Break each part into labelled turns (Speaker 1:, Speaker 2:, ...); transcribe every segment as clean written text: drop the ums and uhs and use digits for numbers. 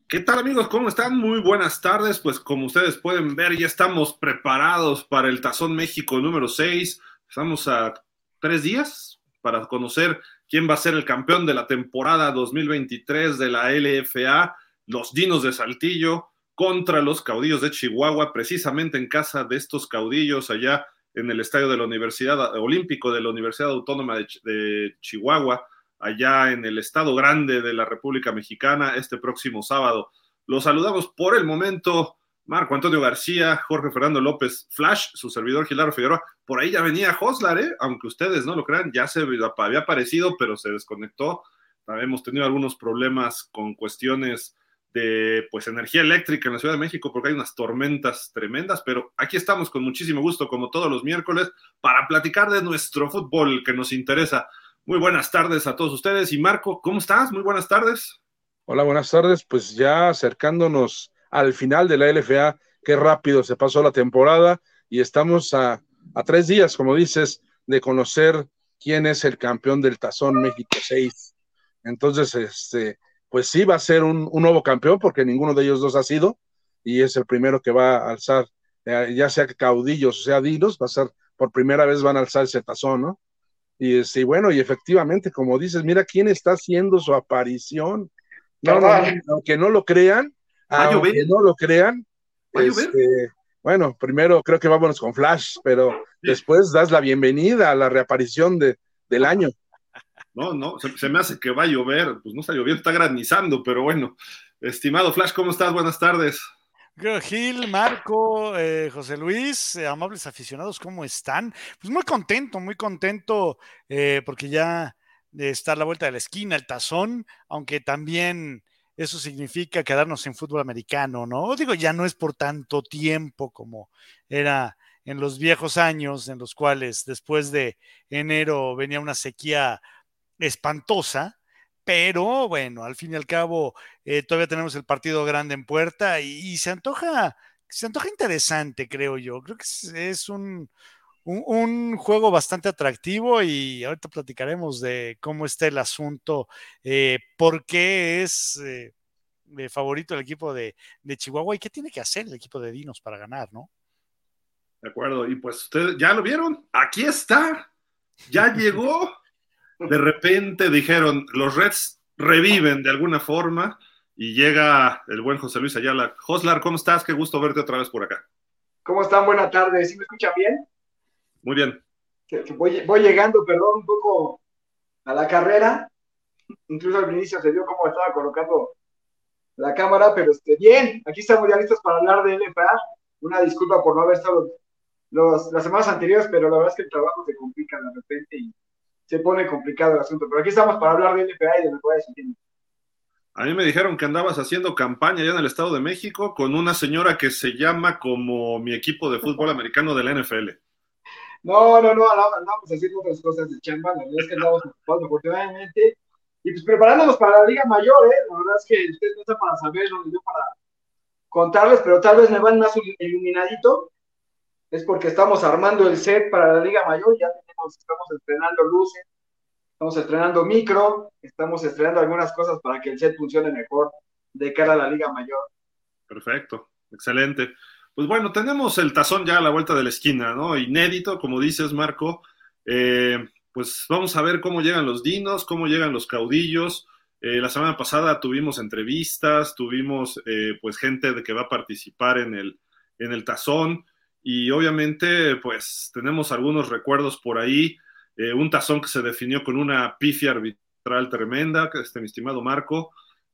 Speaker 1: ¿Qué tal amigos? ¿Cómo están? Muy buenas tardes. Pues como ustedes pueden ver, ya estamos preparados para el Tazón México número 6. Estamos a 3 días para conocer quién va a ser el campeón de la temporada 2023 de la LFA, los Dinos de Saltillo contra los Caudillos de Chihuahua, precisamente en casa de estos caudillos allá en el estadio de la Universidad Olímpico de la Universidad Autónoma de Chihuahua, allá en el estado grande de la República Mexicana este próximo sábado. Los saludamos por el momento, Marco Antonio García, Jorge Fernando López Flash, su servidor Gilardo Figueroa. Por ahí ya venía Joslar, aunque ustedes no lo crean, ya se había aparecido, pero se desconectó. Hemos tenido algunos problemas con cuestiones de pues energía eléctrica en la Ciudad de México porque hay unas tormentas tremendas, pero aquí estamos con muchísimo gusto, como todos los miércoles, para platicar de nuestro fútbol que nos interesa. Muy buenas tardes a todos ustedes. Y Marco, ¿cómo estás? Muy buenas tardes.
Speaker 2: Hola, buenas tardes. Pues ya acercándonos al final de la LFA, qué rápido se pasó la temporada y estamos a 3 días, como dices, de conocer quién es el campeón del Tazón México 6. Entonces, pues sí va a ser un nuevo campeón porque ninguno de ellos dos ha sido y es el primero que va a alzar, ya sea caudillos o sea dinos, va a ser por primera vez van a alzar ese tazón, ¿no? Y bueno, y efectivamente, como dices, mira quién está haciendo su aparición. No, no, no,
Speaker 3: Carnal,
Speaker 1: ¿Va a llover?
Speaker 2: aunque no lo crean,
Speaker 1: ¿Va a llover?
Speaker 2: bueno, primero creo que vámonos con Flash, pero después das la bienvenida a la reaparición del año.
Speaker 1: No, no, se me hace que va a llover. Pues no está lloviendo, está granizando, pero bueno. Estimado Flash, ¿cómo estás? Buenas tardes.
Speaker 4: Gil, Marco, José Luis, amables aficionados, ¿cómo están? Pues muy contento, porque ya está a la vuelta de la esquina el tazón, aunque también eso significa quedarnos en fútbol americano, ¿no? Digo, ya no es por tanto tiempo como era en los viejos años, en los cuales después de enero venía una sequía espantosa, pero bueno, al fin y al cabo todavía tenemos el partido grande en puerta y se antoja interesante, creo yo. Creo que es un juego bastante atractivo y ahorita platicaremos de cómo está el asunto, por qué es favorito el equipo de Chihuahua y qué tiene que hacer el equipo de Dinos para ganar, ¿no?
Speaker 1: De acuerdo. Y pues ustedes ya lo vieron. Aquí está. Ya llegó. De repente dijeron, los Reds reviven de alguna forma y llega el buen José Luis Ayala. Joslar, ¿cómo estás? Qué gusto verte otra vez por acá.
Speaker 3: ¿cómo están? Buenas tardes. ¿Sí me escuchan bien?
Speaker 1: Muy bien.
Speaker 3: Que voy llegando, perdón, un poco a la carrera. Incluso al inicio se vio cómo estaba colocando la cámara, pero bien, aquí estamos ya listos para hablar de LFA. Una disculpa por no haber estado las semanas anteriores, pero la verdad es que el trabajo se complica de repente y se pone complicado el asunto. Pero aquí estamos para hablar de LFA y de mejores sentidos.
Speaker 1: A mí me dijeron que andabas haciendo campaña allá en el Estado de México con una señora que se llama como mi equipo de fútbol americano de la NFL.
Speaker 3: No, andamos haciendo otras cosas de chamba, la verdad es que andamos ocupados afortunadamente, y pues preparándonos para la Liga Mayor, la verdad es que ustedes no están para saber, no yo para contarles, pero tal vez me van más iluminadito, es porque estamos armando el set para la Liga Mayor, estamos estrenando luces, estamos estrenando micro, estamos estrenando algunas cosas para que el set funcione mejor de cara a la Liga Mayor.
Speaker 1: Perfecto, excelente. Pues bueno, tenemos el tazón ya a la vuelta de la esquina, ¿no? Inédito, como dices, Marco. Pues vamos a ver cómo llegan los dinos, cómo llegan los caudillos. La semana pasada tuvimos entrevistas, tuvimos pues gente de que va a participar en el tazón y obviamente pues tenemos algunos recuerdos por ahí. Un tazón que se definió con una pifia arbitral tremenda, mi estimado Marco.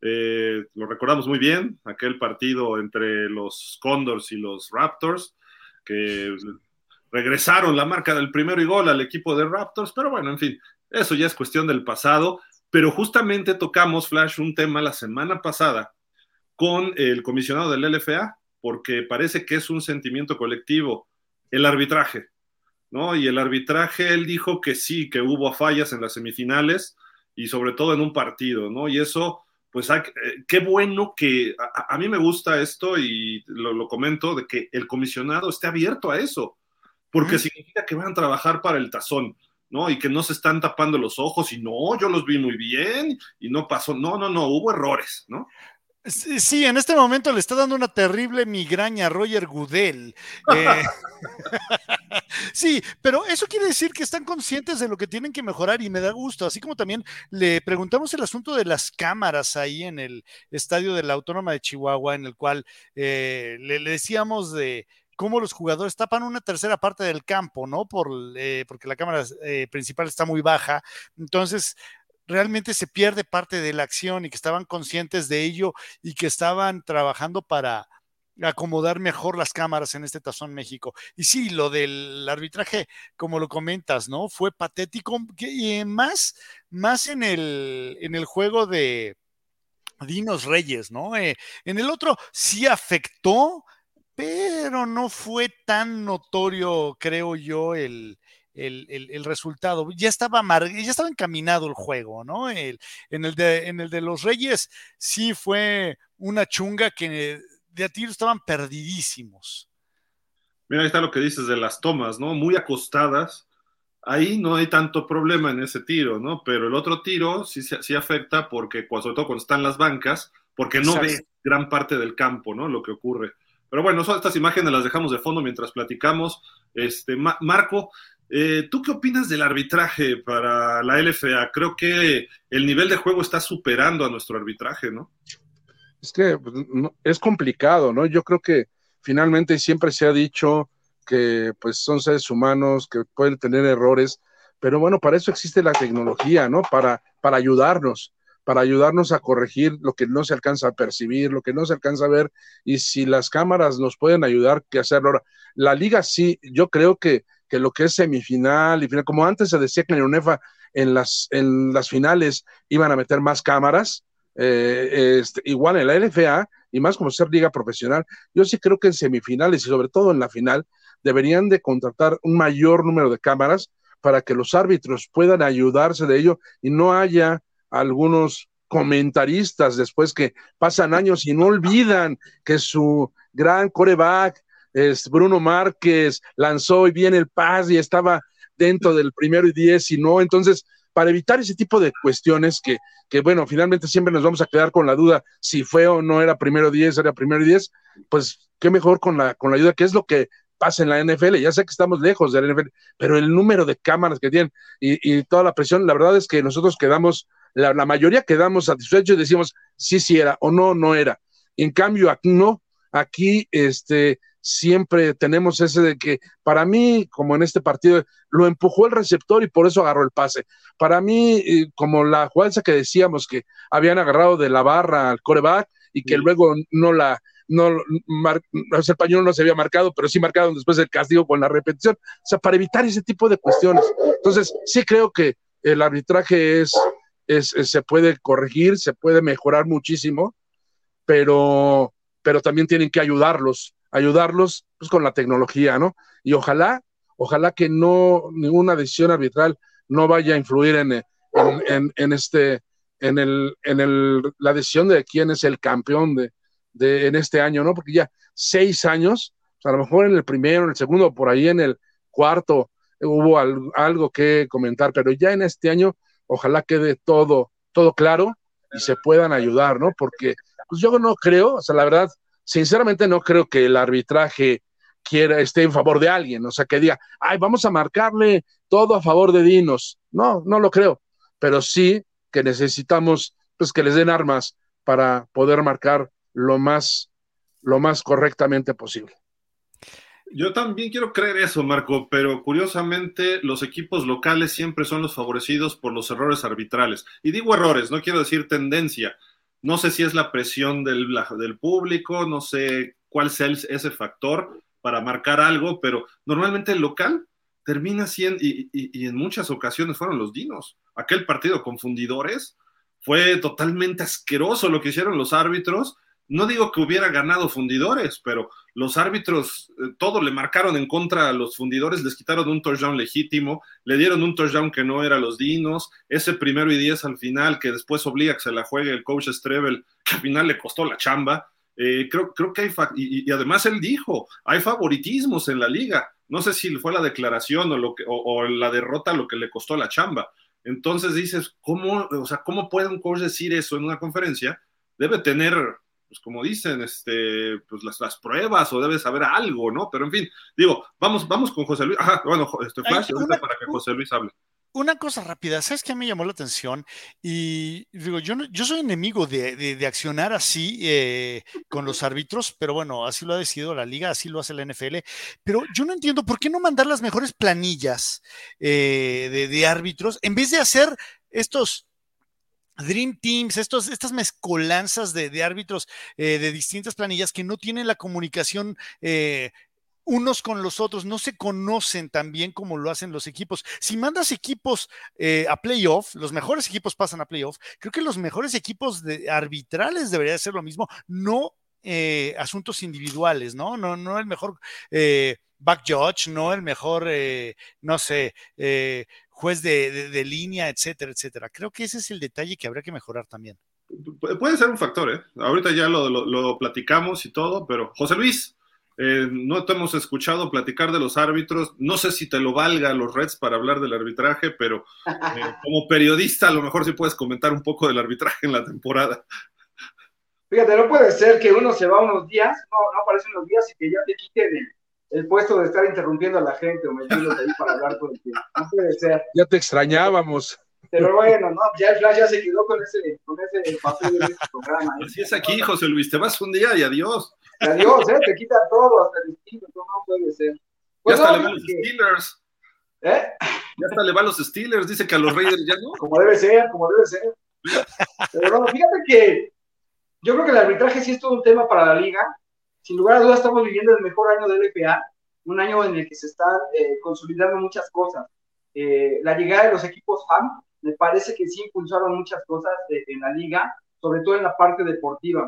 Speaker 1: Lo recordamos muy bien, aquel partido entre los Condors y los Raptors, que regresaron la marca del primero y gol al equipo de Raptors, pero bueno, en fin, eso ya es cuestión del pasado, pero justamente tocamos, Flash, un tema la semana pasada con el comisionado del LFA, porque parece que es un sentimiento colectivo, el arbitraje, ¿no? Y el arbitraje, él dijo que sí, que hubo fallas en las semifinales y sobre todo en un partido, ¿no? Y eso, pues, qué bueno que a mí me gusta esto y lo comento, de que el comisionado esté abierto a eso, porque significa que van a trabajar para el tazón, ¿no? Y que no se están tapando los ojos y no, yo los vi muy bien y no pasó, no, hubo errores, ¿no?
Speaker 4: Sí, en este momento le está dando una terrible migraña a Roger Goodell. Eh, sí, pero eso quiere decir que están conscientes de lo que tienen que mejorar y me da gusto. Así como también le preguntamos el asunto de las cámaras ahí en el estadio de la Autónoma de Chihuahua, en el cual le decíamos de cómo los jugadores tapan una tercera parte del campo, ¿no? Porque la cámara principal está muy baja. Entonces, realmente se pierde parte de la acción y que estaban conscientes de ello y que estaban trabajando para acomodar mejor las cámaras en este Tazón México. Y sí, lo del arbitraje, como lo comentas, ¿no? Fue patético y más en el juego de Dinos Reyes, ¿no? En el otro sí afectó, pero no fue tan notorio, creo yo, el resultado. Ya estaba encaminado el juego, ¿no? En el de los Reyes sí fue una chunga que de a tiro estaban perdidísimos.
Speaker 1: Mira, ahí está lo que dices de las tomas, ¿no? Muy acostadas. Ahí no hay tanto problema en ese tiro, ¿no? Pero el otro tiro sí afecta porque, sobre todo cuando están las bancas, porque no
Speaker 4: Exacto.
Speaker 1: ve gran parte del campo, ¿no? Lo que ocurre. Pero bueno, estas imágenes las dejamos de fondo mientras platicamos. Marco, ¿tú qué opinas del arbitraje para la LFA? Creo que el nivel de juego está superando a nuestro arbitraje, ¿no?
Speaker 2: Es que pues, no, es complicado, ¿no? Yo creo que finalmente siempre se ha dicho que pues son seres humanos, que pueden tener errores, pero bueno, para eso existe la tecnología, ¿no? Para ayudarnos a corregir lo que no se alcanza a percibir, lo que no se alcanza a ver, y si las cámaras nos pueden ayudar, que hacerlo. Ahora, la liga sí, yo creo que lo que es semifinal y final, como antes se decía que en la UNEFA en las finales iban a meter más cámaras, igual en la LFA, y más como ser liga profesional, yo sí creo que en semifinales y sobre todo en la final deberían de contratar un mayor número de cámaras para que los árbitros puedan ayudarse de ello y no haya algunos comentaristas después que pasan años y no olvidan que su gran coreback Bruno Márquez lanzó y viene el pase y estaba dentro del 1 y 10 y no, entonces para evitar ese tipo de cuestiones que bueno, finalmente siempre nos vamos a quedar con la duda si fue o no era 1 y 10, era 1 y 10, pues qué mejor con la ayuda, que es lo que pasa en la NFL. Ya sé que estamos lejos de la NFL, pero el número de cámaras que tienen y toda la presión, la verdad es que nosotros quedamos, la mayoría quedamos satisfechos y decimos sí era o no era. En cambio, aquí no, aquí siempre tenemos ese de que para mí, como en este partido, lo empujó el receptor y por eso agarró el pase. Para mí, como la jugada que decíamos que habían agarrado de la barra al coreback y que luego el pañuelo no se había marcado, pero sí marcaron después el castigo con la repetición. O sea, para evitar ese tipo de cuestiones. Entonces, sí creo que el arbitraje se puede corregir, se puede mejorar muchísimo, pero también tienen que ayudarlos pues, con la tecnología, ¿no? Y ojalá que no ninguna decisión arbitral no vaya a influir la decisión de quién es el campeón en este año, ¿no? Porque ya 6 años, o sea, a lo mejor en el primero, en el segundo, por ahí en el cuarto hubo algo que comentar, pero ya en este año ojalá quede todo claro y se puedan ayudar, ¿no? Porque pues yo no creo, o sea, la verdad, sinceramente no creo que el arbitraje esté en favor de alguien, o sea, que diga, ay, vamos a marcarle todo a favor de Dinos. No lo creo, pero sí que necesitamos pues que les den armas para poder marcar lo más correctamente posible.
Speaker 1: Yo también quiero creer eso, Marco, pero curiosamente los equipos locales siempre son los favorecidos por los errores arbitrales. Y digo errores, no quiero decir tendencia. No sé si es la presión del público, no sé cuál sea ese factor para marcar algo, pero normalmente el local termina siendo, y en muchas ocasiones fueron los Dinos. Aquel partido con Fundidores fue totalmente asqueroso lo que hicieron los árbitros. No digo que hubiera ganado Fundidores, pero los árbitros todo le marcaron en contra a los Fundidores, les quitaron un touchdown legítimo, le dieron un touchdown que no era los Dinos, ese 1 y 10 al final que después obliga que se la juegue el coach Strebel, que al final le costó la chamba. Creo que hay y además él dijo, hay favoritismos en la liga. No sé si fue la declaración o la derrota lo que le costó la chamba. Entonces dices, ¿cómo puede un coach decir eso en una conferencia? Debe tener pues como dicen, pues las pruebas o debe saber algo, ¿no? Pero en fin, digo, vamos con José Luis. Ajá, bueno, Flash, ahorita para que José Luis hable.
Speaker 4: Una cosa rápida, ¿sabes qué me llamó la atención? Y digo, yo soy enemigo de accionar así con los árbitros, pero bueno, así lo ha decidido la liga, así lo hace la NFL, pero yo no entiendo por qué no mandar las mejores planillas de árbitros en vez de hacer estos Dream Teams, estas mezcolanzas de árbitros de distintas planillas que no tienen la comunicación unos con los otros, no se conocen tan bien como lo hacen los equipos. Si mandas equipos a playoff, los mejores equipos pasan a playoff, creo que los mejores equipos arbitrales debería ser lo mismo, no asuntos individuales, ¿no? No el mejor back judge, no el mejor, no sé, juez de línea, etcétera, etcétera. Creo que ese es el detalle que habría que mejorar también.
Speaker 1: Puede ser un factor, ¿eh? Ahorita ya lo platicamos y todo, pero José Luis, no te hemos escuchado platicar de los árbitros. No sé si te lo valga los Reds para hablar del arbitraje, pero como periodista a lo mejor sí puedes comentar un poco del arbitraje en la temporada.
Speaker 3: Fíjate, no puede ser que uno se va unos días, no aparece unos días y que ya te quiten el puesto de estar interrumpiendo a la gente o metiéndote ahí para hablar todo el tiempo. No puede ser.
Speaker 2: Ya te extrañábamos.
Speaker 3: Pero bueno, no, ya el Flash ya se quedó con ese papel en este programa.
Speaker 1: Así es aquí, José Luis, te vas un día y adiós.
Speaker 3: Y adiós, te quitan todo, hasta el estilo, no puede ser.
Speaker 1: Pues ya hasta le van los Steelers. Ya hasta le van los Steelers, dice que a los Raiders ya no.
Speaker 3: Como debe ser. Pero bueno, fíjate que yo creo que el arbitraje sí es todo un tema para la liga. Sin lugar a dudas estamos viviendo el mejor año del LPA, un año en el que se están consolidando muchas cosas. La llegada de los equipos FAM me parece que sí impulsaron muchas cosas en la liga, sobre todo en la parte deportiva.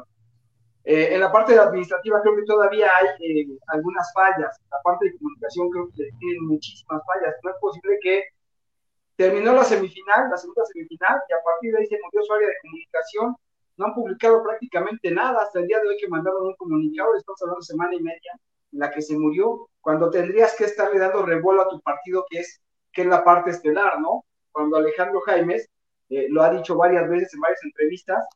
Speaker 3: En la parte administrativa creo que todavía hay algunas fallas. La parte de comunicación creo que tienen muchísimas fallas. No es posible que terminó la segunda semifinal, y a partir de ahí se murió su área de comunicación. No han publicado prácticamente nada hasta el día de hoy que mandaron un comunicado. Estamos hablando de semana y media en la que se murió, cuando tendrías que estarle dando revuelo a tu partido, que es la parte estelar, ¿no? Cuando Alejandro Jaimes lo ha dicho varias veces en varias entrevistas,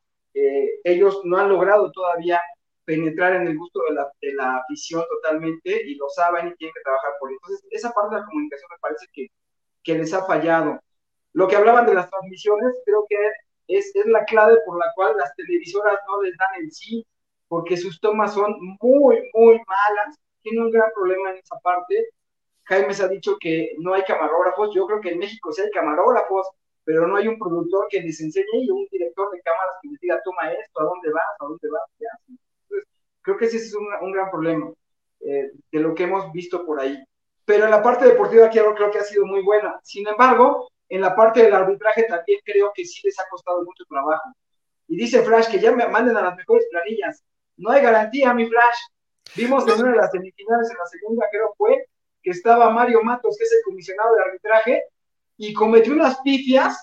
Speaker 3: ellos no han logrado todavía penetrar en el gusto de la afición totalmente, y lo saben y tienen que trabajar por eso. Entonces, esa parte de la comunicación me parece que les ha fallado. Lo que hablaban de las transmisiones, creo que es la clave por la cual las televisoras no les dan el sí, porque sus tomas son muy, muy malas. Tiene un gran problema en esa parte. Jaimes ha dicho que no hay camarógrafos. Yo creo que en México sí hay camarógrafos, pero no hay un productor que les enseñe y un director de cámaras que les diga, toma esto, ¿a dónde vas? Entonces, creo que ese es un gran problema de lo que hemos visto por ahí. Pero en la parte deportiva creo que ha sido muy buena. Sin embargo, en la parte del arbitraje también creo que sí les ha costado mucho trabajo. Y dice Flash que ya me manden a las mejores planillas. No hay garantía, mi Flash. Vimos en una de las semifinales, en la segunda creo fue, que estaba Mario Matos, que es el comisionado de arbitraje, y cometió unas pifias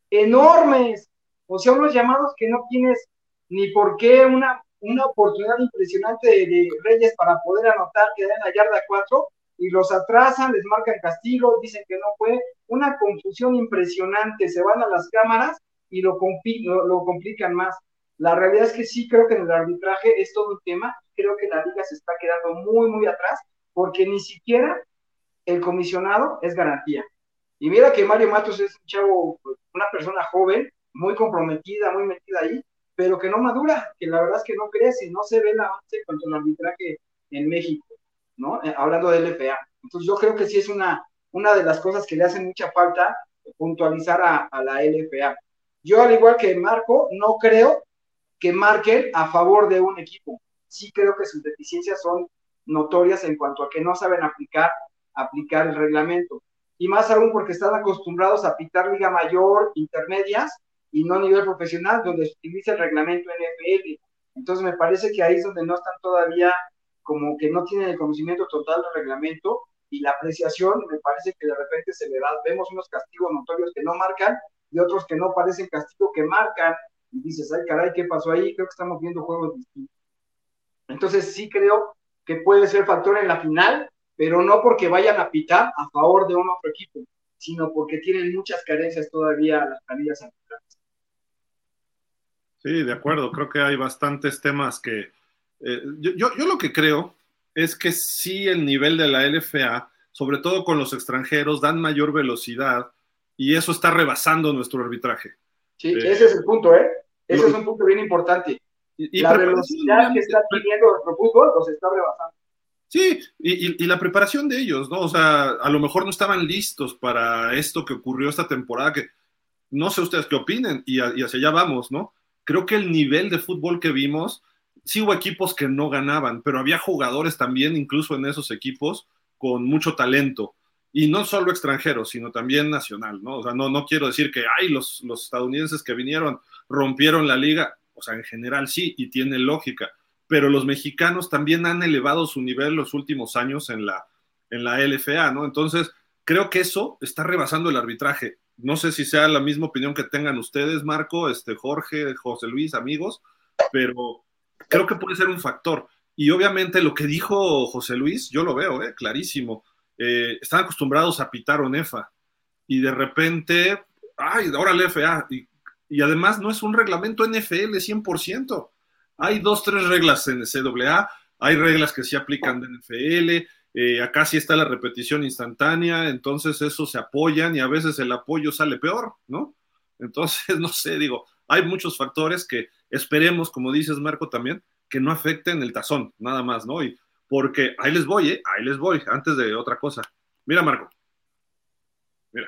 Speaker 3: enormes. O sea, unos llamados que no tienes ni por qué, una oportunidad impresionante de Reyes para poder anotar, que da en la yarda 4, y los atrasan, les marcan castigo, dicen que no fue, una confusión impresionante. Se van a las cámaras y lo complican más. La realidad es que sí creo que en el arbitraje es todo un tema. Creo que la liga se está quedando muy, muy atrás, porque ni siquiera el comisionado es garantía. Y mira que Mario Matos es un chavo, una persona joven, muy comprometida, muy metida ahí, pero que no madura, que la verdad es que no crece, no se ve el avance cuanto al arbitraje en México, ¿no? Hablando de LFA. Entonces yo creo que sí es una de las cosas que le hacen mucha falta puntualizar a la LFA. Yo, al igual que Marco, no creo que marquen a favor de un equipo. Sí creo que sus deficiencias son notorias en cuanto a que no saben aplicar el reglamento. Y más aún porque están acostumbrados a pitar liga mayor, intermedias, y no a nivel profesional, donde se utiliza el reglamento NFL. Entonces me parece que ahí es donde no están todavía, como que no tienen el conocimiento total del reglamento, y la apreciación me parece que de repente se le da. Vemos unos castigos notorios que no marcan y otros que no parecen castigo que marcan, y dices, ay caray, ¿qué pasó ahí? Creo que estamos viendo juegos distintos. Entonces sí creo que puede ser factor en la final, pero no porque vayan a pitar a favor de un otro equipo, sino porque tienen muchas carencias todavía las planillas arbitrales.
Speaker 1: Sí, de acuerdo. Creo que hay bastantes temas que... yo lo que creo es que sí el nivel de la LFA, sobre todo con los extranjeros, dan mayor velocidad y eso está rebasando nuestro arbitraje.
Speaker 3: Sí, ese es el punto, ¿eh? Ese es un punto bien importante. La velocidad que está adquiriendo nuestro fútbol los está rebasando.
Speaker 1: Sí, y la preparación de ellos, ¿no? O sea, a lo mejor no estaban listos para esto que ocurrió esta temporada, que no sé ustedes qué opinen, y hacia allá vamos, ¿no? Creo que el nivel de fútbol que vimos, sí hubo equipos que no ganaban, pero había jugadores también, incluso en esos equipos, con mucho talento. Y no solo extranjeros, sino también nacional, ¿no? O sea, no quiero decir que, ay, los estadounidenses que vinieron rompieron la liga. O sea, en general sí, y tiene lógica. Pero los mexicanos también han elevado su nivel los últimos años en la LFA, ¿no? Entonces, creo que eso está rebasando el arbitraje. No sé si sea la misma opinión que tengan ustedes, Marco, Jorge, José Luis, amigos, pero creo que puede ser un factor. Y obviamente lo que dijo José Luis, yo lo veo, clarísimo. Están acostumbrados a pitar ONEFA y de repente, ay, ahora la FA. Y además no es un reglamento NFL 100%. Hay 2, 3 reglas en CAA, hay reglas que sí aplican de NFL, acá sí está la repetición instantánea, entonces eso se apoyan y a veces el apoyo sale peor, ¿no? Entonces, no sé, digo, hay muchos factores que esperemos, como dices Marco también, que no afecten el tazón, nada más, ¿no? Y porque ahí les voy, antes de otra cosa. Mira, Marco, mira.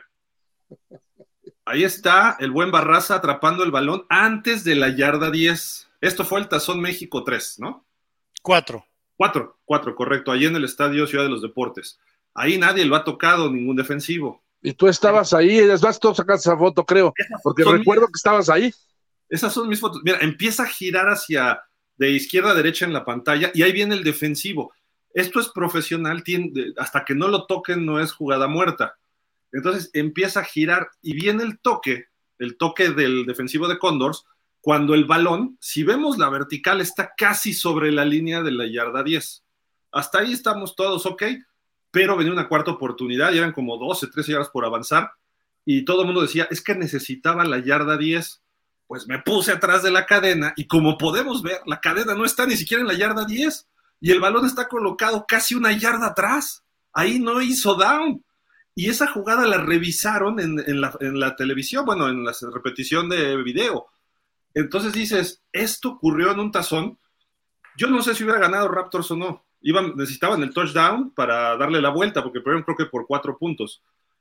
Speaker 1: Ahí está el buen Barraza atrapando el balón antes de la yarda 10. Esto fue el Tazón México 3, ¿no?
Speaker 4: 4,
Speaker 1: correcto, ahí en el Estadio Ciudad de los Deportes. Ahí nadie lo ha tocado, ningún defensivo.
Speaker 2: Y tú estabas ahí, es más, tú sacaste esa foto, creo, porque recuerdo que estabas ahí.
Speaker 1: Esas son mis fotos. Mira, empieza a girar hacia de izquierda a derecha en la pantalla y ahí viene el defensivo. Esto es profesional, hasta que no lo toquen no es jugada muerta. Entonces empieza a girar y viene el toque del defensivo de Condors, cuando el balón, si vemos la vertical, está casi sobre la línea de la yarda 10. Hasta ahí estamos todos ok, pero venía una cuarta oportunidad y eran como 12, 13 yardas por avanzar y todo el mundo decía, es que necesitaba la yarda 10. Pues me puse atrás de la cadena y como podemos ver, la cadena no está ni siquiera en la yarda 10 y el balón está colocado casi una yarda atrás. Ahí no hizo down. Y esa jugada la revisaron en la televisión, bueno, en la repetición de video. Entonces dices, esto ocurrió en un tazón. Yo no sé si hubiera ganado Raptors o no. Necesitaban el touchdown para darle la vuelta, porque perdieron creo que por 4 puntos.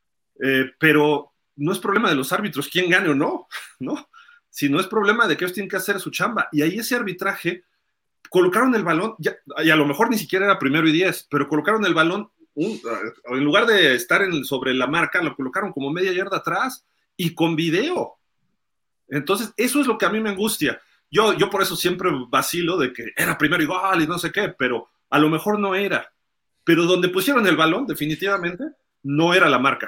Speaker 1: Pero no es problema de los árbitros quién gane o no, ¿no? Sino es problema de que ellos tienen que hacer su chamba. Y ahí ese arbitraje, colocaron el balón, y a lo mejor ni siquiera era 1st y 10, pero colocaron el balón en lugar de estar sobre la marca, lo colocaron como media yarda atrás y con video. Entonces, eso es lo que a mí me angustia. Yo por eso siempre vacilo de que era 1st y gol y no sé qué, pero a lo mejor no era. Pero donde pusieron el balón, definitivamente, no era la marca.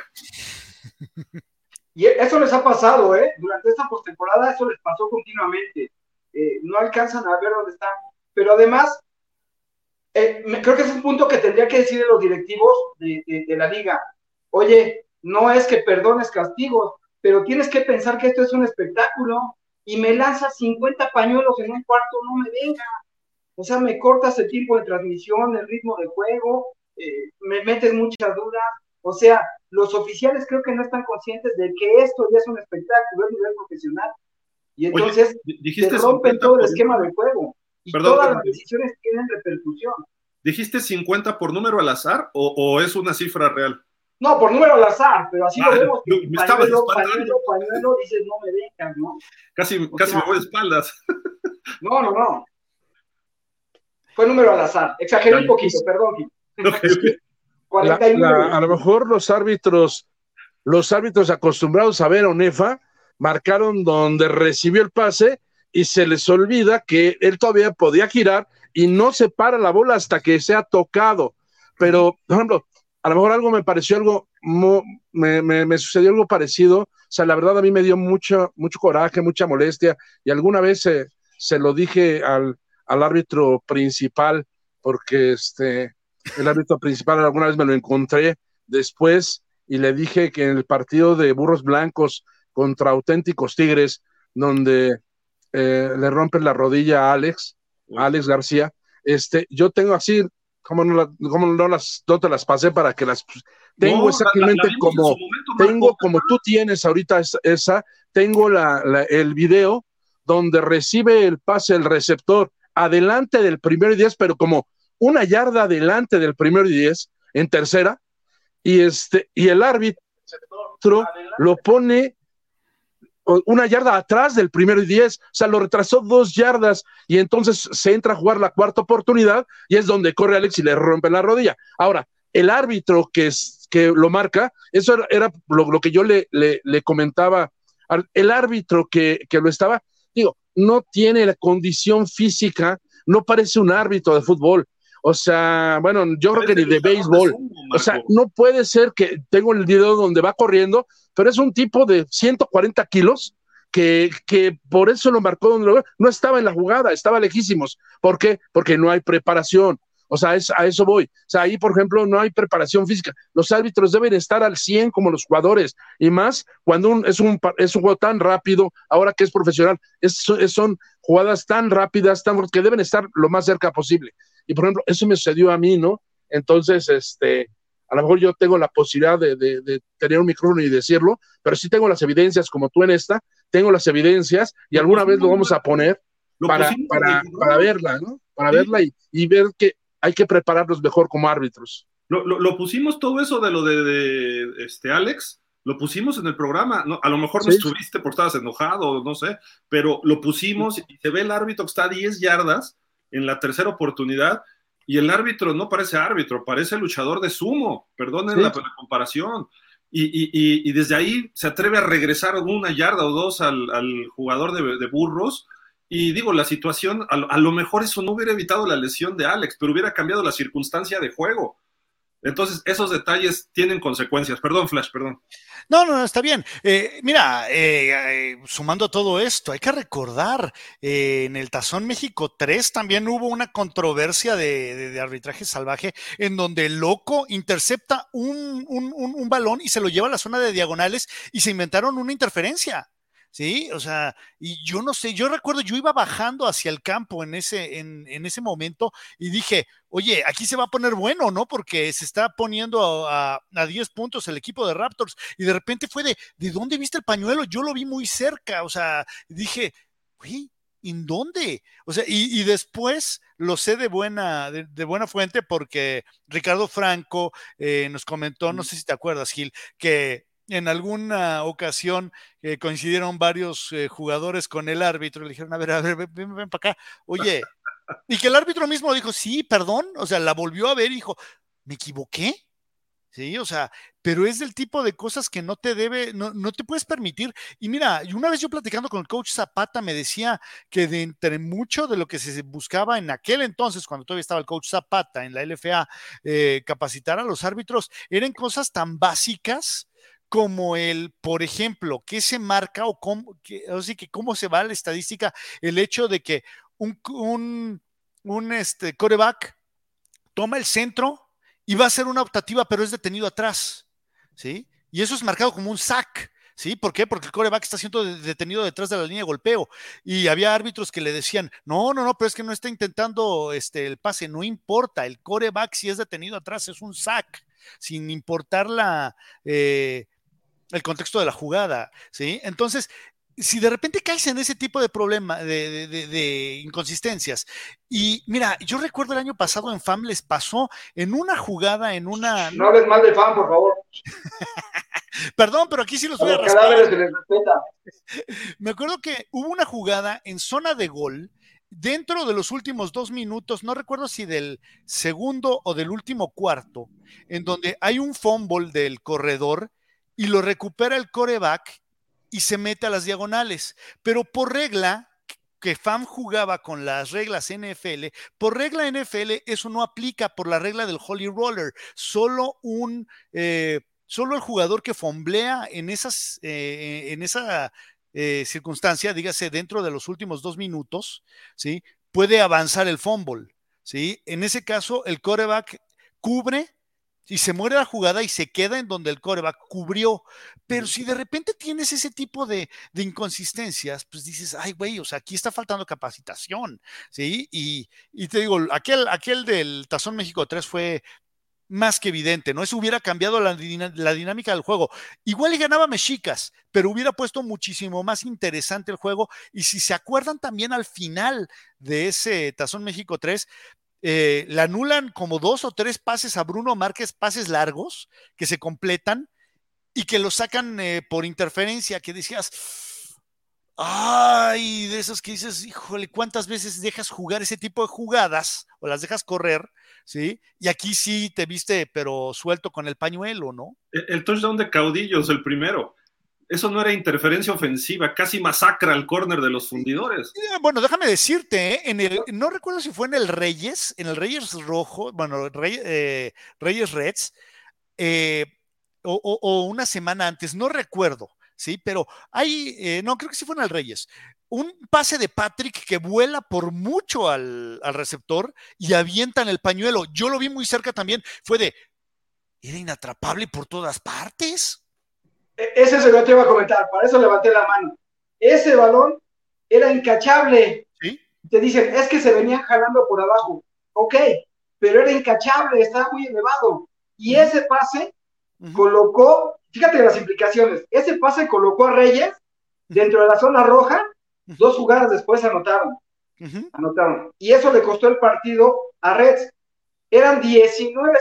Speaker 3: Y eso les ha pasado, durante esta postemporada eso les pasó continuamente. No alcanzan a ver dónde están. Pero además, creo que es un punto que tendría que decir los directivos de la liga. Oye, no es que perdones castigos, pero tienes que pensar que esto es un espectáculo y me lanzas 50 pañuelos en un cuarto, no me venga. O sea, me cortas el tiempo de transmisión, el ritmo de juego, me metes muchas dudas. O sea, los oficiales creo que no están conscientes de que esto ya es un espectáculo, es nivel profesional. Y entonces se rompen todo el esquema del juego. Y todas las decisiones tienen repercusión.
Speaker 1: ¿Dijiste 50 por número al azar o es una cifra real?
Speaker 3: No, por número al azar, pero así lo vemos.
Speaker 1: Pañuelo,
Speaker 3: dices, no me vengas, ¿no?
Speaker 1: Casi me voy de espaldas.
Speaker 3: No. Fue número al azar. Exageré un poquito, perdón.
Speaker 2: Okay. A lo mejor los árbitros acostumbrados a ver a ONEFA marcaron donde recibió el pase y se les olvida que él todavía podía girar y no se para la bola hasta que sea tocado. Pero, por ejemplo, a lo mejor algo me pareció me sucedió algo parecido. O sea, la verdad a mí me dio mucho coraje, mucha molestia, y alguna vez se lo dije al árbitro principal, porque el árbitro principal alguna vez me lo encontré después y le dije que en el partido de Burros Blancos contra Auténticos Tigres, donde le rompen la rodilla a Alex García. Yo tengo así, no te las pasé para que las tengo
Speaker 1: No,
Speaker 2: exactamente como
Speaker 1: momento,
Speaker 2: tengo como tú tienes ahorita esa, tengo el video donde recibe el pase el receptor adelante del 1º y 10, pero como 1 yarda adelante del 1º y 10 en tercera, y el árbitro lo pone 1 yarda atrás del 1º y 10, o sea, lo retrasó 2 yardas, y entonces se entra a jugar la cuarta oportunidad, y es donde corre Alex y le rompe la rodilla. Ahora, el árbitro que lo marca, eso era lo que yo le comentaba, el árbitro que lo estaba, digo, no tiene la condición física, no parece un árbitro de fútbol. O sea, bueno, yo creo que ni de béisbol. O sea, no puede ser que tengo el video donde va corriendo, pero es un tipo de 140 kilos que por eso lo marcó donde no estaba en la jugada, estaba lejísimos. ¿Por qué? Porque no hay preparación. O sea, a eso voy. O sea, ahí, por ejemplo, no hay preparación física. Los árbitros deben estar al 100 como los jugadores, y más cuando es un juego tan rápido, ahora que es profesional, son jugadas tan rápidas, que deben estar lo más cerca posible. Y, por ejemplo, eso me sucedió a mí, ¿no? Entonces, a lo mejor yo tengo la posibilidad de tener un micrófono y decirlo, pero sí tengo las evidencias, como tú en esta, tengo las evidencias, y alguna vez lo vamos a poner para verla, ¿no? Para verla y ver que hay que prepararlos mejor como árbitros.
Speaker 1: Lo pusimos todo eso de lo de Alex, lo pusimos en el programa, ¿no? A lo mejor no estuviste porque estabas enojado, no sé, pero lo pusimos y se ve el árbitro que está a 10 yardas en la tercera oportunidad, y el árbitro no parece árbitro, parece luchador de sumo, perdonen la comparación, y desde ahí se atreve a regresar 1 yarda o 2 al jugador de Burros. Y digo, la situación, a lo mejor eso no hubiera evitado la lesión de Alex, pero hubiera cambiado la circunstancia de juego. Entonces, esos detalles tienen consecuencias. Perdón, Flash, perdón.
Speaker 4: No, está bien. Mira, sumando todo esto, hay que recordar, en el Tazón México 3 también hubo una controversia de arbitraje salvaje, en donde el loco intercepta un balón y se lo lleva a la zona de diagonales, y se inventaron una interferencia. Sí, o sea, y yo no sé, yo recuerdo, yo iba bajando hacia el campo en ese momento, y dije, oye, aquí se va a poner bueno, ¿no? Porque se está poniendo a 10 puntos el equipo de Raptors, y de repente fue ¿de dónde viste el pañuelo? Yo lo vi muy cerca, o sea, dije, güey, ¿en dónde? O sea, y después lo sé de buena fuente, porque Ricardo Franco nos comentó, no sé si te acuerdas, Gil, que en alguna ocasión coincidieron varios jugadores con el árbitro, le dijeron, a ver, ven para acá, oye, y que el árbitro mismo dijo, sí, perdón, o sea, la volvió a ver y dijo, ¿me equivoqué? Sí, o sea, pero es del tipo de cosas que no te puedes permitir. Y mira, una vez yo platicando con el coach Zapata me decía que de entre mucho de lo que se buscaba en aquel entonces, cuando todavía estaba el coach Zapata en la LFA, capacitar a los árbitros, eran cosas tan básicas como por ejemplo, qué se marca o cómo se va la estadística, el hecho de que un quarterback toma el centro y va a hacer una optativa, pero es detenido atrás, ¿sí? Y eso es marcado como un sack, ¿sí? ¿Por qué? Porque el quarterback está siendo detenido detrás de la línea de golpeo, y había árbitros que le decían, no, pero es que no está intentando el pase, no importa, el quarterback si es detenido atrás es un sack, sin importar el contexto de la jugada, ¿sí? Entonces, si de repente caes en ese tipo de problema, de inconsistencias, y mira, yo recuerdo el año pasado en FAM les pasó en una jugada,
Speaker 3: No hables mal de FAM, por favor.
Speaker 4: Perdón, pero aquí sí los voy a
Speaker 3: rascar. Cadáveres se les respeta.
Speaker 4: Me acuerdo que hubo una jugada en zona de gol, dentro de los últimos 2 minutos, no recuerdo si del segundo o del último cuarto, en donde hay un fumble del corredor y lo recupera el quarterback y se mete a las diagonales, pero por regla, que FAM jugaba con las reglas NFL, por regla NFL eso no aplica por la regla del Holy Roller, solo el jugador que fomblea en esa circunstancia, dígase dentro de los últimos 2 minutos, ¿sí? Puede avanzar el fumble, ¿sí? En ese caso el quarterback cubre y se muere la jugada y se queda en donde el quarterback cubrió. Pero si de repente tienes ese tipo de inconsistencias, pues dices, ay, güey, o sea, aquí está faltando capacitación, ¿sí? Y te digo, aquel del Tazón México 3 fue más que evidente, ¿no? Eso hubiera cambiado la dinámica del juego. Igual y ganaba Mexicas, pero hubiera puesto muchísimo más interesante el juego. Y si se acuerdan también al final de ese Tazón México 3, le anulan como 2 o 3 pases a Bruno Márquez, pases largos que se completan y que lo sacan por interferencia, que decías, ay, de esos que dices, híjole, ¿cuántas veces dejas jugar ese tipo de jugadas o las dejas correr? ¿Sí? Y aquí sí te viste, pero suelto con el pañuelo, ¿no?
Speaker 1: El touchdown de Caudillos, el primero. Eso no era interferencia ofensiva, casi masacra al córner de los fundidores.
Speaker 4: Bueno, déjame decirte, no recuerdo si fue en el Reyes Rojo, bueno, Reyes Reds, eh, o una semana antes, no recuerdo, ¿sí? Pero no, creo que sí fue en el Reyes. Un pase de Patrick que vuela por mucho al receptor y avientan el pañuelo. Yo lo vi muy cerca también. Era inatrapable por todas partes.
Speaker 3: Ese se lo te iba a comentar, para eso levanté la mano. Ese balón era incachable.
Speaker 4: ¿Sí?
Speaker 3: Te dicen, es que se venían jalando por abajo. Ok, pero era incachable, estaba muy elevado. Y ese pase colocó, fíjate las implicaciones, ese pase colocó a Reyes dentro de la zona roja, 2 jugadas después anotaron. Y eso le costó el partido a Reds. Eran 19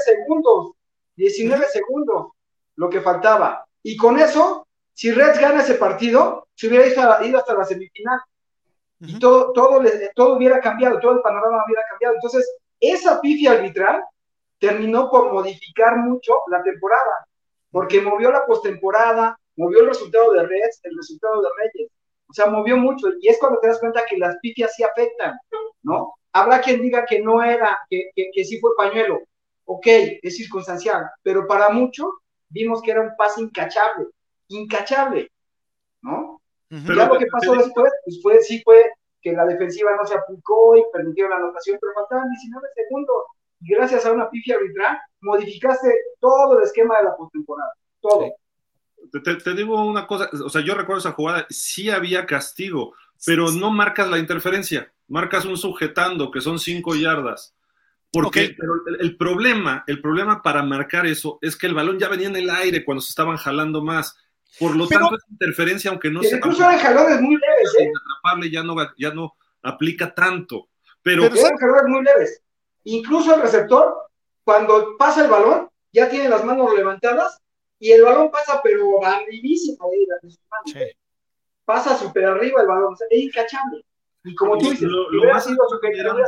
Speaker 3: segundos lo que faltaba. Y con eso, si Reds gana ese partido, se hubiera ido hasta la semifinal. Y todo hubiera cambiado, todo el panorama hubiera cambiado. Entonces, esa pifia arbitral terminó por modificar mucho la temporada, porque movió la postemporada, movió el resultado de Reds, el resultado de Reyes. O sea, movió mucho. Y es cuando te das cuenta que las pifias sí afectan, ¿no? Habrá quien diga que no era, que sí fue pañuelo. Ok, es circunstancial, pero para muchos vimos que era un pase incachable, ¿no?
Speaker 1: Pero
Speaker 3: ya lo que pasó después, pues fue que la defensiva no se aplicó y permitió la anotación, pero faltaban 19 segundos. Y gracias a una pifia arbitral, modificaste todo el esquema de la postemporada. Todo.
Speaker 1: Te digo una cosa, o sea, yo recuerdo esa jugada, sí había castigo, pero no marcas la interferencia, marcas un sujetando, que son 5 yardas. Porque pero el problema para marcar eso es que el balón ya venía en el aire cuando se estaban jalando más. Por lo tanto, esa interferencia, aunque no sea.
Speaker 3: Incluso eran jalones muy leves,
Speaker 1: inatrapable, ya no aplica tanto. Pero
Speaker 3: eran jalones muy leves. Incluso el receptor, cuando pasa el balón, ya tiene las manos levantadas y el balón pasa, pero arribísimo de sus manos. Sí. Pasa súper arriba el balón, o sea, es incachable. Y como tú dices,
Speaker 1: lo más sido sujetado.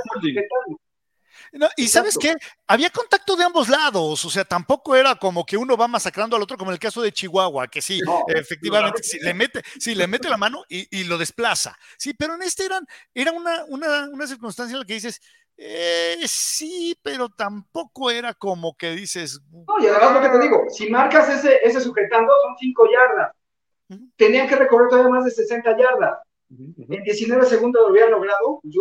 Speaker 4: No, y
Speaker 3: exacto.
Speaker 4: ¿sabes qué? Había contacto de ambos lados, o sea, tampoco era como que uno va masacrando al otro, como en el caso de Chihuahua, que sí, efectivamente, sí, le mete la mano y lo desplaza. Sí, pero en este era una circunstancia en la que dices, sí, pero tampoco era como que dices.
Speaker 3: No, y además lo que te digo, si marcas ese sujetando, son 5 yardas. Tenían que recorrer todavía más de 60 yardas. En 19 segundos lo hubieran logrado, yo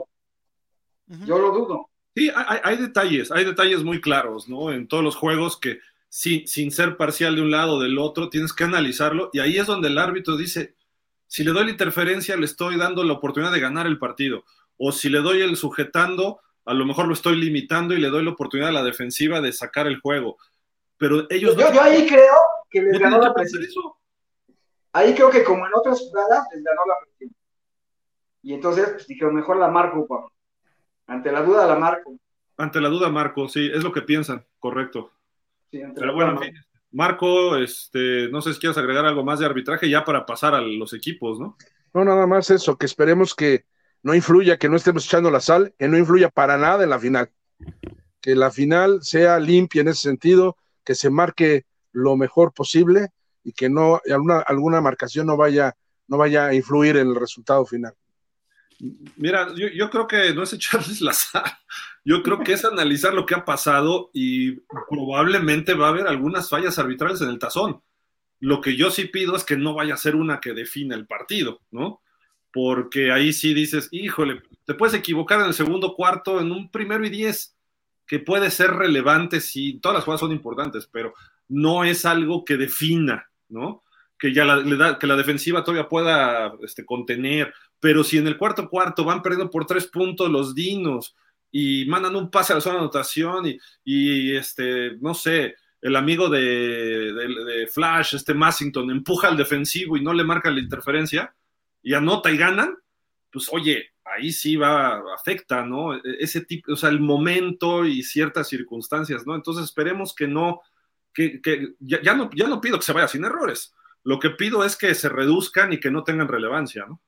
Speaker 3: lo dudo.
Speaker 1: Sí, hay detalles muy claros, ¿no? En todos los juegos que sin ser parcial de un lado o del otro, tienes que analizarlo y ahí es donde el árbitro dice, si le doy la interferencia, le estoy dando la oportunidad de ganar el partido, o si le doy el sujetando, a lo mejor lo estoy limitando y le doy la oportunidad a la defensiva de sacar el juego. Pero ellos...
Speaker 3: Yo ahí creo que les ganó la presión. Ahí creo que como en otras jugadas les ganó la presión. Y entonces pues, dijeron, mejor la marco, Pablo. Ante la duda la marco.
Speaker 1: Ante la duda marco, sí, es lo que piensan, correcto.
Speaker 3: Sí,
Speaker 1: pero bueno, en fin. Marco, no sé si quieres agregar algo más de arbitraje ya para pasar a los equipos, ¿no?
Speaker 2: No, nada más eso, que esperemos que no influya, que no estemos echando la sal, que no influya para nada en la final. Que la final sea limpia en ese sentido, que se marque lo mejor posible y que no alguna marcación no vaya a influir en el resultado final.
Speaker 1: Mira, yo creo que no es echarles la sal, yo creo que es analizar lo que ha pasado y probablemente va a haber algunas fallas arbitrales en el tazón. Lo que yo sí pido es que no vaya a ser una que define el partido, ¿no? Porque ahí sí dices, híjole, te puedes equivocar en el segundo cuarto en un 1º y 10, que puede ser relevante, sí, todas las jugadas son importantes, pero no es algo que defina, ¿no? Que ya que la defensiva todavía pueda contener, pero si en el cuarto van perdiendo por 3 puntos los Dinos y mandan un pase a la zona de anotación y no sé, el amigo de Flash, Massington, empuja al defensivo y no le marca la interferencia y anota y ganan, pues oye, ahí sí afecta, ¿no? Ese tipo, o sea, el momento y ciertas circunstancias, ¿no? Entonces esperemos que no, que ya no pido que se vaya sin errores. Lo que pido es que se reduzcan y que no tengan relevancia, ¿no?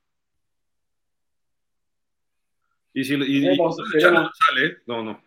Speaker 1: Y si no sale, no.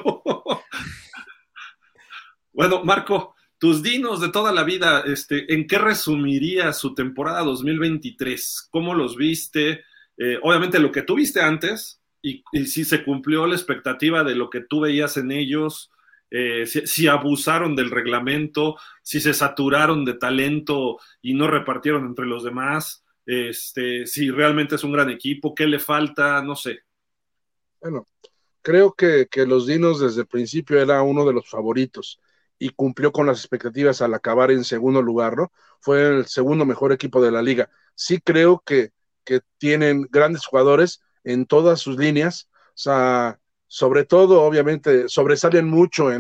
Speaker 1: Bueno, Marco, tus dinos de toda la vida, ¿en qué resumirías su temporada 2023? ¿Cómo los viste? Obviamente lo que tú viste antes y si se cumplió la expectativa de lo que tú veías en ellos, si abusaron del reglamento, si se saturaron de talento y no repartieron entre los demás, si realmente es un gran equipo, ¿qué le falta? No sé.
Speaker 2: Bueno, creo que los Dinos desde el principio era uno de los favoritos y cumplió con las expectativas al acabar en segundo lugar, ¿no? Fue el segundo mejor equipo de la liga. Sí creo que tienen grandes jugadores en todas sus líneas, o sea, sobre todo, obviamente, sobresalen mucho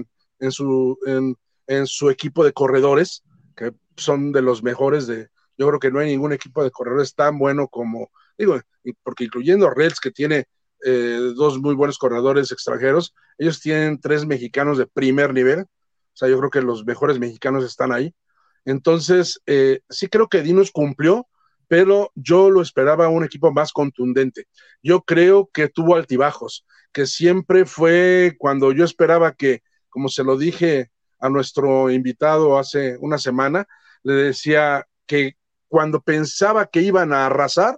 Speaker 2: en su equipo de corredores, que son de los mejores yo creo que no hay ningún equipo de corredores tan bueno como, digo, porque incluyendo Reds, que tiene dos muy buenos corredores extranjeros, ellos tienen 3 mexicanos de primer nivel, o sea, yo creo que los mejores mexicanos están ahí. Entonces, sí creo que Dinos cumplió, pero yo lo esperaba un equipo más contundente. Yo creo que tuvo altibajos, que siempre fue cuando yo esperaba que, como se lo dije a nuestro invitado hace una semana, le decía que cuando pensaba que iban a arrasar,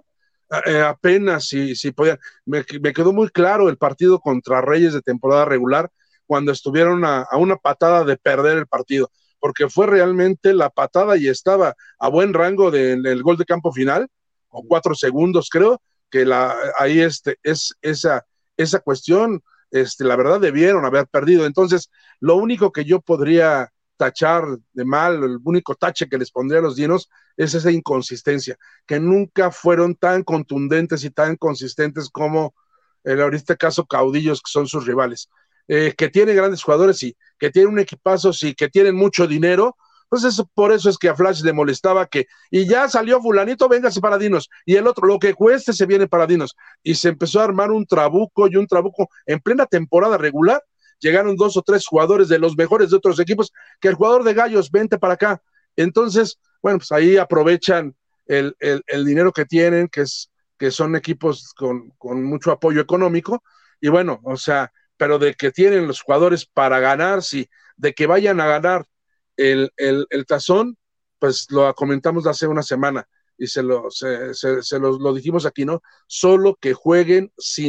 Speaker 2: apenas si podían. Me quedó muy claro el partido contra Reyes de temporada regular, cuando estuvieron a una patada de perder el partido, porque fue realmente la patada y estaba a buen rango del gol de campo final, con 4 segundos creo, que ahí es esa cuestión, la verdad debieron haber perdido. Entonces, lo único que yo podría tachar de mal, el único tache que les pondría a los Dinos es esa inconsistencia, que nunca fueron tan contundentes y tan consistentes como en este caso Caudillos, que son sus rivales. Que tiene grandes jugadores, sí, que tiene un equipazo, sí, que tienen mucho dinero. Entonces, por eso es que a Flash le molestaba y ya salió fulanito, véngase para Dinos, y el otro, lo que cueste se viene para Dinos, y se empezó a armar un trabuco en plena temporada regular. Llegaron 2 o 3 jugadores de los mejores de otros equipos, que el jugador de Gallos, vente para acá. Entonces, bueno, pues ahí aprovechan el dinero que tienen, que son equipos con mucho apoyo económico, y bueno, o sea, pero de que tienen los jugadores para ganar, sí, de que vayan a ganar el tazón, pues lo comentamos hace una semana y se lo dijimos aquí, ¿no? Solo que jueguen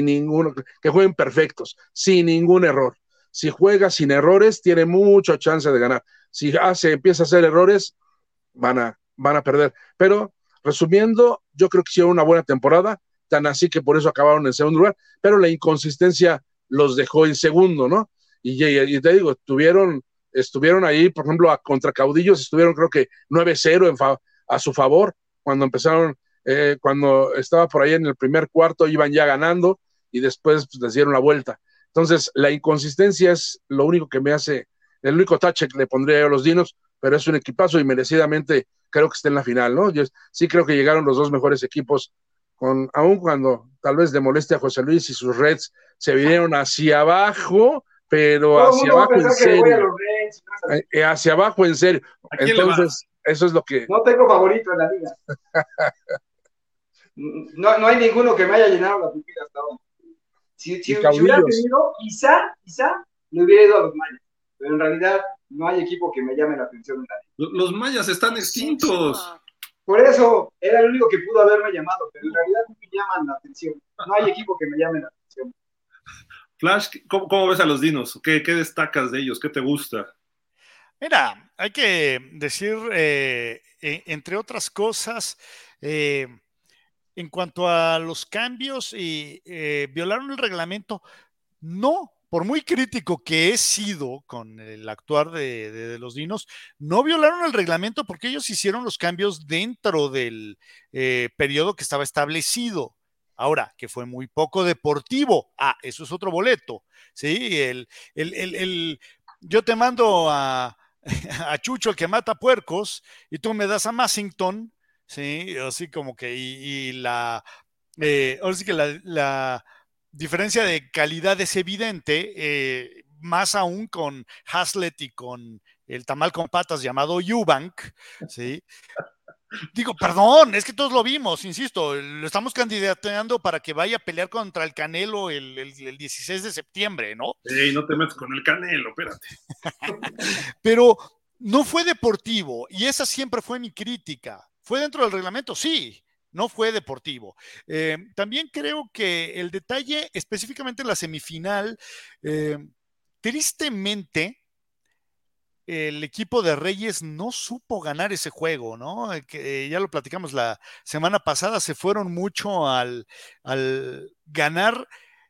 Speaker 2: que jueguen perfectos, sin ningún error. Si juega sin errores, tiene mucha chance de ganar. Si empieza a hacer errores, van a perder. Pero, resumiendo, yo creo que hicieron una buena temporada, tan así que por eso acabaron en segundo lugar, pero la inconsistencia los dejó en segundo, ¿no? Y te digo, estuvieron ahí, por ejemplo, contra Caudillos, estuvieron creo que 9-0 a su favor, cuando empezaron, cuando estaba por ahí en el primer cuarto, iban ya ganando, y después pues, les dieron la vuelta. Entonces, la inconsistencia es lo único que me hace, el único tache que le pondría yo a los Dinos, pero es un equipazo y merecidamente creo que está en la final, ¿no? Yo sí creo que llegaron los 2 mejores equipos, aun cuando tal vez le moleste a José Luis y sus Reds se vinieron hacia abajo, pero
Speaker 3: todo
Speaker 2: hacia abajo en serio. Hacia abajo en serio. Entonces, eso es lo que...
Speaker 3: No tengo favorito en la liga. No hay ninguno que me haya llenado la pupila hasta ahora. Si hubiera tenido, quizá le hubiera ido a los Mayas, pero en realidad no hay equipo que me llame la atención en la liga.
Speaker 1: Los Mayas están extintos.
Speaker 3: Por eso era el único que pudo haberme llamado, pero en realidad no me llaman la atención. No hay equipo que me llame la atención.
Speaker 1: Flash, ¿cómo ves a los Dinos? ¿Qué destacas de ellos? ¿Qué te gusta?
Speaker 4: Mira, hay que decir, entre otras cosas, en cuanto a los cambios, violaron el reglamento, no por muy crítico que he sido con el actuar de los Dinos, no violaron el reglamento porque ellos hicieron los cambios dentro del periodo que estaba establecido. Ahora, que fue muy poco deportivo. Eso es otro boleto. ¿Sí? Yo te mando a Chucho, el que mata puercos, y tú me das a Massington, ¿sí? Así como que, ahora sí que la diferencia de calidad es evidente, más aún con Hazlet y con el tamal con patas llamado Eubank, ¿sí? Digo, perdón, es que todos lo vimos, insisto, lo estamos candidateando para que vaya a pelear contra el Canelo el 16 de septiembre, ¿no?
Speaker 1: Ey, no te metas con el Canelo, espérate.
Speaker 4: Pero no fue deportivo, y esa siempre fue mi crítica. ¿Fue dentro del reglamento? Sí, no fue deportivo. También creo que el detalle, específicamente en la semifinal, tristemente, el equipo de Reyes no supo ganar ese juego, ¿no? Que ya lo platicamos la semana pasada, se fueron mucho al ganar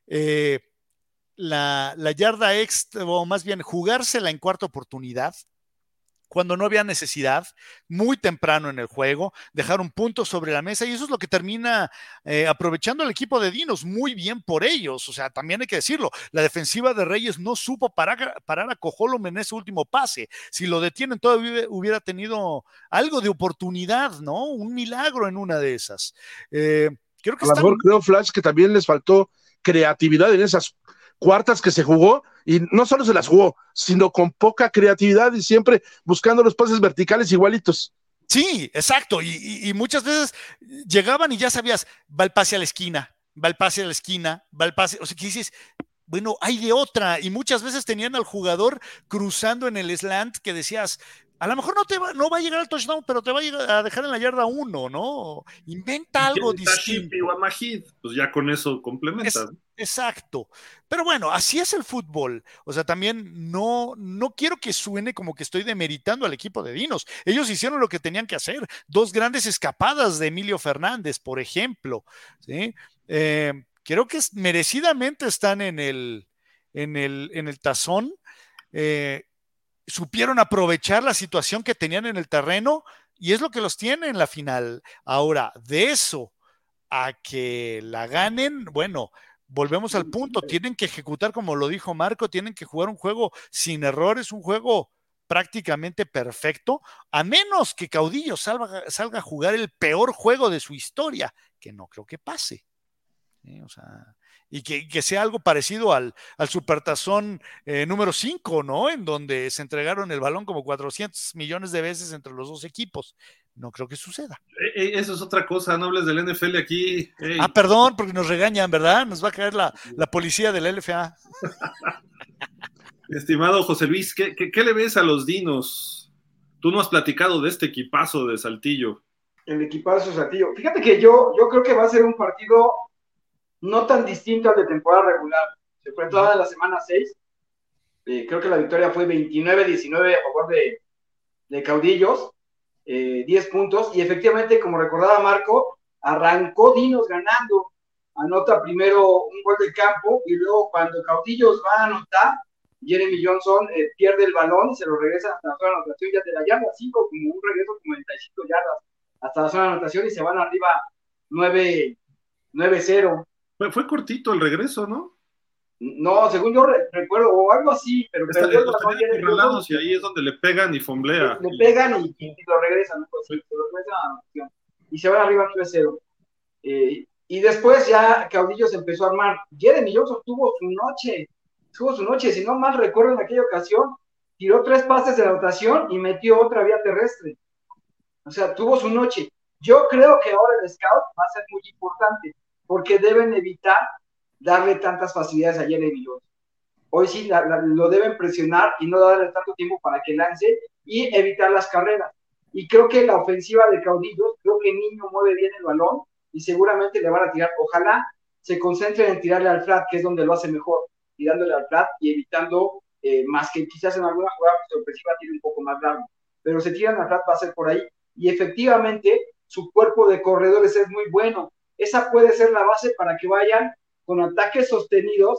Speaker 4: la yarda extra, o más bien jugársela en cuarta oportunidad, cuando no había necesidad, muy temprano en el juego, dejaron puntos sobre la mesa y eso es lo que termina aprovechando el equipo de Dinos, muy bien por ellos, o sea, también hay que decirlo, la defensiva de Reyes no supo parar a Cojolom en ese último pase, si lo detienen todavía hubiera algo de oportunidad, ¿no? Un milagro en una de esas. Creo que
Speaker 2: a lo mejor creo, Flash, que también les faltó creatividad en esas cuartas que se jugó, y no solo se las jugó, sino con poca creatividad y siempre buscando los pases verticales igualitos.
Speaker 4: Sí, exacto, y muchas veces llegaban y ya sabías, va el pase a la esquina, va el pase a la esquina, va el pase, o sea, que dices, bueno, hay de otra, y muchas veces tenían al jugador cruzando en el slant que decías, a lo mejor no va a llegar al touchdown, pero te va a dejar en la yarda 1, ¿no? Inventa algo distinto.
Speaker 1: O a Majid, pues ya con eso complementas.
Speaker 4: Exacto. Pero bueno, así es el fútbol. O sea, también no quiero que suene como que estoy demeritando al equipo de Dinos. Ellos hicieron lo que tenían que hacer. 2 grandes escapadas de Emilio Fernández, por ejemplo. ¿Sí? Creo que merecidamente están en el tazón. Supieron aprovechar la situación que tenían en el terreno y es lo que los tiene en la final. Ahora, de eso a que la ganen, bueno, volvemos al punto, tienen que ejecutar como lo dijo Marco, tienen que jugar un juego sin errores, un juego prácticamente perfecto, a menos que Caudillo salga a jugar el peor juego de su historia, que no creo que pase. O sea, y que sea algo parecido al Supertazón número 5, ¿no? En donde se entregaron el balón como 400 millones de veces entre los dos equipos. No creo que suceda.
Speaker 1: Eso es otra cosa, no hables del NFL aquí.
Speaker 4: Perdón, porque nos regañan, ¿verdad? Nos va a caer la policía de la LFA.
Speaker 1: Estimado José Luis, ¿qué le ves a los Dinos? Tú no has platicado de este equipazo de Saltillo.
Speaker 3: El equipazo de Saltillo. Fíjate que yo creo que va a ser un partido no tan distinto al de temporada regular. Se fue toda la semana 6. Creo que la victoria fue 29-19 a favor de Caudillos. 10 puntos. Y efectivamente, como recordaba Marco, arrancó Dinos ganando. Anota primero un gol de campo y luego cuando Caudillos va a anotar, Jeremy Johnson pierde el balón y se lo regresa hasta la zona de anotación ya de la yarda 5, como un regreso de 95 yardas hasta la zona de anotación y se van arriba 9-0.
Speaker 1: Fue cortito el regreso, ¿no?
Speaker 3: No, según yo recuerdo, o algo así, pero perdió el balón.
Speaker 1: Y ahí es donde le pegan y fomblea.
Speaker 3: Le pegan y lo regresan, ¿no? Pues, sí, se lo regresan a la anotación. Y se van arriba 9-0. Y después ya Caudillo se empezó a armar. Jeremy Johnson tuvo su noche, si no mal recuerdo en aquella ocasión, tiró 3 pases de anotación y metió otra vía terrestre. O sea, tuvo su noche. Yo creo que ahora el scout va a ser muy importante, porque deben evitar darle tantas facilidades a Jeremy Johnson. Hoy sí lo deben presionar y no darle tanto tiempo para que lance y evitar las carreras. Y creo que la ofensiva de Caudillos, creo que Niño mueve bien el balón y seguramente le van a tirar. Ojalá se concentren en tirarle al flat, que es donde lo hace mejor, tirándole al flat y evitando, más que quizás en alguna jugada ofensiva tire un poco más largo. Pero se tiran al flat, va a ser por ahí. Y efectivamente, su cuerpo de corredores es muy bueno. Esa puede ser la base para que vayan con ataques sostenidos,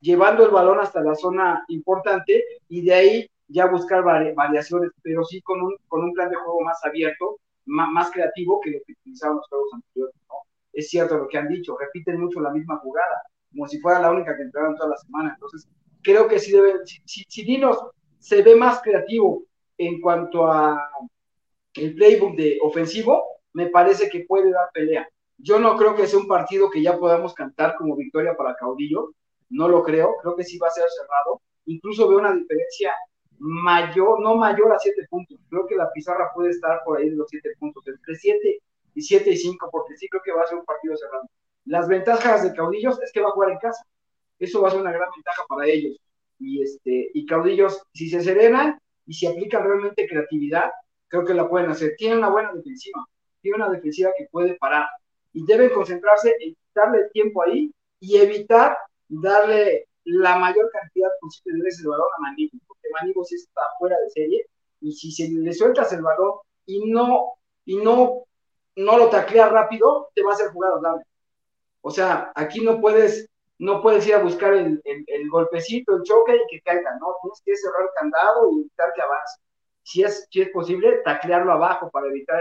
Speaker 3: llevando el balón hasta la zona importante y de ahí ya buscar variaciones, pero sí con un plan de juego más abierto, más creativo que lo que utilizaron los juegos anteriores, ¿no? Es cierto lo que han dicho, repiten mucho la misma jugada, como si fuera la única que entraron toda la semana. Entonces, creo que sí deben, si Dinos se ve más creativo en cuanto a el playbook de ofensivo, me parece que puede dar pelea. Yo no creo que sea un partido que ya podamos cantar como victoria para Caudillo, no lo creo que sí va a ser cerrado, incluso veo una diferencia mayor, no mayor a 7 puntos, creo que la pizarra puede estar por ahí de los 7 puntos, entre 7 y 7 y 5, porque sí creo que va a ser un partido cerrado. Las ventajas de Caudillos es que va a jugar en casa, eso va a ser una gran ventaja para ellos, y Caudillos, si se serenan y si aplican realmente creatividad, creo que la pueden hacer. Tiene una buena defensiva, tiene una defensiva que puede parar y deben concentrarse en darle el tiempo ahí y evitar darle la mayor cantidad posible de veces el balón a Manigo, porque Manigo sí está fuera de serie y si se le sueltas el balón y no lo tacleas rápido, te va a hacer jugadas largas. O sea, aquí no puedes ir a buscar el golpecito, el choque y que caiga, no, tienes que cerrar el candado y evitar que avance. Si es posible, taclearlo abajo para evitar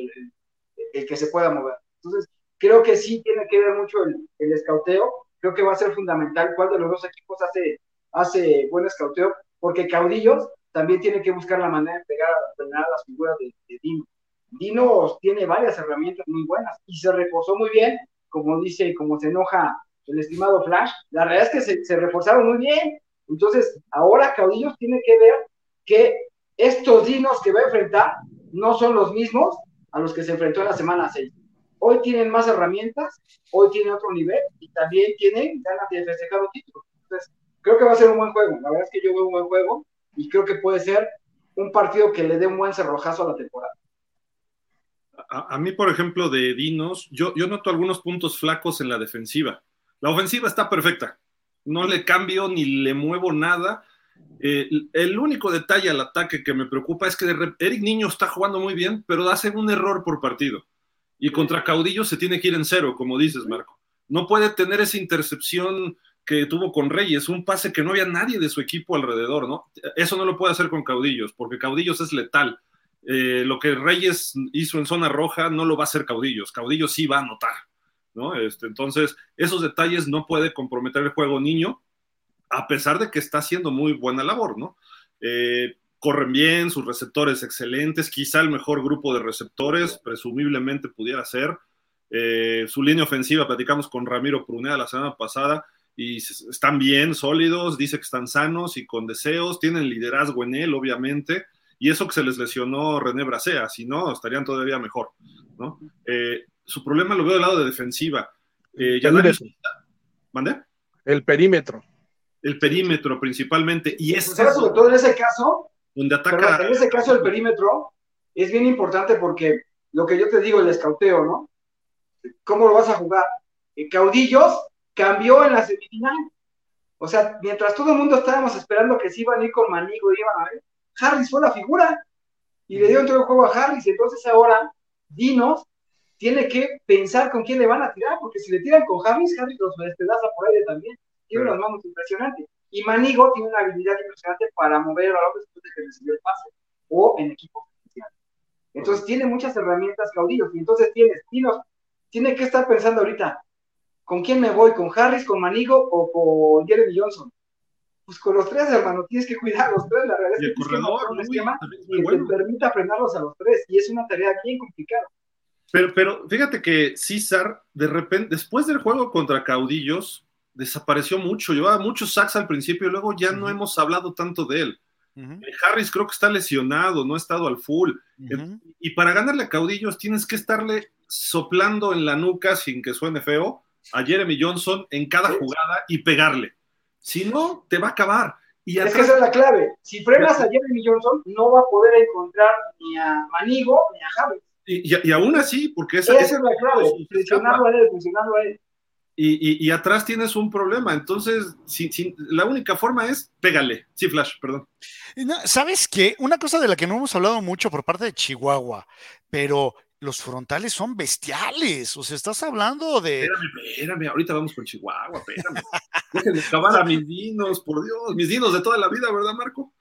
Speaker 3: el que se pueda mover. Entonces, creo que sí tiene que ver mucho el escauteo, creo que va a ser fundamental cuál de los dos equipos hace buen escauteo, porque Caudillos también tiene que buscar la manera de pegar a las figuras de Dino. Dino tiene varias herramientas muy buenas y se reforzó muy bien, como dice, como se enoja el estimado Flash, la realidad es que se reforzaron muy bien. Entonces, ahora Caudillos tiene que ver que estos Dinos que va a enfrentar no son los mismos a los que se enfrentó en la semana 6. Hoy tienen más herramientas, hoy tienen otro nivel y también tienen ganas de festejar un título. Entonces, creo que va a ser un buen juego. La verdad es que yo veo un buen juego y creo que puede ser un partido que le dé un buen cerrojazo a la temporada.
Speaker 1: A mí, por ejemplo, de Dinos, yo noto algunos puntos flacos en la defensiva. La ofensiva está perfecta. No le cambio ni le muevo nada. El único detalle al ataque que me preocupa es que Eric Niño está jugando muy bien, pero hace un error por partido. Y contra Caudillo se tiene que ir en cero, como dices, Marco. No puede tener esa intercepción que tuvo con Reyes, un pase que no había nadie de su equipo alrededor, ¿no? Eso no lo puede hacer con Caudillos, porque Caudillos es letal. Lo que Reyes hizo en zona roja no lo va a hacer Caudillos. Caudillos sí va a anotar, ¿no? Entonces, esos detalles no puede comprometer el juego Niño, a pesar de que está haciendo muy buena labor, ¿no? Corren bien, sus receptores excelentes, quizá el mejor grupo de receptores, presumiblemente pudiera ser. Su línea ofensiva, platicamos con Ramiro Pruneda la semana pasada, y están bien, sólidos, dice que están sanos y con deseos, tienen liderazgo en él, obviamente, y eso que se les lesionó René Bracea, si no, estarían todavía mejor, ¿no? Su problema lo veo del lado de defensiva. ¿Mandé?
Speaker 2: El perímetro.
Speaker 1: El perímetro principalmente, y es
Speaker 3: sobre todo en ese caso,
Speaker 1: donde ataca.
Speaker 3: En ese caso el perímetro es bien importante porque lo que yo te digo, el escauteo, ¿no? ¿Cómo lo vas a jugar? Caudillos cambió en la semifinal. O sea, mientras todo el mundo estábamos esperando que se iban a ir con Manigo y iban a ver, Harris fue la figura y le dio todo el juego a Harris. Entonces ahora Dinos tiene que pensar con quién le van a tirar, porque si le tiran con Harris los despedaza por aire también. Tiene unas manos impresionantes. Y Manigo tiene una habilidad impresionante para mover el balón después de que recibió el pase o en equipo especial. Entonces tiene muchas herramientas Caudillos y entonces Dinos tiene que estar pensando ahorita, ¿con quién me voy? ¿Con Harris, con Manigo o con Jeremy Johnson? Pues con los tres, hermano, tienes que cuidar a los tres. La realidad es que tienes que montar un esquema que te permita frenarlos a los tres y es una tarea bien complicada.
Speaker 1: Pero fíjate que César, de repente, después del juego contra Caudillos, desapareció mucho, llevaba muchos sacks al principio y luego ya no hemos hablado tanto de él. Harris creo que está lesionado, no ha estado al full. Y para ganarle a Caudillos tienes que estarle soplando en la nuca, sin que suene feo, a Jeremy Johnson en cada jugada y pegarle. Si no, te va a acabar. Y
Speaker 3: es que esa es la clave. Si frenas a Jeremy Johnson, no va a poder encontrar ni a Manigo ni a Harris.
Speaker 1: Y aún así, porque
Speaker 3: esa es la clave, funcionando a él.
Speaker 1: Y atrás tienes un problema, entonces la única forma es pégale. Sí, Flash, perdón.
Speaker 4: No, ¿sabes qué? Una cosa de la que no hemos hablado mucho por parte de Chihuahua, pero los frontales son bestiales. O sea, estás hablando de.
Speaker 1: Espérame, ahorita vamos con Chihuahua, espérame. Déjenme acabar a mis dinos, por Dios, mis dinos de toda la vida, ¿verdad, Marco?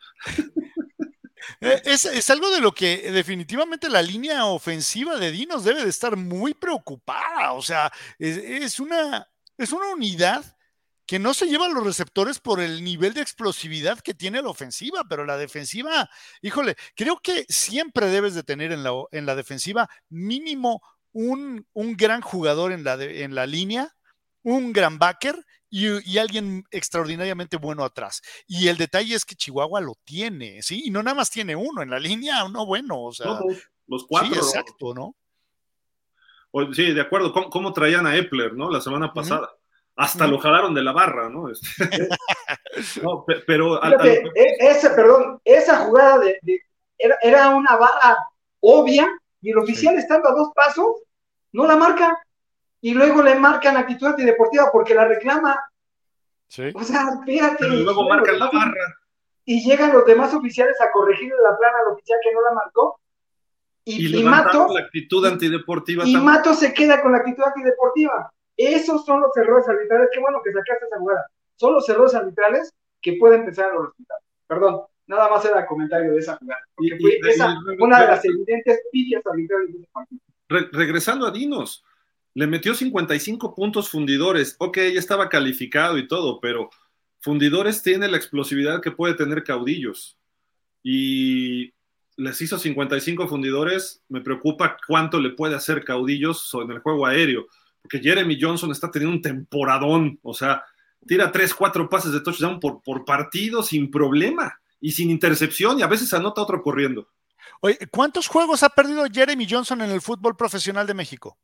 Speaker 4: Es algo de lo que definitivamente la línea ofensiva de Dinos debe de estar muy preocupada. O sea, es una unidad que no se lleva a los receptores por el nivel de explosividad que tiene la ofensiva, pero la defensiva, híjole, creo que siempre debes de tener en la defensiva mínimo un gran jugador en la línea, un gran backer y alguien extraordinariamente bueno atrás. Y el detalle es que Chihuahua lo tiene, ¿sí? Y no nada más tiene uno en la línea, uno bueno, o sea.
Speaker 1: Todos, los 4.
Speaker 4: Sí, exacto, ¿no?
Speaker 1: Sí, de acuerdo, ¿cómo traían a Epler, ¿no? La semana pasada. Hasta lo jalaron de la barra, ¿no? No, pero
Speaker 3: fíjate, esa jugada era una barra obvia y el oficial estando a 2 pasos no la marca y luego le marcan actitud antideportiva porque la reclama.
Speaker 4: Sí.
Speaker 3: O sea, fíjate.
Speaker 1: Pero luego marcan la barra.
Speaker 3: Y llegan los demás oficiales a corregirle la plana al oficial que no la marcó. Y Mato,
Speaker 1: la actitud antideportiva.
Speaker 3: Y Mato se queda con la actitud antideportiva. Esos son los errores arbitrales. Qué bueno que sacaste esa jugada. Son los errores arbitrales que pueden pensar en los resultados. Perdón, nada más era comentario de esa jugada. Porque una de las evidentes pifias arbitrales de ese partido.
Speaker 1: Regresando a Dinos, le metió 55 puntos Fundidores. Ok, ya estaba calificado y todo, pero Fundidores tiene la explosividad que puede tener Caudillos. Y les hizo 55 Fundidores. Me preocupa cuánto le puede hacer Caudillos en el juego aéreo. Porque Jeremy Johnson está teniendo un temporadón. O sea, tira 3-4 pases de touchdown por partido sin problema. Y sin intercepción. Y a veces anota otro corriendo.
Speaker 4: Oye, ¿cuántos juegos ha perdido Jeremy Johnson en el fútbol profesional de México?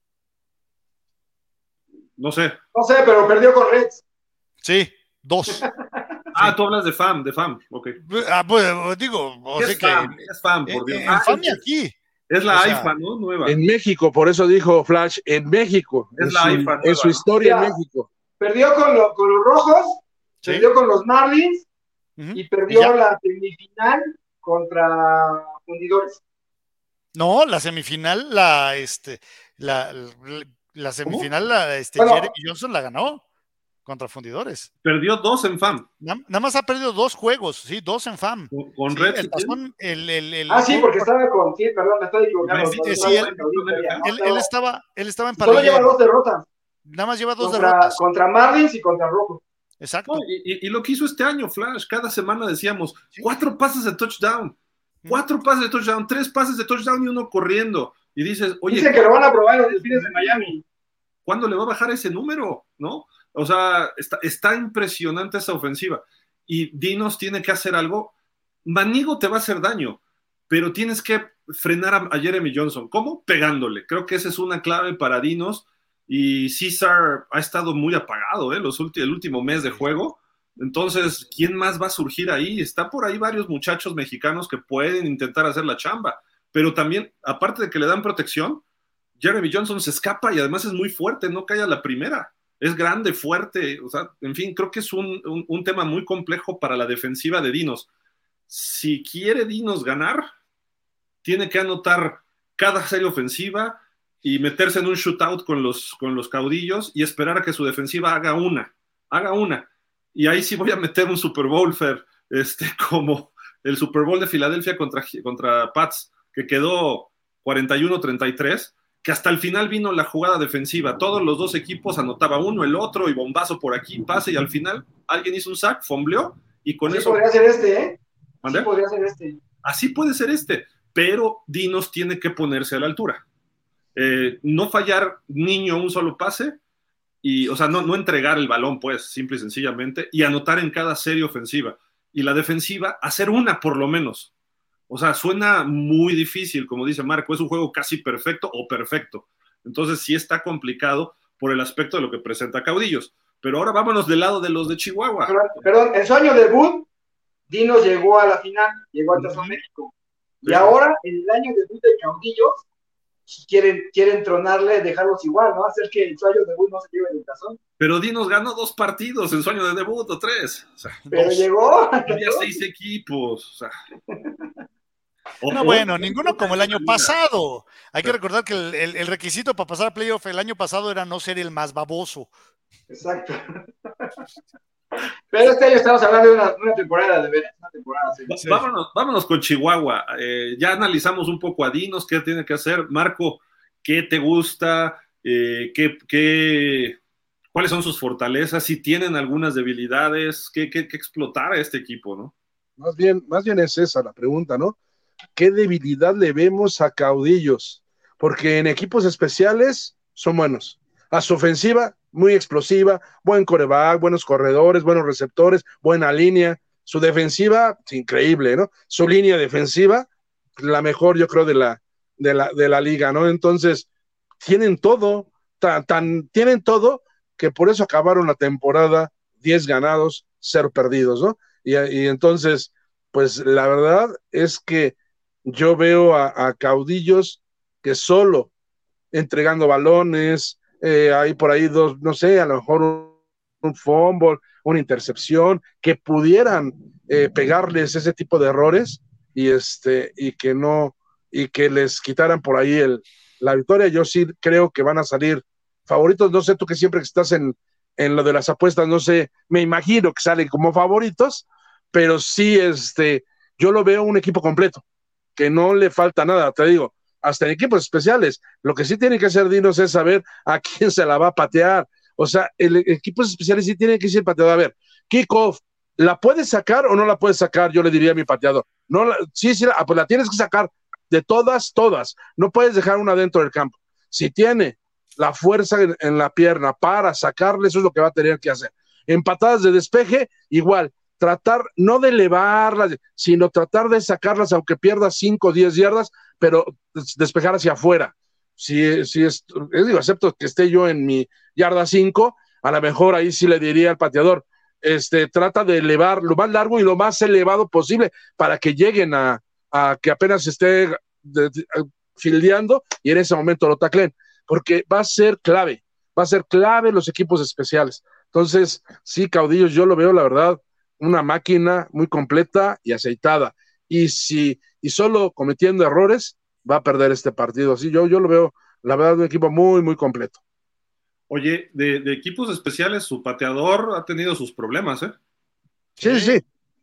Speaker 1: No sé,
Speaker 3: pero perdió con Reds.
Speaker 4: Sí, 2.
Speaker 1: Tú hablas de FAM, ok.
Speaker 4: Pues digo, o sea que
Speaker 1: es FAM, por Dios.
Speaker 4: FAM y aquí.
Speaker 1: Es la AIFA, ¿no? Nueva.
Speaker 2: En México, por eso dijo Flash, en México.
Speaker 1: Es la AIFA nueva,
Speaker 2: en su historia en México.
Speaker 3: Perdió con los Rojos, ¿sí? Perdió con los Marlins y perdió la semifinal contra Fundidores.
Speaker 4: No, la semifinal, la semifinal, Jeremy Johnson la ganó contra Fundidores.
Speaker 1: Perdió 2 en FAM.
Speaker 4: Nada más ha perdido 2 juegos, sí, 2 en FAM.
Speaker 1: Con
Speaker 4: sí,
Speaker 1: Red.
Speaker 3: Sí, porque estaba con, perdón, me estoy equivocando.
Speaker 4: Él estaba en
Speaker 3: Solo lleva 2 derrotas.
Speaker 4: Nada más lleva 2 derrotas.
Speaker 3: Contra Marlins y contra Rojos.
Speaker 4: Exacto.
Speaker 1: No, y lo que hizo este año, Flash, cada semana decíamos, 4 pases de touchdown, 4 pases de touchdown, 3 pases de touchdown y 1 corriendo. Y dices, oye.
Speaker 3: Dicen que lo van a probar los Delfines de Miami.
Speaker 1: ¿Cuándo le va a bajar ese número? ¿No? O sea, está impresionante esa ofensiva. Y Dinos tiene que hacer algo. Manigo te va a hacer daño, pero tienes que frenar a Jeremy Johnson. ¿Cómo? Pegándole. Creo que esa es una clave para Dinos. Y César ha estado muy apagado, el último mes de juego. Entonces, ¿quién más va a surgir ahí? Está por ahí varios muchachos mexicanos que pueden intentar hacer la chamba. Pero también, aparte de que le dan protección, Jeremy Johnson se escapa y además es muy fuerte, no cae a la primera. Es grande, fuerte, o sea, en fin, creo que es un tema muy complejo para la defensiva de Dinos. Si quiere Dinos ganar, tiene que anotar cada serie ofensiva y meterse en un shootout con los Caudillos y esperar a que su defensiva haga una. Y ahí sí voy a meter un Super Bowl, Fer, como el Super Bowl de Filadelfia contra Pats, que quedó 41-33, que hasta el final vino la jugada defensiva. Todos los 2 equipos anotaba uno, el otro, y bombazo por aquí, pase, y al final alguien hizo un sack, fombleó, y con eso...
Speaker 3: Podría ser este, Sí, podría ser este.
Speaker 1: Así puede ser pero Dinos tiene que ponerse a la altura. No fallar niño un solo pase, y, o sea, no entregar el balón, pues, simple y sencillamente, y anotar en cada serie ofensiva. Y la defensiva, hacer una por lo menos. O sea, suena muy difícil, como dice Marco, es un juego casi perfecto o perfecto. Entonces sí está complicado por el aspecto de lo que presenta Caudillos. Pero ahora vámonos del lado de los de Chihuahua.
Speaker 3: Perdón, en su año debut, Dinos llegó a la final, llegó al Tazón México. Y ahora, en el año debut de Caudillos, quieren tronarle, dejarlos igual, ¿no? Hacer que en su año debut no se lleve el Tazón.
Speaker 1: Pero Dinos ganó 2 partidos en su año de debut, o 3. O sea,
Speaker 3: pero llegó.
Speaker 1: Había 6 equipos. O sea.
Speaker 4: No, bueno, ninguno como el año pasado. Hay que recordar que el requisito para pasar a playoff el año pasado era no ser el más baboso.
Speaker 3: Exacto. Pero este año estamos hablando de una temporada de veras, una temporada así.
Speaker 1: Sí. Vámonos con Chihuahua. Ya analizamos un poco a Dinos, qué tiene que hacer. Marco, ¿qué te gusta? ¿Cuáles son sus fortalezas? Si tienen algunas debilidades, ¿qué explotar a este equipo, no?
Speaker 2: Más bien es esa la pregunta, ¿no? ¿Qué debilidad le vemos a Caudillos? Porque en equipos especiales son buenos. A su ofensiva, muy explosiva, buen coreback, buenos corredores, buenos receptores, buena línea. Su defensiva, increíble, ¿no? Su línea defensiva, la mejor, yo creo, de la liga, ¿no? Entonces, tienen todo, tienen todo que por eso acabaron la temporada 10 ganados, 0 perdidos, ¿no? Y entonces, pues la verdad es que yo veo a Caudillos que solo entregando balones, hay por ahí dos, no sé, a lo mejor un fumble, una intercepción, que pudieran pegarles ese tipo de errores y que no, y que les quitaran por ahí la victoria. Yo sí creo que van a salir favoritos. No sé, tú que siempre estás en lo de las apuestas, no sé, me imagino que salen como favoritos, pero sí, yo lo veo un equipo completo, que no le falta nada, te digo, hasta en equipos especiales. Lo que sí tiene que hacer Dinos es saber a quién se la va a patear. O sea, equipos especiales sí tienen que ser pateador. A ver, kickoff, ¿la puedes sacar o no la puedes sacar? Yo le diría a mi pateador. No, sí, pues la tienes que sacar de todas. No puedes dejar una dentro del campo. Si tiene la fuerza en la pierna para sacarle, eso es lo que va a tener que hacer. En patadas de despeje, igual. Tratar no de elevarlas, sino tratar de sacarlas aunque pierdas 5 o 10 yardas, pero despejar hacia afuera. Si digo, acepto que esté yo en mi yarda 5, a lo mejor ahí sí le diría al pateador, trata de elevar lo más largo y lo más elevado posible para que lleguen a que apenas esté fildeando y en ese momento lo taclen, porque va a ser clave los equipos especiales. Entonces, sí, Caudillos, yo lo veo, la verdad, una máquina muy completa y aceitada. Y solo cometiendo errores va a perder este partido. Así yo lo veo, la verdad, un equipo muy, muy completo.
Speaker 1: Oye, de equipos especiales, su pateador ha tenido sus problemas, ¿eh?
Speaker 2: Sí.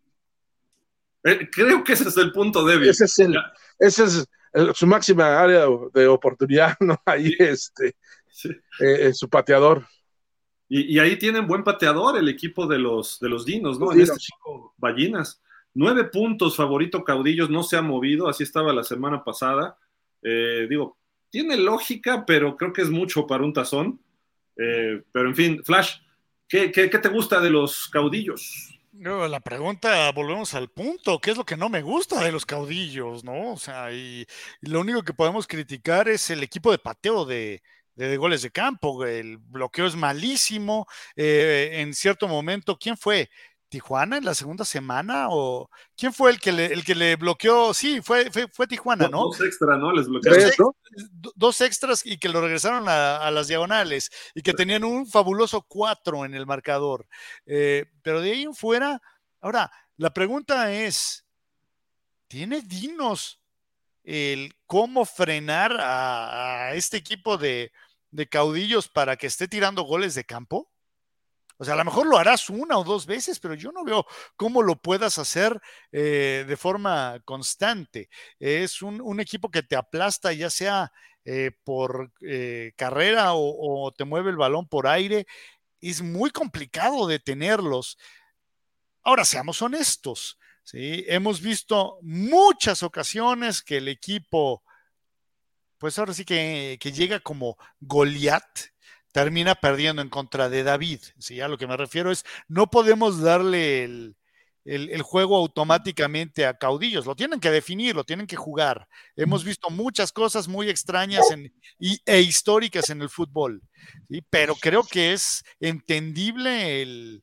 Speaker 1: Creo que ese es el punto débil.
Speaker 2: Ese es su máxima área de oportunidad, ¿no? Ahí sí. Su pateador.
Speaker 1: Y ahí tienen buen pateador el equipo de los Dinos, ¿no?
Speaker 2: Los
Speaker 1: en
Speaker 2: Dinos.
Speaker 1: este chico, Ballinas. 9 puntos, favorito Caudillos, no se ha movido, así estaba la semana pasada. Digo, tiene lógica, pero creo que es mucho para un tazón. Pero en fin, Flash, ¿qué te gusta de los Caudillos?
Speaker 4: La pregunta, volvemos al punto, ¿qué es lo que no me gusta de los Caudillos, no? O sea, y lo único que podemos criticar es el equipo de pateo de goles de campo, el bloqueo es malísimo, en cierto momento, ¿quién fue? ¿Tijuana en la segunda semana? ¿O quién fue el que le bloqueó? Sí, fue Tijuana, ¿no?
Speaker 1: 2 extra, ¿no? Les bloquearon.
Speaker 4: Dos extras y que lo regresaron a las diagonales y que tenían un fabuloso 4 en el marcador. Pero de ahí en fuera, ahora, la pregunta es, ¿tiene Dinos el cómo frenar a este equipo de Caudillos para que esté tirando goles de campo? O sea, a lo mejor lo harás 1 o 2 veces, pero yo no veo cómo lo puedas hacer de forma constante. Es un equipo que te aplasta, ya sea por carrera o te mueve el balón por aire. Es muy complicado detenerlos. Ahora, seamos honestos. ¿Sí? Hemos visto muchas ocasiones que el equipo, pues ahora sí que llega como Goliat, termina perdiendo en contra de David. ¿Sí? A lo que me refiero es, no podemos darle el juego automáticamente a Caudillos, lo tienen que definir, lo tienen que jugar. Hemos visto muchas cosas muy extrañas e históricas en el fútbol, ¿sí? Pero creo que es entendible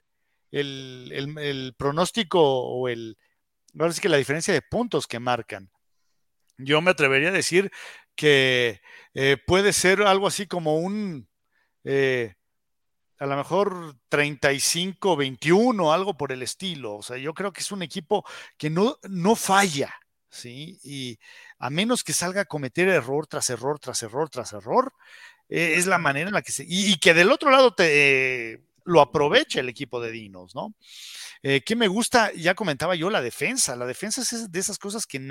Speaker 4: el pronóstico o ahora sí que la diferencia de puntos que marcan. Yo me atrevería a decir que puede ser algo así como a lo mejor 35-21, algo por el estilo. O sea, yo creo que es un equipo que no falla. ¿sí? Y a menos que salga a cometer error tras error, tras error, tras error, es la manera en la que y que del otro lado lo aproveche el equipo de Dinos, ¿no? ¿Qué me gusta? Ya comentaba yo la defensa. La defensa es de esas cosas que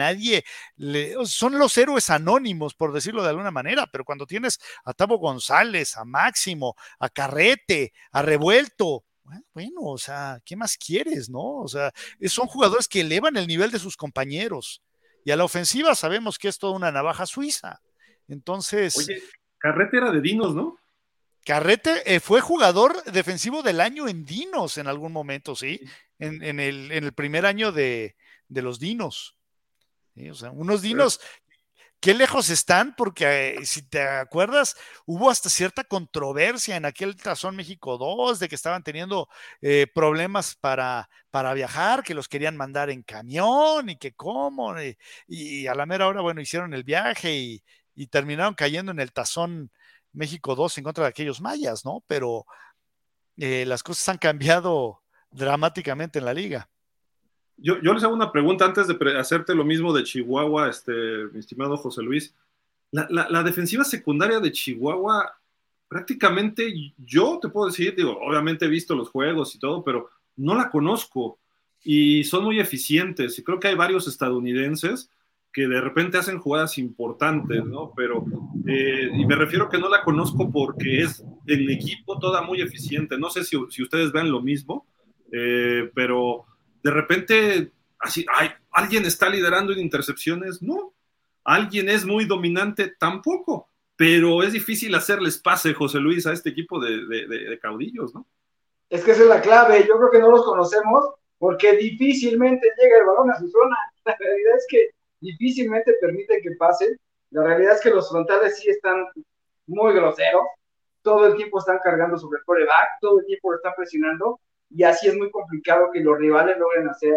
Speaker 4: son los héroes anónimos, por decirlo de alguna manera, pero cuando tienes a Tavo González, a Máximo, a Carrete, a Revuelto, bueno, o sea, ¿qué más quieres, no? O sea, son jugadores que elevan el nivel de sus compañeros. Y a la ofensiva sabemos que es toda una navaja suiza. Entonces,
Speaker 1: Oye, Carrete era de Dinos, ¿no?
Speaker 4: Carrete fue jugador defensivo del año en Dinos en algún momento, ¿sí? En el primer año de los Dinos. ¿Sí? O sea, unos Dinos, qué lejos están, porque si te acuerdas, hubo hasta cierta controversia en aquel Tazón México 2 de que estaban teniendo problemas para viajar, que los querían mandar en camión y que cómo, y a la mera hora, bueno, hicieron el viaje y terminaron cayendo en el Tazón México 2 en contra de aquellos mayas, ¿no? Pero las cosas han cambiado dramáticamente en la liga.
Speaker 1: Yo les hago una pregunta antes de hacerte lo mismo de Chihuahua, mi estimado José Luis. La defensiva secundaria de Chihuahua, prácticamente yo te puedo decir, digo, obviamente he visto los juegos y todo, pero no la conozco y son muy eficientes y creo que hay varios estadounidenses que de repente hacen jugadas importantes, ¿no? Pero, y me refiero que no la conozco porque es el equipo toda muy eficiente. No sé si ustedes ven lo mismo, pero de repente, así, ¿alguien está liderando en intercepciones? No. ¿Alguien es muy dominante? Tampoco. Pero es difícil hacerles pase, José Luis, a este equipo de caudillos, ¿no?
Speaker 3: Es que esa es la clave. Yo creo que no los conocemos porque difícilmente llega el balón a su zona. La realidad es que difícilmente permiten que pasen. La realidad es que los frontales sí están muy groseros. Todo el tiempo están cargando sobre el quarterback, todo el tiempo lo están presionando y así es muy complicado que los rivales logren hacer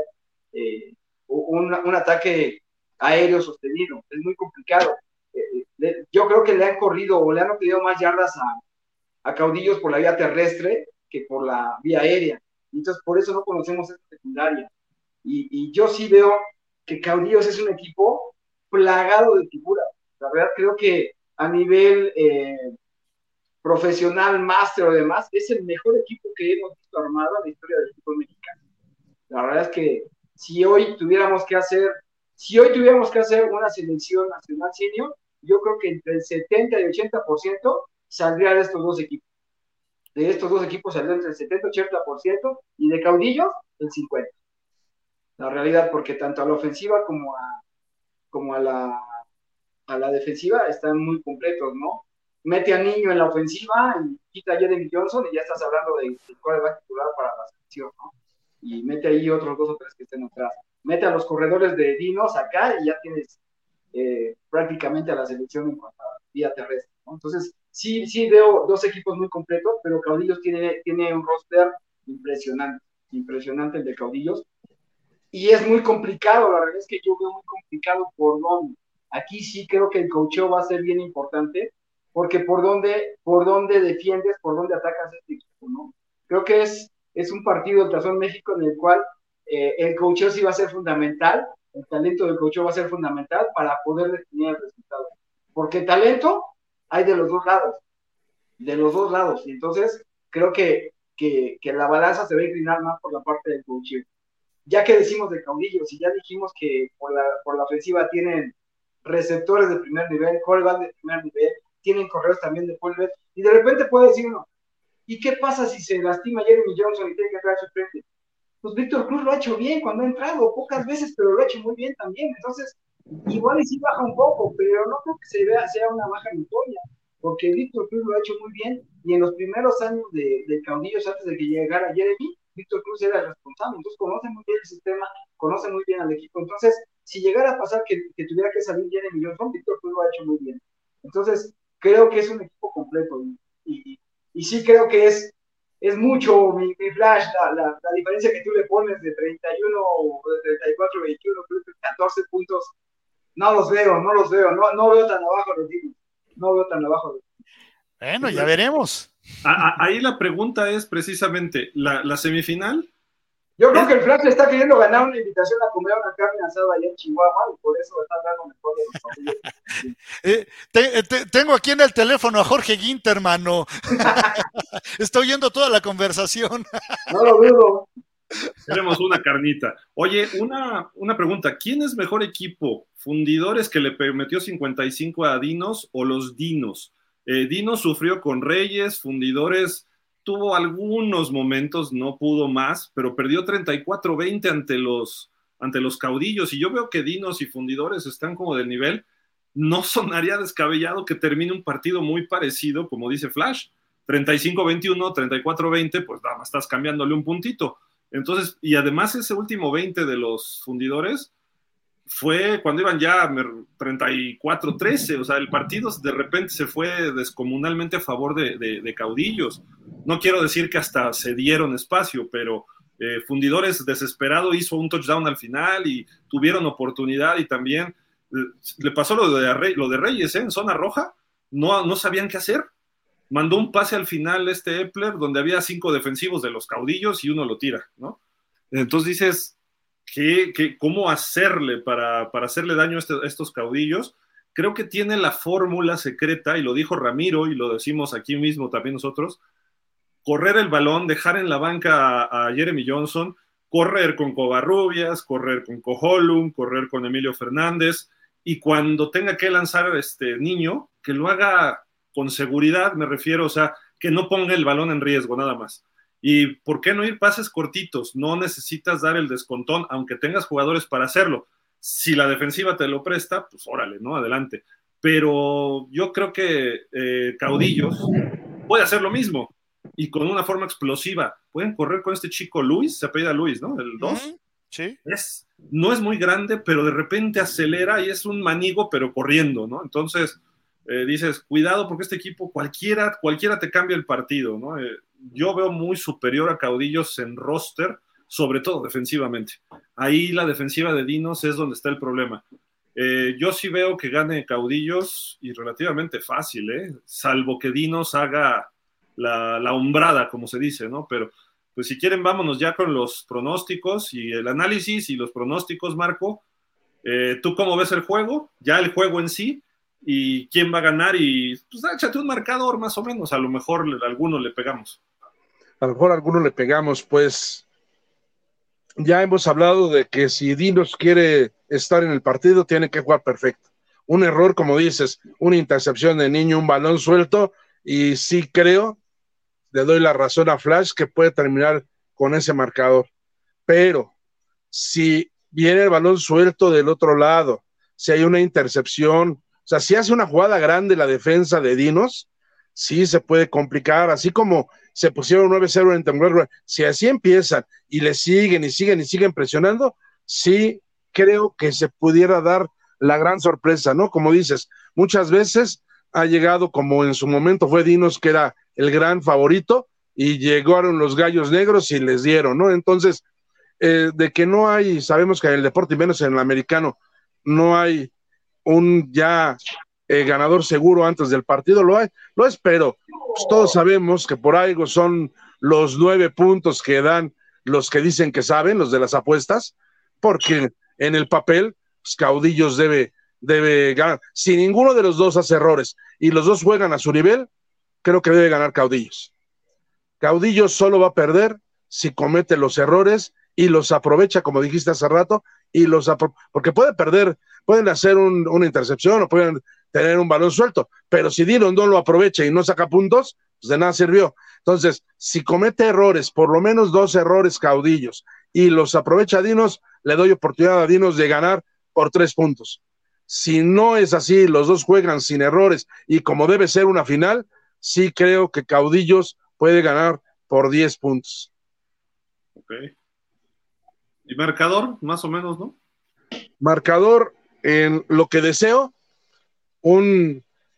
Speaker 3: un ataque aéreo sostenido. Es muy complicado. Yo creo que le han corrido o le han obtenido más yardas a caudillos por la vía terrestre que por la vía aérea. Entonces, por eso no conocemos esta secundaria. Y yo sí veo que Caudillos es un equipo plagado de figuras. La verdad, creo que a nivel profesional, máster o demás, es el mejor equipo que hemos visto armado en la historia del fútbol mexicano. La verdad es que si hoy tuviéramos que hacer una selección nacional senior, yo creo que entre el 70 y 80% saldría de estos dos equipos. De estos dos equipos saldría entre el 70 y 80% y de Caudillos el 50%. La realidad, porque tanto a la ofensiva como a la defensiva están muy completos, ¿no? Mete a Niño en la ofensiva y quita a Jeremy Johnson y ya estás hablando de quarterback titular para la selección, ¿no? Y mete ahí otros 2 o 3 que estén atrás. Mete a los corredores de Dinos acá y ya tienes prácticamente a la selección en cuanto a vía terrestre, ¿no? Entonces, sí veo dos equipos muy completos, pero Caudillos tiene un roster impresionante el de Caudillos. Y es muy complicado, la verdad es que yo veo muy complicado por dónde. Aquí sí creo que el coacheo va a ser bien importante, porque por dónde defiendes, por dónde atacas este equipo, ¿no? Creo que es un partido del Tazón México en el cual el coacheo sí va a ser fundamental, el talento del coacheo va a ser fundamental para poder definir el resultado. Porque talento hay de los dos lados, y entonces creo que la balanza se va a inclinar más por la parte del coacheo. Ya que decimos de Caudillos y ya dijimos que por la ofensiva tienen receptores de primer nivel, quarterback de primer nivel, tienen correos también de primer nivel, y de repente puede decir uno, ¿y qué pasa si se lastima Jeremy Johnson y tiene que entrar a su frente? Pues Víctor Cruz lo ha hecho bien cuando ha entrado, pocas veces, pero lo ha hecho muy bien también. Entonces, igual y sí baja un poco, pero no creo que sea una baja notoria, porque Víctor Cruz lo ha hecho muy bien y en los primeros años de Caudillos, antes de que llegara Jeremy, Víctor Cruz era el responsable, entonces conoce muy bien el sistema, conoce muy bien al equipo. Entonces, si llegara a pasar que tuviera que salir Jeremy Johnson, Víctor Cruz lo ha hecho muy bien. Entonces, creo que es un equipo completo y sí creo que es mucho mi flash, la diferencia que tú le pones de 31 o de 34 21, creo que 14 puntos, no los veo, no veo tan abajo los Eagles, no veo tan abajo los Eagles.
Speaker 4: Bueno, ya veremos.
Speaker 1: Ahí la pregunta es precisamente, ¿la semifinal
Speaker 3: Yo creo que el Flash está queriendo ganar una invitación a comer una carne asada allá en Chihuahua y por eso está dando mejor de los caudillos.
Speaker 4: Tengo aquí en el teléfono a Jorge Ginter, mano. Estoy oyendo toda la conversación.
Speaker 3: No lo dudo.
Speaker 1: Tenemos una carnita. Oye, una pregunta. ¿Quién es mejor equipo? ¿Fundidores que le metió 55 a Dinos o los Dinos? Dinos sufrió con Reyes, Fundidores tuvo algunos momentos, no pudo más, pero perdió 34-20 ante los caudillos. Y yo veo que Dinos y Fundidores están como del nivel. No sonaría descabellado que termine un partido muy parecido, como dice Flash. 35-21, 34-20, pues nada más estás cambiándole un puntito. Entonces, y además ese último 20 de los Fundidores fue cuando iban ya 34-13, o sea, el partido de repente se fue descomunalmente a favor de caudillos. No quiero decir que hasta se dieron espacio, pero Fundidores desesperado hizo un touchdown al final y tuvieron oportunidad y también le pasó lo de Reyes, en zona roja, no sabían qué hacer. Mandó un pase al final Epler donde había 5 defensivos de los caudillos y uno lo tira, ¿no? Entonces dices, ¿cómo hacerle para hacerle daño a estos caudillos? Creo que tiene la fórmula secreta, y lo dijo Ramiro, y lo decimos aquí mismo también nosotros, correr el balón, dejar en la banca a Jeremy Johnson, correr con Covarrubias, correr con Coholum, correr con Emilio Fernández, y cuando tenga que lanzar a este niño, que lo haga con seguridad, me refiero, o sea, que no ponga el balón en riesgo, nada más. ¿Y por qué no ir pases cortitos? No necesitas dar el descontón, aunque tengas jugadores para hacerlo. Si la defensiva te lo presta, pues órale, ¿no? Adelante. Pero yo creo que Caudillos puede hacer lo mismo y con una forma explosiva. Pueden correr con este chico Luis, se apellida Luis, ¿no? El 2.
Speaker 4: Sí.
Speaker 1: No es muy grande, pero de repente acelera y es un manigo, pero corriendo, ¿no? Entonces dices, cuidado porque este equipo cualquiera te cambia el partido, ¿no? Yo veo muy superior a Caudillos en roster, sobre todo defensivamente. Ahí la defensiva de Dinos es donde está el problema. Yo sí veo que gane Caudillos y relativamente fácil, salvo que Dinos haga la hombrada, como se dice, ¿no? Pero pues si quieren vámonos ya con los pronósticos y el análisis y los pronósticos, Marco. ¿Tú cómo ves el juego? Ya el juego en sí, y quién va a ganar, y pues échate un marcador más o menos, a lo mejor a alguno le pegamos.
Speaker 2: A lo mejor a alguno le pegamos, pues ya hemos hablado de que si Dinos quiere estar en el partido, tiene que jugar perfecto. Un error, como dices, una intercepción de niño, un balón suelto, y sí creo, le doy la razón a Flash, que puede terminar con ese marcador. Pero si viene el balón suelto del otro lado, si hay una intercepción, o sea, si hace una jugada grande la defensa de Dinos, sí se puede complicar, así como se pusieron 9-0 en Temblor. Si así empiezan y le siguen presionando, sí creo que se pudiera dar la gran sorpresa, ¿no? Como dices, muchas veces ha llegado, como en su momento fue Dinos, que era el gran favorito, y llegaron los Gallos Negros y les dieron, ¿no? Entonces, de que no hay, sabemos que en el deporte y menos en el americano, no hay un ya ganador seguro antes del partido, lo es, pero pues todos sabemos que por algo son los 9 puntos que dan los que dicen que saben, los de las apuestas, porque en el papel, pues, Caudillos debe ganar. Si ninguno de los dos hace errores y los dos juegan a su nivel, creo que debe ganar Caudillos. Caudillos solo va a perder si comete los errores y los aprovecha, como dijiste hace rato, porque pueden hacer una intercepción o pueden tener un balón suelto, pero si Dillon no lo aprovecha y no saca puntos, pues de nada sirvió. Entonces, si comete errores, por lo menos 2 errores Caudillos, y los aprovecha Dinos, le doy oportunidad a Dinos de ganar por 3 puntos. Si no es así, los dos juegan sin errores y como debe ser una final, sí creo que Caudillos puede ganar por 10 puntos.
Speaker 1: Ok. ¿Y marcador? Más o menos, ¿no?
Speaker 2: Marcador, en lo que deseo, un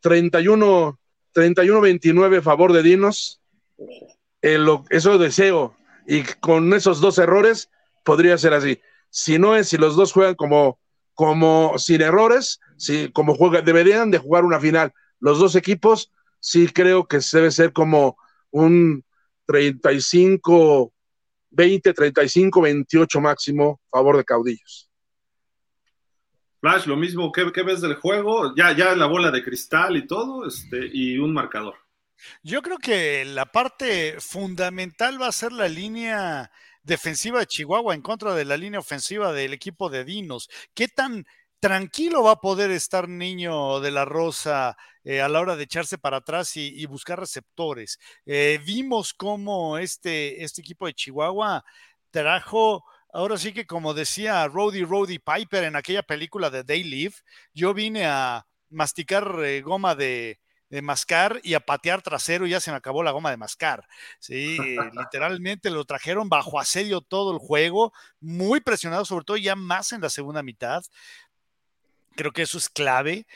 Speaker 2: 31-29 a favor de Dinos. Eso deseo, y con esos 2 errores podría ser así. Si no es, si los dos juegan como sin errores, deberían de jugar una final los dos equipos, sí creo que debe ser como un 35-17 20, 35, 28 máximo, favor de Caudillos.
Speaker 1: Flash, lo mismo, ¿qué ves del juego? Ya la bola de cristal y todo, y un marcador.
Speaker 4: Yo creo que la parte fundamental va a ser la línea defensiva de Chihuahua en contra de la línea ofensiva del equipo de Dinos. ¿Qué tan tranquilo va a poder estar Niño de la Rosa a la hora de echarse para atrás y buscar receptores? Vimos cómo este equipo de Chihuahua trajo, ahora sí que como decía Roddy Piper en aquella película de They Live, yo vine a masticar goma de mascar y a patear trasero y ya se me acabó la goma de mascar. Sí, literalmente lo trajeron bajo asedio todo el juego, muy presionado, sobre todo ya más en la segunda mitad. Creo que eso es clave.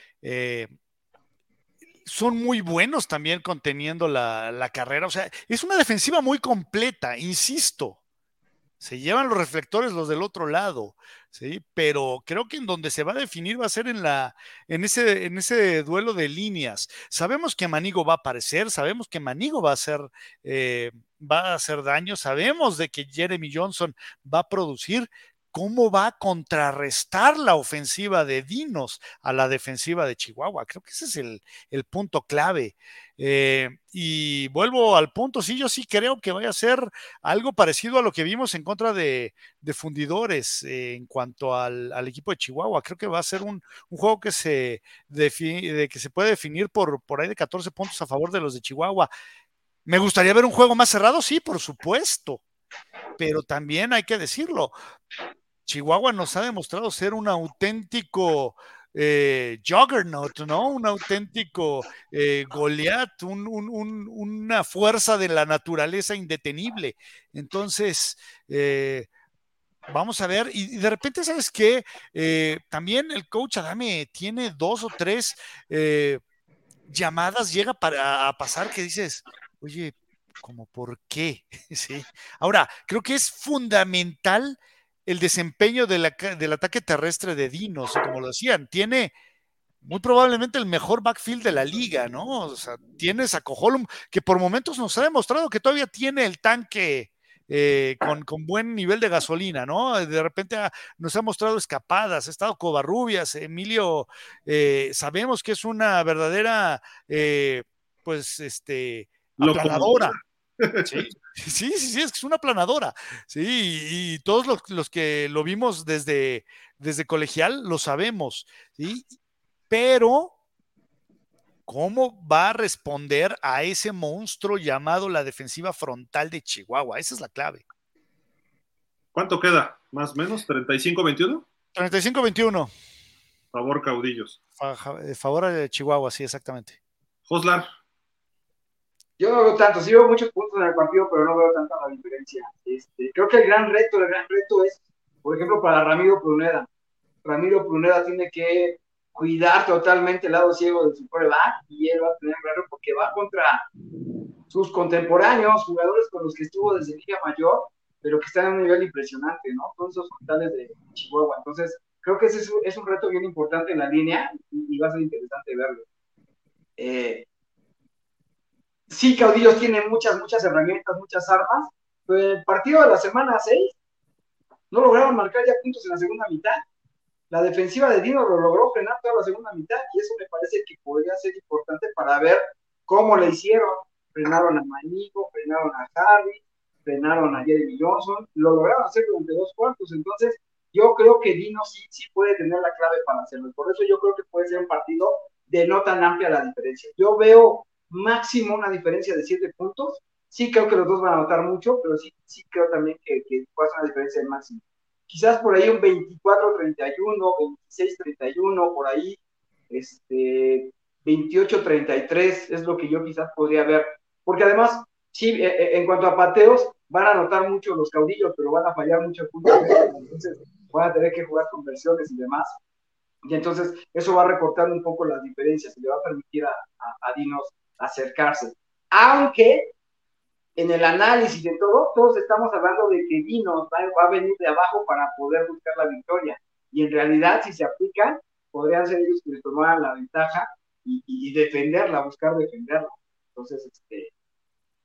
Speaker 4: Son muy buenos también conteniendo la carrera. O sea, es una defensiva muy completa, insisto. Se llevan los reflectores los del otro lado, ¿sí? Pero creo que en donde se va a definir va a ser en ese duelo de líneas. Sabemos que Manigo va a aparecer, sabemos que Manigo va a hacer daño, sabemos de que Jeremy Johnson va a producir. ¿Cómo va a contrarrestar la ofensiva de Dinos a la defensiva de Chihuahua? Creo que ese es el punto clave. Y vuelvo al punto, sí, yo sí creo que vaya a ser algo parecido a lo que vimos en contra de Fundidores en cuanto al equipo de Chihuahua. Creo que va a ser un juego que se puede definir por ahí de 14 puntos a favor de los de Chihuahua. ¿Me gustaría ver un juego más cerrado? Sí, por supuesto, pero también hay que decirlo, Chihuahua nos ha demostrado ser un auténtico juggernaut, ¿no? Un auténtico Goliat, una fuerza de la naturaleza indetenible. Entonces, vamos a ver, y de repente, ¿sabes qué? También el coach Adame tiene 2 o 3 llamadas, llega a pasar que dices, oye, ¿cómo por qué? ¿Sí? Ahora, creo que es fundamental el desempeño del ataque terrestre de Dinos, y como lo decían, tiene muy probablemente el mejor backfield de la liga, ¿no? O sea, tienes a Coholum, que por momentos nos ha demostrado que todavía tiene el tanque con buen nivel de gasolina, ¿no? De repente nos ha mostrado escapadas, ha estado Covarrubias, Emilio, sabemos que es una verdadera, pues, aplanadora. Sí, sí, es que es una aplanadora. Sí, y todos los que lo vimos desde colegial lo sabemos, ¿sí? Pero, ¿cómo va a responder a ese monstruo llamado la defensiva frontal de Chihuahua? Esa es la clave.
Speaker 1: ¿Cuánto queda? ¿Más o menos? ¿35-21?
Speaker 4: 35-21.
Speaker 1: Favor Caudillos.
Speaker 4: Favor de Chihuahua, sí, exactamente.
Speaker 1: Joslar.
Speaker 3: Yo no veo tanto, sí veo muchos puntos en el partido, pero no veo tanta la diferencia. Creo que el gran reto es, por ejemplo, para Ramiro Pruneda. Ramiro Pruneda tiene que cuidar totalmente el lado ciego de su quarterback y él va a tener claro porque va contra sus contemporáneos, jugadores con los que estuvo desde Liga Mayor, pero que están a un nivel impresionante, ¿no? Todos esos frontales de Chihuahua. Entonces, creo que ese es un reto bien importante en la línea y va a ser interesante verlo. Sí, Caudillos tiene muchas herramientas, muchas armas, pero en el partido de la semana 6 no lograron marcar ya puntos en la segunda mitad. La defensiva de Dino lo logró frenar toda la segunda mitad y eso me parece que podría ser importante para ver cómo le hicieron. Frenaron a Manigo, frenaron a Harry, frenaron a Jeremy Johnson, lo lograron hacer durante 2 cuartos. Entonces, yo creo que Dino sí puede tener la clave para hacerlo. Por eso yo creo que puede ser un partido de no tan amplia la diferencia. Yo veo máximo una diferencia de 7 puntos. Sí creo que los dos van a anotar mucho, pero sí creo también que puede ser una diferencia de máximo. Quizás por ahí un 24-31, 26-31, por ahí, 28-33 es lo que yo quizás podría ver. Porque además, sí, en cuanto a pateos, van a anotar mucho los Caudillos, pero van a fallar mucho puntos. Entonces, van a tener que jugar conversiones y demás. Y entonces, eso va a recortar un poco las diferencias y le va a permitir a Dinos acercarse. Aunque en el análisis de todo, todos estamos hablando de que Dinos va a venir de abajo para poder buscar la victoria. Y en realidad, si se aplican, podrían ser ellos que les tomaran la ventaja y defenderla, buscar defenderla. Entonces,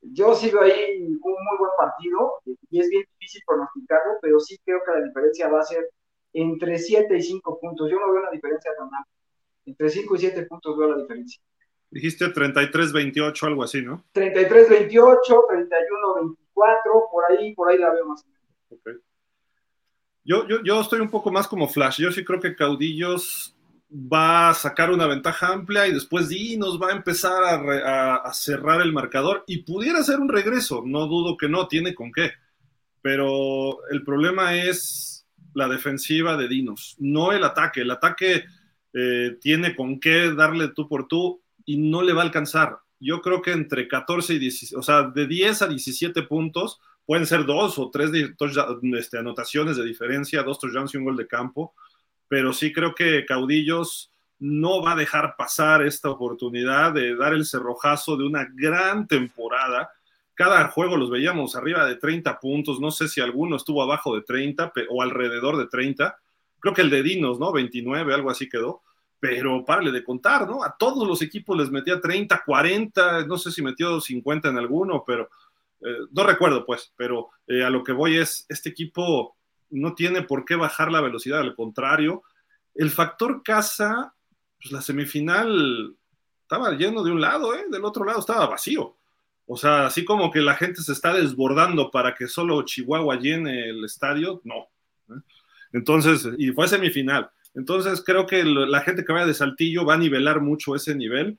Speaker 3: Yo sí veo ahí un muy buen partido y es bien difícil pronosticarlo, pero sí creo que la diferencia va a ser entre 7 y 5 puntos. Yo no veo una diferencia tan amplia. Entre 5 y 7 puntos veo la diferencia.
Speaker 1: Dijiste 33-28, algo así, ¿no?
Speaker 3: 33-28, 31-24, por ahí la veo más o menos.
Speaker 1: Okay. Yo estoy un poco más como Flash. Yo sí creo que Caudillos va a sacar una ventaja amplia y después Dinos va a empezar a cerrar el marcador y pudiera ser un regreso. No dudo que no, tiene con qué. Pero el problema es la defensiva de Dinos, no el ataque. El ataque tiene con qué darle tú por tú y no le va a alcanzar. Yo creo que entre 14 y 17, o sea, de 10 a 17 puntos, pueden ser 2 o 3 anotaciones de diferencia, 2 touchdowns y un gol de campo, pero sí creo que Caudillos no va a dejar pasar esta oportunidad de dar el cerrojazo de una gran temporada. Cada juego los veíamos arriba de 30 puntos, no sé si alguno estuvo abajo de 30 o alrededor de 30, creo que el de Dinos, ¿no? 29, algo así quedó, pero párale de contar, ¿no? A todos los equipos les metía 30, 40, no sé si metió 50 en alguno, pero no recuerdo pues, pero a lo que voy es, este equipo no tiene por qué bajar la velocidad, al contrario, el factor casa, pues la semifinal estaba lleno de un lado, del otro lado estaba vacío. O sea, así como que la gente se está desbordando para que solo Chihuahua llene el estadio, no. Entonces, y fue semifinal. Entonces, creo que la gente que vaya de Saltillo va a nivelar mucho ese nivel,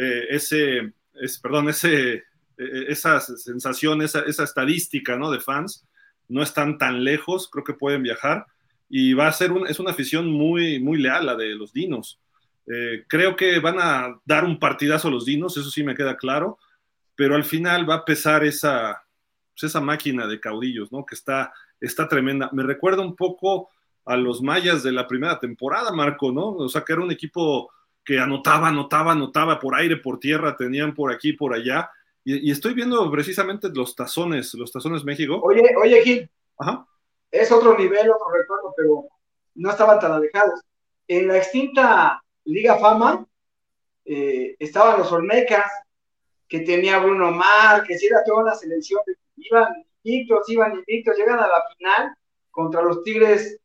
Speaker 1: esa sensación, esa estadística, ¿no? De fans. No están tan lejos, creo que pueden viajar. Y va a ser es una afición muy, muy leal la de los Dinos. Creo que van a dar un partidazo a los Dinos, eso sí me queda claro, pero al final va a pesar esa máquina de Caudillos, ¿no? Que está tremenda. Me recuerda un poco a los Mayas de la primera temporada, Marco, ¿no? O sea, que era un equipo que anotaba por aire, por tierra, tenían por aquí, por allá. Y estoy viendo precisamente los tazones México.
Speaker 3: Oye, Gil,
Speaker 1: Ajá.
Speaker 3: es otro nivel, otro recuerdo, pero no estaban tan alejados. En la extinta Liga Fama estaban los Olmecas, que tenía Bruno Mar, que si era toda una selección, iban invictos, llegan a la final contra los Tigres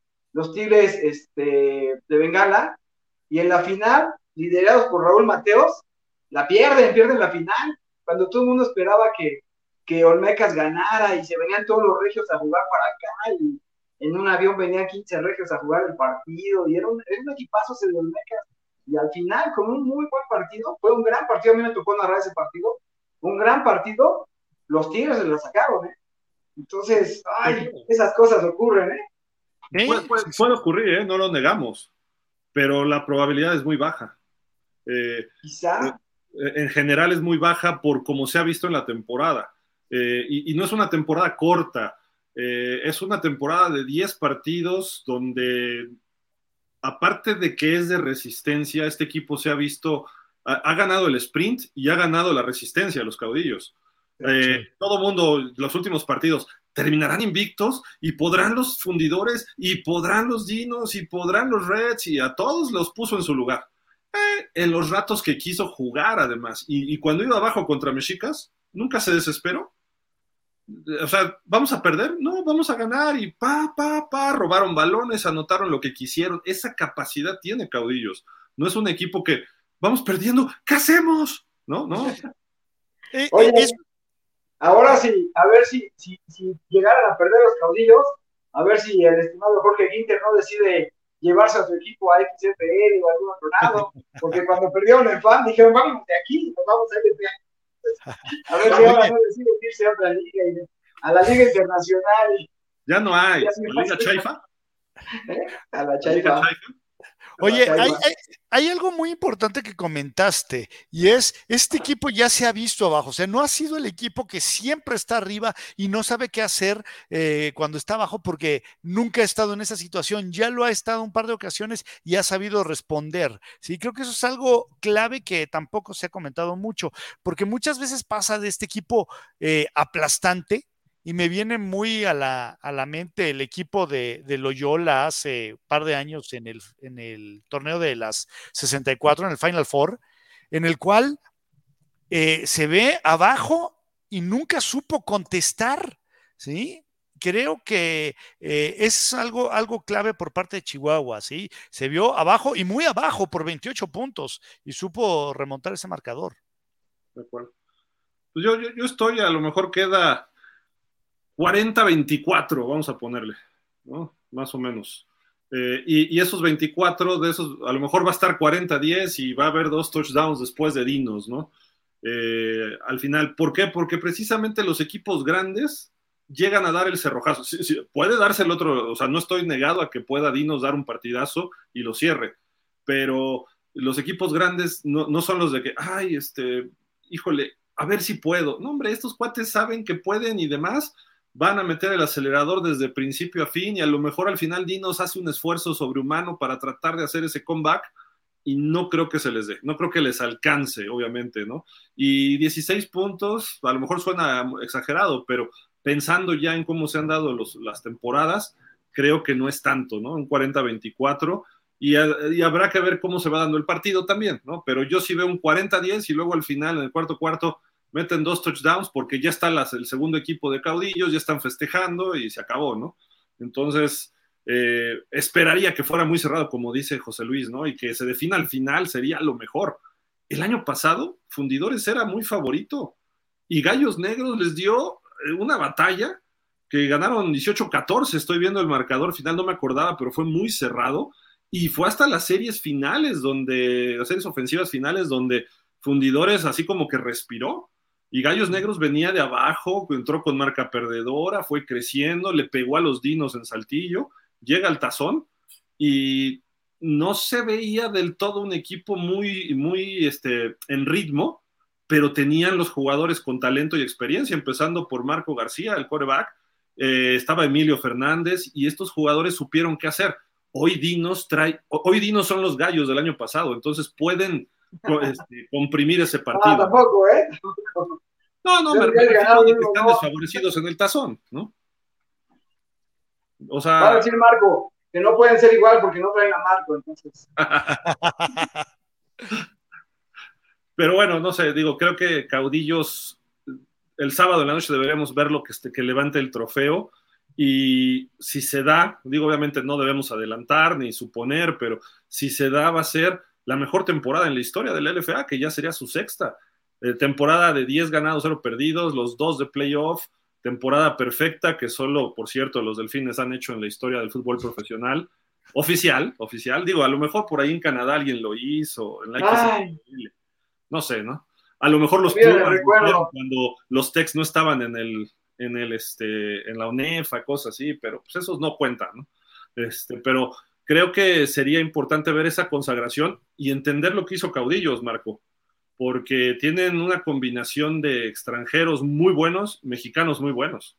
Speaker 3: de Bengala, y en la final, liderados por Raúl Mateos, pierden la final, cuando todo el mundo esperaba que Olmecas ganara y se venían todos los regios a jugar para acá y en un avión venían 15 regios a jugar el partido y era un equipazo ese de Olmecas y al final con un muy buen partido, fue un gran partido, a mí me tocó narrar ese partido, un gran partido, los Tigres se la sacaron, entonces, esas cosas ocurren,
Speaker 1: Puede ocurrir, no lo negamos, pero la probabilidad es muy baja.
Speaker 3: Quizá.
Speaker 1: En general es muy baja por como se ha visto en la temporada. Y no es una temporada corta, es una temporada de 10 partidos donde, aparte de que es de resistencia, este equipo se ha visto, ha ganado el sprint y ha ganado la resistencia, los Caudillos. Todo mundo, los últimos partidos, terminarán invictos y podrán los fundidores y podrán los Dinos y podrán los Reds y a todos los puso en su lugar. En los ratos que quiso jugar, además. Y cuando iba abajo contra Mexicas, nunca se desesperó. O sea, ¿vamos a perder? No, vamos a ganar. Y robaron balones, anotaron lo que quisieron. Esa capacidad tiene Caudillos. No es un equipo que vamos perdiendo, ¿qué hacemos? No.
Speaker 3: Oye, ahora sí, a ver si llegaran a perder los Caudillos, a ver si el estimado Jorge Ginter no decide llevarse a su equipo a XFL o a algún otro lado, porque cuando perdieron el FAN dijeron, vamos de aquí, nos vamos a LFA. A ver si ahora no decide irse a otra liga, a la Liga Internacional.
Speaker 1: Ya no hay, ¿la Liga Chaifa?
Speaker 3: A la Chaifa.
Speaker 4: Oye, hay algo muy importante que comentaste y es, este equipo ya se ha visto abajo, o sea, no ha sido el equipo que siempre está arriba y no sabe qué hacer cuando está abajo porque nunca ha estado en esa situación, ya lo ha estado un par de ocasiones y ha sabido responder, ¿sí? Creo que eso es algo clave que tampoco se ha comentado mucho, porque muchas veces pasa de este equipo aplastante. Y me viene muy a la mente el equipo de Loyola hace un par de años en el torneo de las 64, en el Final Four, en el cual se ve abajo y nunca supo contestar, ¿sí? Creo que es algo clave por parte de Chihuahua, ¿sí? Se vio abajo y muy abajo por 28 puntos y supo remontar ese marcador.
Speaker 1: De acuerdo. Pues yo estoy, a lo mejor queda 40-24, vamos a ponerle, ¿no? Más o menos. Y esos 24, de esos, a lo mejor va a estar 40-10 y va a haber 2 touchdowns después de Dinos, ¿no? Al final, ¿por qué? Porque precisamente los equipos grandes llegan a dar el cerrojazo. Sí, puede darse el otro, o sea, no estoy negado a que pueda Dinos dar un partidazo y lo cierre, pero los equipos grandes no son los de que, ay, híjole, a ver si puedo. No, hombre, estos cuates saben que pueden y demás, van a meter el acelerador desde principio a fin y a lo mejor al final Dinos hace un esfuerzo sobrehumano para tratar de hacer ese comeback y no creo que se les dé, no creo que les alcance, obviamente, ¿no? Y 16 puntos, a lo mejor suena exagerado, pero pensando ya en cómo se han dado las temporadas, creo que no es tanto, ¿no? Un 40-24 y habrá que ver cómo se va dando el partido también, ¿no? Pero yo sí veo un 40-10 y luego al final, en el cuarto meten 2 touchdowns porque ya está el segundo equipo de caudillos, ya están festejando y se acabó, ¿no? Entonces, esperaría que fuera muy cerrado, como dice José Luis, ¿no? Y que se defina al final sería lo mejor. El año pasado, Fundidores era muy favorito y Gallos Negros les dio una batalla que ganaron 18-14, estoy viendo el marcador final, no me acordaba, pero fue muy cerrado y fue hasta las series ofensivas finales donde Fundidores así como que respiró y Gallos Negros venía de abajo, entró con marca perdedora, fue creciendo, le pegó a los Dinos en Saltillo, llega al tazón y no se veía del todo un equipo muy en ritmo, pero tenían los jugadores con talento y experiencia, empezando por Marco García, el quarterback, estaba Emilio Fernández y estos jugadores supieron qué hacer. Hoy Dinos son los Gallos del año pasado, entonces pueden comprimir ese partido.
Speaker 3: Tampoco, ¿eh?
Speaker 1: No, me refiero de que están desfavorecidos en el tazón, ¿no? O sea.
Speaker 3: Va a decir Marco que no pueden ser igual porque no traen a Marco, entonces.
Speaker 1: Pero bueno, no sé, digo, creo que Caudillos, el sábado en la noche deberemos verlo que levante el trofeo. Y si se da, digo, obviamente no debemos adelantar ni suponer, pero si se da, va a ser la mejor temporada en la historia de la LFA, que ya sería su sexta. Temporada de 10 ganados, 0 perdidos, los 2 de playoff, temporada perfecta que solo, por cierto, los Delfines han hecho en la historia del fútbol profesional. Oficial, digo, a lo mejor por ahí en Canadá alguien lo hizo, en la XFL, no sé, ¿no? A lo mejor los Pumas, cuando los Tex no estaban en la UNEFA, cosas así, pero pues esos no cuentan, ¿no? Pero creo que sería importante ver esa consagración y entender lo que hizo Caudillos, Marco, porque tienen una combinación de extranjeros muy buenos, mexicanos muy buenos.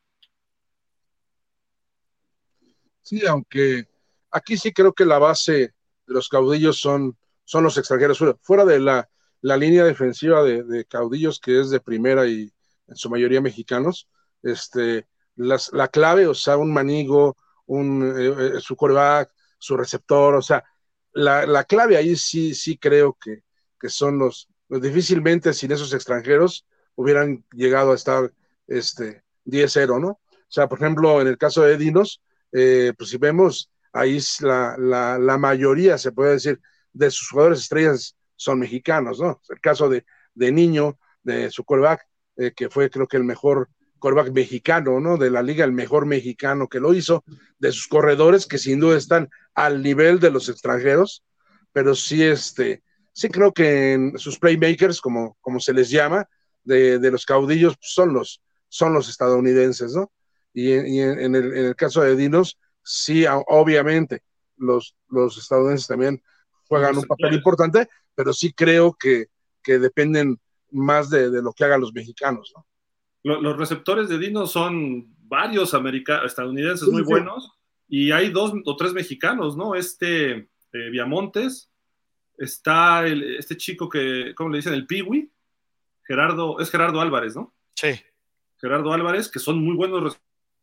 Speaker 2: Sí, aunque aquí sí creo que la base de los Caudillos son los extranjeros, fuera de la línea defensiva de Caudillos, que es de primera y en su mayoría mexicanos. La clave, o sea, un Manigo, su quarterback, su receptor, o sea, la clave ahí sí creo que son los difícilmente sin esos extranjeros hubieran llegado a estar 10-0, ¿no? O sea, por ejemplo, en el caso de Dinos, pues si vemos, ahí la mayoría, se puede decir, de sus jugadores estrellas son mexicanos, ¿no? El caso de Niño, de su quarterback, que fue creo que el mejor quarterback mexicano, ¿no? De la liga, el mejor mexicano que lo hizo, de sus corredores, que sin duda están al nivel de los extranjeros, pero sí, sí creo que en sus playmakers, como se les llama, de los Caudillos, pues son los estadounidenses, ¿no? Y en el caso de Dinos, sí, obviamente, los estadounidenses también juegan un papel importante, pero sí creo que dependen más de lo que hagan los mexicanos, ¿no?
Speaker 1: Los receptores de Dinos son varios estadounidenses muy buenos, y hay 2 o 3 mexicanos, ¿no? Viamontes, está este chico que, ¿cómo le dicen? El Piwi, Gerardo Álvarez, ¿no?
Speaker 4: Sí.
Speaker 1: Gerardo Álvarez, que son muy buenos,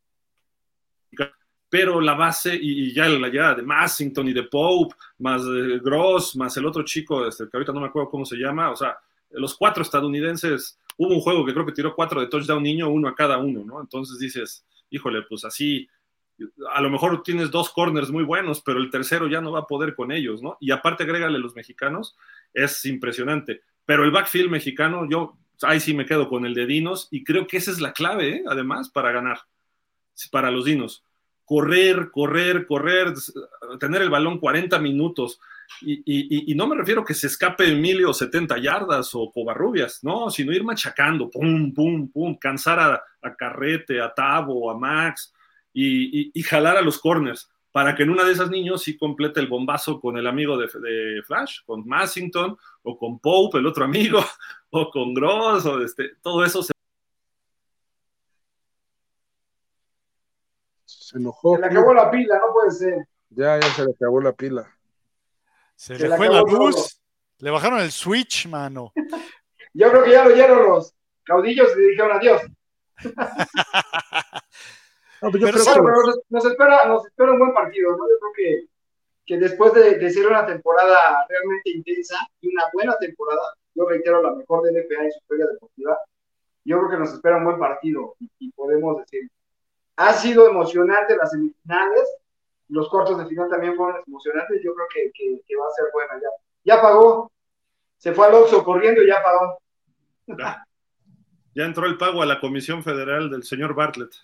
Speaker 1: pero la base y ya la llegada de Massington y de Pope, más Gross, más el otro chico, que ahorita no me acuerdo cómo se llama, o sea, los 4 estadounidenses hubo un juego que creo que tiró 4 de touchdown niño, 1 a cada uno, ¿no? Entonces dices, híjole, pues así, a lo mejor tienes 2 corners muy buenos, pero el tercero ya no va a poder con ellos, ¿no? Y aparte agrégale los mexicanos, es impresionante. Pero el backfield mexicano, yo ahí sí me quedo con el de Dinos y creo que esa es la clave, además, para ganar, para los Dinos. Correr, tener el balón 40 minutos. Y no me refiero que se escape Emilio 70 yardas o Covarrubias, no, sino ir machacando, pum, pum, pum, cansar a Carrete, a Tavo, a Max y jalar a los corners para que en una de esas niños sí complete el bombazo con el amigo de Flash, con Massington o con Pope, el otro amigo, o con Gross, o todo eso
Speaker 2: se enojó.
Speaker 3: Se le acabó la pila, no puede ser.
Speaker 2: Ya se le acabó la pila.
Speaker 4: Se le fue la luz. Le bajaron el switch, mano.
Speaker 3: Yo creo que ya lo oyeron los caudillos y le dijeron adiós.
Speaker 2: No, pues
Speaker 3: pero nos espera un buen partido, ¿no? Yo creo que después de ser una temporada realmente intensa y una buena temporada, yo reitero, la mejor de NFA en su historia deportiva, yo creo que nos espera un buen partido y podemos decir, ha sido emocionante las semifinales, los cuartos de final también fueron emocionantes, yo creo que va a ser buena ya pagó, se fue al Oxxo corriendo y ya pagó.
Speaker 1: Ya entró el pago a la Comisión Federal del señor Bartlett.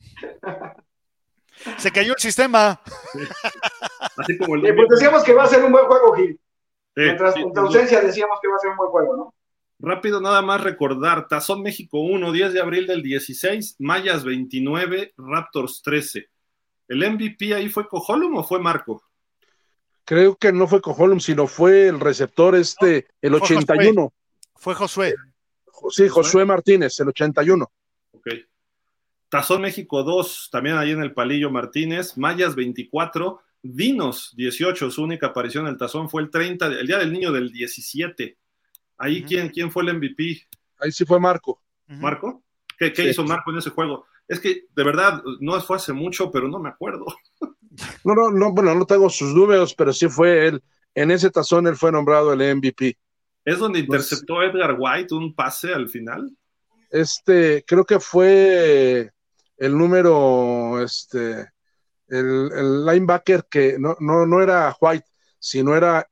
Speaker 4: Se cayó el sistema.
Speaker 1: Sí. Así como
Speaker 3: pues decíamos que va a ser un buen juego, Gil.
Speaker 1: Sí,
Speaker 3: en tu ausencia decíamos que va a ser un buen juego, ¿no?
Speaker 1: Rápido, nada más recordar, Tazón México 1, 10 de abril del 16, Mayas 29, Raptors 13. ¿El MVP ahí fue Coholum o fue Marco?
Speaker 2: Creo que no fue Coholum, sino fue el receptor el 81.
Speaker 4: Fue Josué.
Speaker 2: Sí, Josué Martínez, el 81.
Speaker 1: Ok. Tazón México 2, también ahí en el Palillo Martínez, Mayas 24, Dinos 18, su única aparición en el Tazón fue el Día del Niño del 17. Ahí, ¿quién fue el MVP?
Speaker 2: Ahí sí fue Marco.
Speaker 1: ¿Marco? ¿Qué hizo Marco en ese juego? Es que, de verdad, no fue hace mucho, pero no me acuerdo.
Speaker 2: No, bueno, no tengo sus números, pero sí fue él. En ese Tazón él fue nombrado el MVP.
Speaker 1: ¿Es donde interceptó Edgar White un pase al final?
Speaker 2: Creo que fue el número, el linebacker que no era White, sino era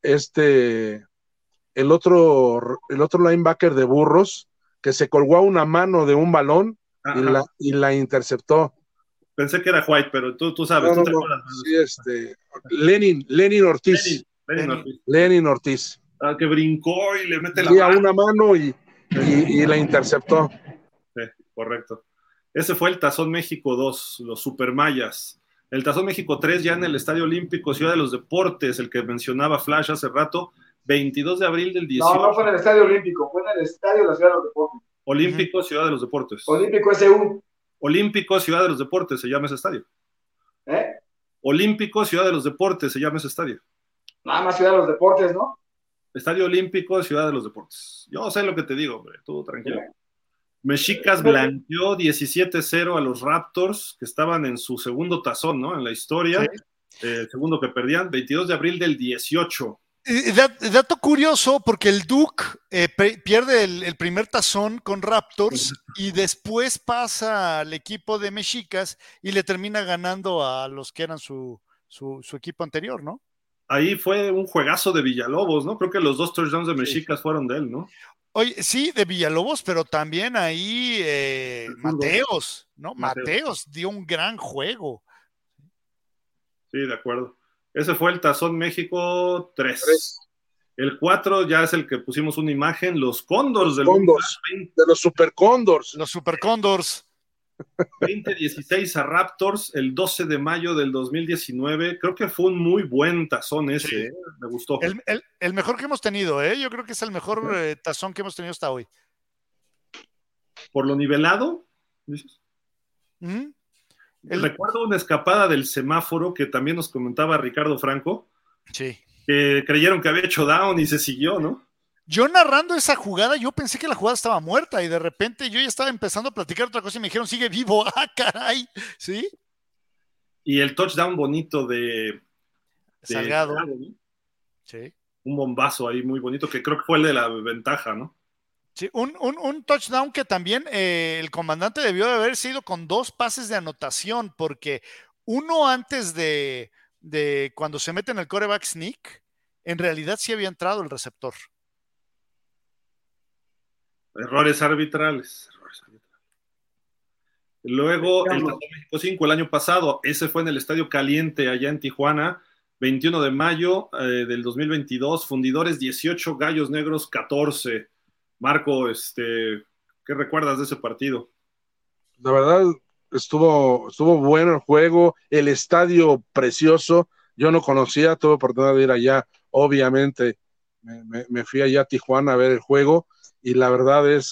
Speaker 2: el otro linebacker de Burros, que se colgó a una mano de un balón y la interceptó.
Speaker 1: Pensé que era White, pero tú sabes, ¿tú te acuerdas?
Speaker 2: Sí, Lenin Ortiz. Lenin Ortiz.
Speaker 1: Que brincó y le mete la
Speaker 2: mano. A una mano y la interceptó.
Speaker 1: Sí, correcto. Ese fue el Tazón México 2, los Supermayas. El Tazón México 3 ya en el Estadio Olímpico Ciudad de los Deportes, el que mencionaba Flash hace rato, 22 de abril del 18.
Speaker 3: No fue en el Estadio Olímpico, fue en el Estadio de la Ciudad de los Deportes.
Speaker 1: Olímpico Ciudad de los Deportes.
Speaker 3: Olímpico SU.
Speaker 1: Olímpico Ciudad de los Deportes se llama ese estadio. Olímpico Ciudad de los Deportes se llama ese estadio.
Speaker 3: Nada más Ciudad de los Deportes, ¿no?
Speaker 1: Estadio Olímpico Ciudad de los Deportes. Yo sé lo que te digo, hombre, tú tranquilo. Mexicas blanqueó 17-0 a los Raptors, que estaban en su segundo tazón, ¿no? En la historia. Sí. El segundo que perdían, 22 de abril del 18.
Speaker 4: Dato curioso, porque el Duke pierde el primer tazón con Raptors y después pasa al equipo de Mexicas y le termina ganando a los que eran su equipo anterior, ¿no?
Speaker 1: Ahí fue un juegazo de Villalobos, ¿no? Creo que los 2 touchdowns de Mexicas fueron de él, ¿no?
Speaker 4: Oye, sí, de Villalobos, pero también ahí Mateos, ¿no? Mateos dio un gran juego.
Speaker 1: Sí, de acuerdo. Ese fue el Tazón México 3. El 4 ya es el que pusimos una imagen, los Cóndors
Speaker 2: de los Super Cóndors.
Speaker 4: Los Super Cóndors.
Speaker 1: 20-16 a Raptors, el 12 de mayo del 2019. Creo que fue un muy buen tazón ese, sí. Me gustó.
Speaker 4: El mejor que hemos tenido, yo creo que es el mejor tazón que hemos tenido hasta hoy.
Speaker 1: ¿Por lo nivelado? Recuerdo una escapada del semáforo que también nos comentaba Ricardo Franco.
Speaker 4: Sí.
Speaker 1: Que creyeron que había hecho down y se siguió, ¿no?
Speaker 4: Yo narrando esa jugada, yo pensé que la jugada estaba muerta y de repente yo ya estaba empezando a platicar otra cosa y me dijeron, sigue vivo. ¡Ah, caray! ¿Sí?
Speaker 1: Y el touchdown bonito de
Speaker 4: Salgado. ¿No? Sí.
Speaker 1: Un bombazo ahí muy bonito, que creo que fue el de la ventaja, ¿no?
Speaker 4: Sí, un touchdown que también el comandante debió de haber sido con 2 pases de anotación, porque uno antes de cuando se mete en el quarterback sneak, en realidad sí había entrado el receptor.
Speaker 1: Errores arbitrales. Luego, el Tazón México 5 el año pasado, ese fue en el Estadio Caliente, allá en Tijuana, 21 de mayo del 2022, Fundidores 18, Gallos Negros 14. Marco, ¿qué recuerdas de ese partido?
Speaker 2: La verdad, estuvo bueno el juego, el estadio precioso. Yo no conocía, tuve oportunidad de ir allá, obviamente. Me fui allá a Tijuana a ver el juego y la verdad es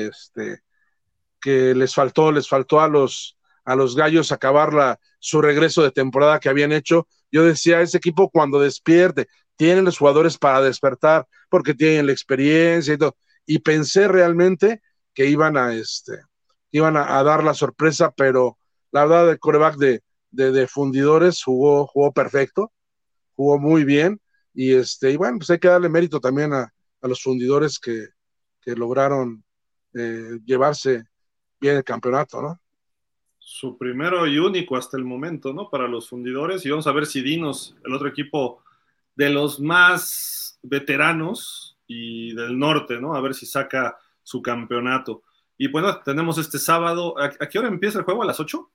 Speaker 2: que les faltó a los Gallos acabar su regreso de temporada que habían hecho. Yo decía, ese equipo cuando despierte, tienen los jugadores para despertar, porque tienen la experiencia y todo. Y pensé realmente que iban a dar la sorpresa, pero la verdad el quarterback de Fundidores jugó perfecto, jugó muy bien, y bueno, pues hay que darle mérito también a los Fundidores que lograron llevarse bien el campeonato, ¿no?
Speaker 1: Su primero y único hasta el momento, ¿no? Para los Fundidores. Y vamos a ver si Dinos, el otro equipo de los más veteranos y del norte, ¿no? A ver si saca su campeonato. Y bueno, tenemos este sábado. ¿A qué hora empieza el juego? ¿A las 8?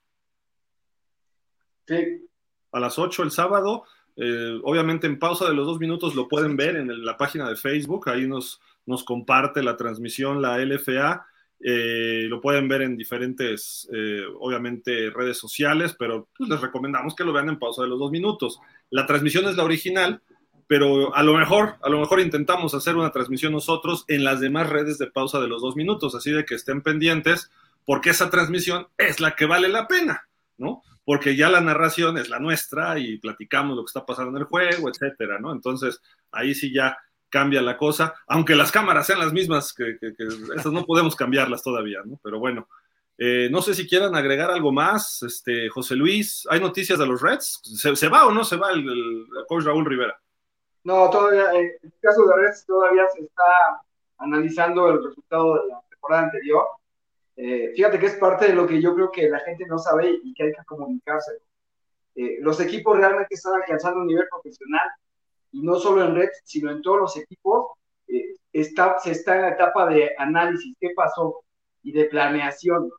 Speaker 3: Sí.
Speaker 1: A las 8 el sábado. Obviamente en pausa de los 2 minutos lo pueden ver en la página de Facebook. Ahí nos comparte la transmisión la LFA. Lo pueden ver en diferentes, obviamente, redes sociales, pero pues, les recomendamos que lo vean en pausa de los 2 minutos. La transmisión es la original, pero a lo mejor intentamos hacer una transmisión nosotros en las demás redes de pausa de los 2 minutos, así de que estén pendientes, porque esa transmisión es la que vale la pena, ¿no? Porque ya la narración es la nuestra y platicamos lo que está pasando en el juego, etcétera, ¿no? Entonces, ahí sí ya cambia la cosa, aunque las cámaras sean las mismas, que esas no podemos cambiarlas todavía, ¿no? Pero bueno, no sé si quieran agregar algo más, José Luis, ¿hay noticias de los Reds? ¿Se va o no se va el coach Raúl Rivera?
Speaker 3: No, todavía, en el caso de Reds todavía se está analizando el resultado de la temporada anterior. Fíjate que es parte de lo que yo creo que la gente no sabe y que hay que comunicarse. Los equipos realmente están alcanzando un nivel profesional y no solo en Reds, sino en todos los equipos. Se está en la etapa de análisis, qué pasó, y de planeación.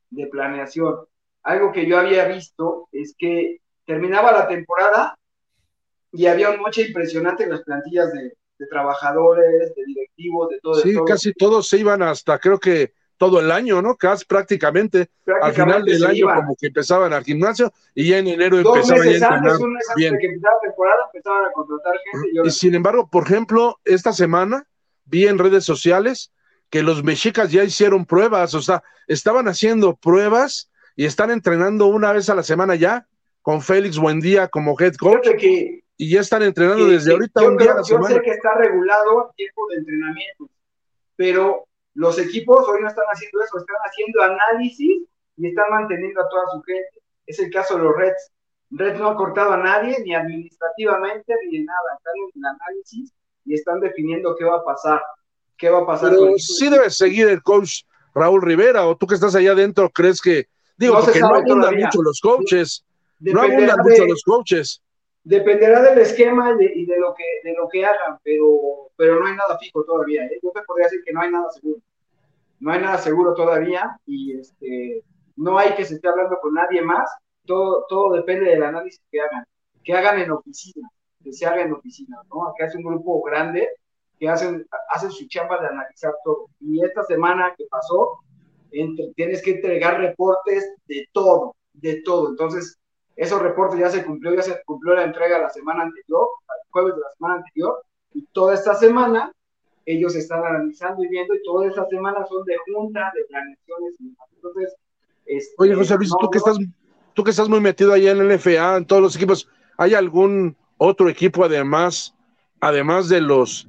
Speaker 3: Algo que yo había visto es que terminaba la temporada y había un moche impresionante en las plantillas de trabajadores, de directivos, de todo.
Speaker 2: Sí,
Speaker 3: de todo.
Speaker 2: casi todos se iban hasta, creo que todo el año, ¿no? Casi prácticamente al final del año
Speaker 3: iban.
Speaker 2: como que empezaban al gimnasio y ya en enero
Speaker 3: 2
Speaker 2: empezaban
Speaker 3: meses
Speaker 2: ya a entrenar
Speaker 3: antes, un mes antes
Speaker 2: bien.
Speaker 3: de que empezara la temporada, empezaban a contratar gente.
Speaker 2: Y sin embargo, por ejemplo, esta semana vi en redes sociales que los mexicas ya hicieron pruebas, o sea, estaban haciendo pruebas y están entrenando una vez a la semana ya con Félix Buendía como head coach. Y ya están entrenando desde ahorita un día a la semana.
Speaker 3: Yo sé que está regulado el tiempo de entrenamiento, pero los equipos hoy no están haciendo eso, están haciendo análisis y están manteniendo a toda su gente. Es el caso de los Reds. Reds no ha cortado a nadie, ni administrativamente, ni de nada. Están en el análisis y están definiendo qué va a pasar.
Speaker 2: Pero sí debe seguir el coach Raúl Rivera, o tú que estás allá adentro, ¿crees que? Digo, no porque no abundan mucho los coaches. No abundan mucho los coaches.
Speaker 3: Dependerá del esquema y de lo que hagan, pero no hay nada fijo todavía. Yo te podría decir que no hay nada seguro. No hay nada seguro todavía y no hay que se esté hablando con nadie más. Todo depende del análisis que hagan en oficina, que se haga en oficina, ¿no? Aquí hace un grupo grande que hacen su chamba de analizar todo. Y esta semana que pasó, tienes que entregar reportes de todo. Entonces, esos reportes ya se cumplió la entrega la semana anterior, el jueves de la semana anterior, y toda esta semana ellos están analizando y viendo, y toda esta semana son de junta, de planeaciones. Entonces,
Speaker 2: oye, José Luis, tú que estás muy metido allá en el LFA, en todos los equipos, ¿hay algún otro equipo además de los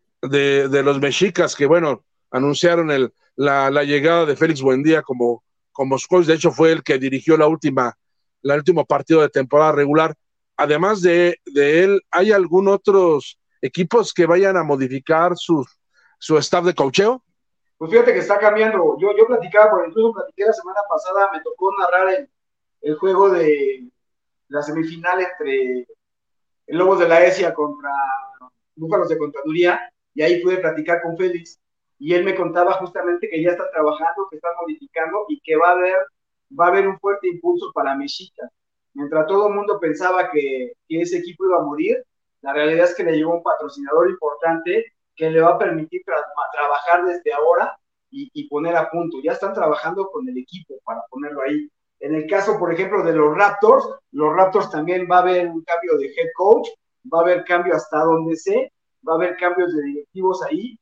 Speaker 2: mexicas que, bueno, anunciaron la llegada de Félix Buendía como coach? De hecho, fue el que dirigió el último partido de temporada regular. Además de él, ¿hay algún otros equipos que vayan a modificar su staff de coacheo?
Speaker 3: Pues fíjate que está cambiando. Yo platicaba, incluso platiqué la semana pasada, me tocó narrar el juego de la semifinal entre Lobos de la ESIA contra Búfalos de Contaduría, y ahí pude platicar con Félix, y él me contaba justamente que ya está trabajando, que está modificando, y que va a haber un fuerte impulso para Mexica. Mientras todo el mundo pensaba que ese equipo iba a morir, la realidad es que le llegó un patrocinador importante que le va a permitir trabajar desde ahora y poner a punto. Ya están trabajando con el equipo para ponerlo ahí. En el caso, por ejemplo, de los Raptors también va a haber un cambio de head coach, va a haber cambio hasta donde sé, va a haber cambios de directivos ahí.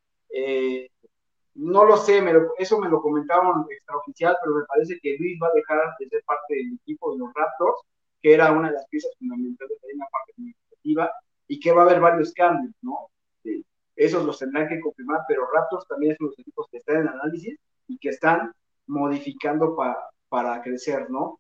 Speaker 3: No lo sé, eso me lo comentaron extraoficial, pero me parece que Luis va a dejar de ser parte del equipo de los Raptors, que era una de las piezas fundamentales de la parte administrativa, y que va a haber varios cambios, ¿no? Esos los tendrán que confirmar, pero Raptors también son los equipos que están en análisis y que están modificando para crecer, ¿no?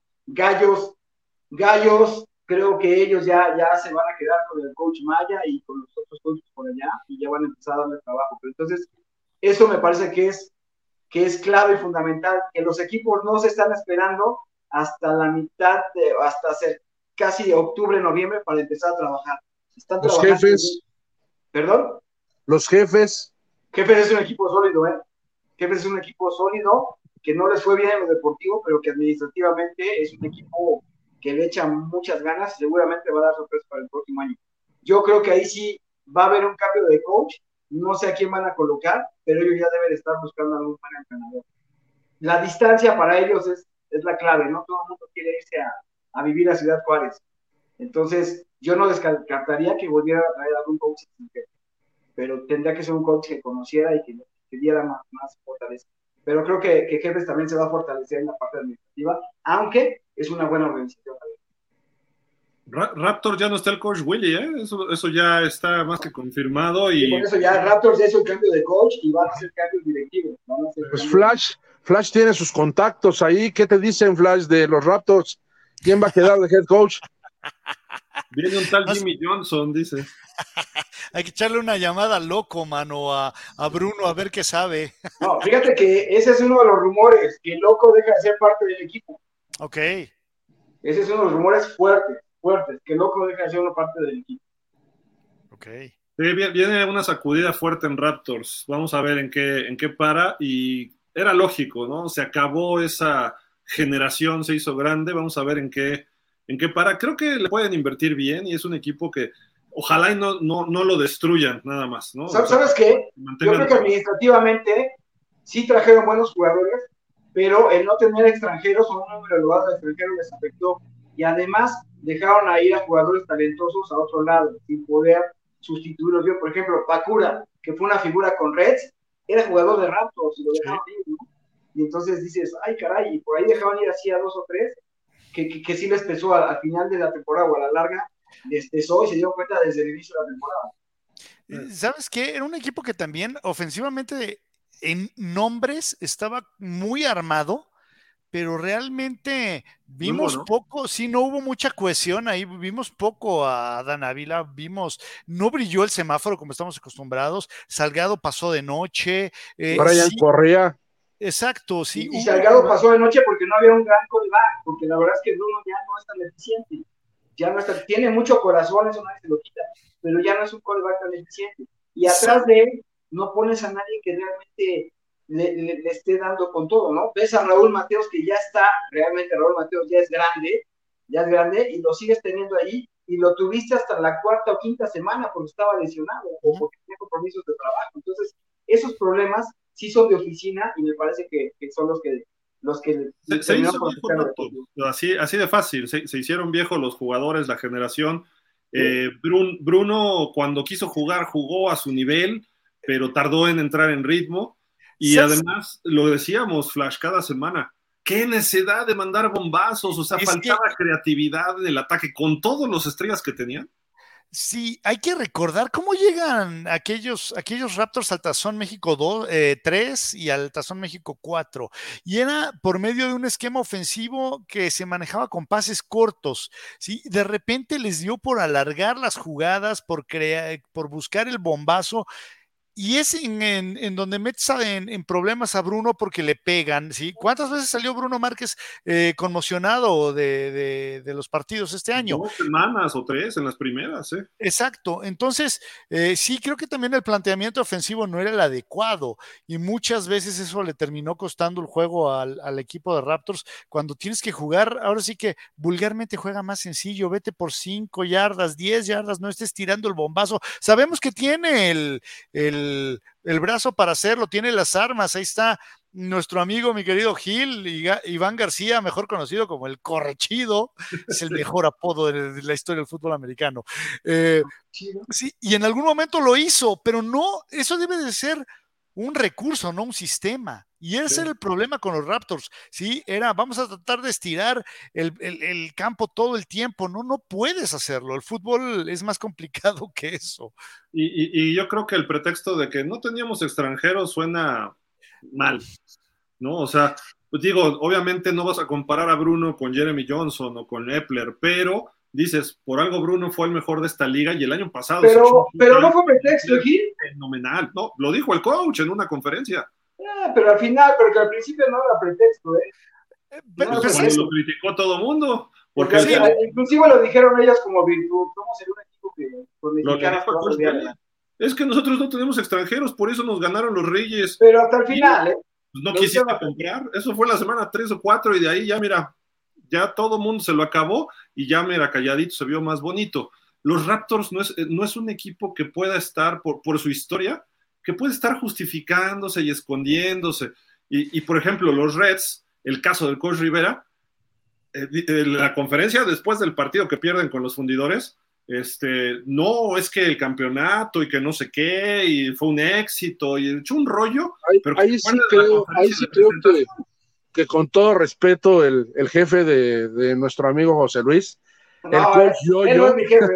Speaker 3: Gallos, creo que ellos ya se van a quedar con el coach Maya y con los otros coaches por allá y ya van a empezar a darle trabajo. Pero entonces, eso me parece que es clave y fundamental, que los equipos no se están esperando hasta la mitad, hasta hacer casi octubre, noviembre para empezar a trabajar. Están
Speaker 2: Los
Speaker 3: trabajando.
Speaker 2: jefes.
Speaker 3: ¿Perdón?
Speaker 2: Los jefes.
Speaker 3: Jefes es un equipo sólido, ¿eh? Jefes es un equipo sólido, que no les fue bien en lo deportivo, pero que administrativamente es un equipo que le echa muchas ganas y seguramente va a dar sorpresa para el próximo año. Yo creo que ahí sí va a haber un cambio de coach, no sé a quién van a colocar, pero ellos ya deben estar buscando algún buen entrenador. La distancia para ellos es la clave, ¿no? Todo el mundo quiere irse a vivir a Ciudad Juárez. Entonces, yo no descartaría que volvieran a traer algún coach, pero tendría que ser un coach que conociera y que diera más fortaleza. Pero creo que Jefes también se va a fortalecer en la parte administrativa, aunque es una buena organización.
Speaker 1: Raptor ya no está el coach Willy, ¿eh? Eso ya está más que confirmado. Y
Speaker 3: por eso ya Raptors ya hizo el cambio de coach y van a hacer cambios directivos.
Speaker 2: Pues Flash tiene sus contactos ahí. ¿Qué te dicen, Flash, de los Raptors? ¿Quién va a quedar de head coach?
Speaker 1: Viene un tal Jimmy Johnson, dice.
Speaker 4: Hay que echarle una llamada loco, mano, a Bruno, a ver qué sabe.
Speaker 3: No, fíjate que ese es uno de los rumores, que Loco deja de ser parte del equipo.
Speaker 4: Ok.
Speaker 3: Ese es uno de los rumores fuertes, que Loco deja de ser una parte del equipo.
Speaker 4: Ok.
Speaker 1: Sí, viene una sacudida fuerte en Raptors. Vamos a ver en qué para. Y era lógico, ¿no? Se acabó esa generación, se hizo grande. Vamos a ver en qué para. Creo que le pueden invertir bien y es un equipo que ojalá y no lo destruyan nada más, ¿no?
Speaker 3: ¿Sabes qué? Yo creo que administrativamente sí trajeron buenos jugadores, pero el no tener extranjeros o un número elevado de extranjeros les afectó. Y además dejaron a ir a jugadores talentosos a otro lado, sin poder sustituirlos. Yo, por ejemplo, Pakura, que fue una figura con Reds, era jugador de Raptors y lo dejaron ir, ¿no? Y entonces dices, ay caray, y por ahí dejaban ir así a 2 o 3, que sí les pesó al final de la temporada o a la larga, les pesó y se dio cuenta desde el inicio de la temporada.
Speaker 4: ¿Sabes qué? Era un equipo que también ofensivamente en nombres estaba muy armado, pero realmente vimos poco, sí, no hubo mucha cohesión ahí, vimos poco a Dan Ávila, no brilló el semáforo como estamos acostumbrados, Salgado pasó de noche.
Speaker 2: Brian Correa.
Speaker 4: Exacto, sí.
Speaker 3: Y Salgado pasó de noche porque no había un gran coreback, porque la verdad es que Bruno ya no es tan eficiente, tiene mucho corazón, eso nadie se lo quita, pero ya no es un coreback tan eficiente. Y atrás de él no pones a nadie que realmente le esté dando con todo, ¿no? Ves a Raúl Mateos que ya está, realmente Raúl Mateos ya es grande y lo sigues teniendo ahí y lo tuviste hasta la 4ª o 5ª semana porque estaba lesionado o porque tenía compromisos de trabajo. Entonces, esos problemas sí son de oficina y me parece que son los que
Speaker 1: se hizo viejo, así de fácil, se hicieron viejos los jugadores, la generación. Bruno cuando quiso jugar jugó a su nivel, pero tardó en entrar en ritmo y además lo decíamos, Flash, cada semana, qué necesidad de mandar bombazos, o sea, faltaba creatividad en el ataque con todos los estrellas que tenían.
Speaker 4: Sí, hay que recordar cómo llegan aquellos Raptors al Tazón México 3 y al Tazón México 4. Y era por medio de un esquema ofensivo que se manejaba con pases cortos. ¿Sí? De repente les dio por alargar las jugadas, por buscar el bombazo. Y es en donde metes en problemas a Bruno porque le pegan, ¿sí? ¿Cuántas veces salió Bruno Márquez conmocionado de los partidos este año?
Speaker 1: 2 semanas o 3 en las primeras, ¿eh?
Speaker 4: Exacto, entonces sí, creo que también el planteamiento ofensivo no era el adecuado y muchas veces eso le terminó costando el juego al equipo de Raptors cuando tienes que jugar, ahora sí que vulgarmente juega más sencillo, vete por 5 yardas, 10 yardas, no estés tirando el bombazo, sabemos que tiene el brazo para hacerlo, tiene las armas, ahí está nuestro amigo, mi querido Gil, Iván García, mejor conocido como el Correchido, es el mejor apodo de la historia del fútbol americano. Sí, y en algún momento lo hizo, pero no, eso debe de ser un recurso, no un sistema. Y ese era el problema con los Raptors, ¿sí? Era, vamos a tratar de estirar el campo todo el tiempo. No puedes hacerlo. El fútbol es más complicado que eso.
Speaker 1: Y yo creo que el pretexto de que no teníamos extranjeros suena mal, ¿no? O sea, pues digo, obviamente no vas a comparar a Bruno con Jeremy Johnson o con Epler, pero dices, por algo Bruno fue el mejor de esta liga y el año pasado
Speaker 3: pero no fue pretexto, Gil.
Speaker 1: Fenomenal, no, lo dijo el coach en una conferencia.
Speaker 3: Pero al final, porque al principio no era pretexto,
Speaker 1: Pero cuando lo criticó todo el mundo, porque
Speaker 3: sí, inclusive lo dijeron ellos como virtud, somos el único equipo que con mexicanos
Speaker 1: es que nosotros no tenemos extranjeros, por eso nos ganaron los Reyes.
Speaker 3: Pero hasta el final,
Speaker 1: pues no quisiste comprar, eso fue la semana 3 o 4 y de ahí ya mira, ya todo el mundo se lo acabó y ya mira, calladito se vio más bonito. Los Raptors no es un equipo que pueda estar por su historia, que puede estar justificándose y escondiéndose. Y por ejemplo, los Reds, el caso del coach Rivera, la conferencia después del partido que pierden con los fundidores, no es que el campeonato y que no sé qué, y fue un éxito, y echó un rollo.
Speaker 2: Ahí sí creo que con todo respeto, el jefe de nuestro amigo José Luis, el coach Yoyo,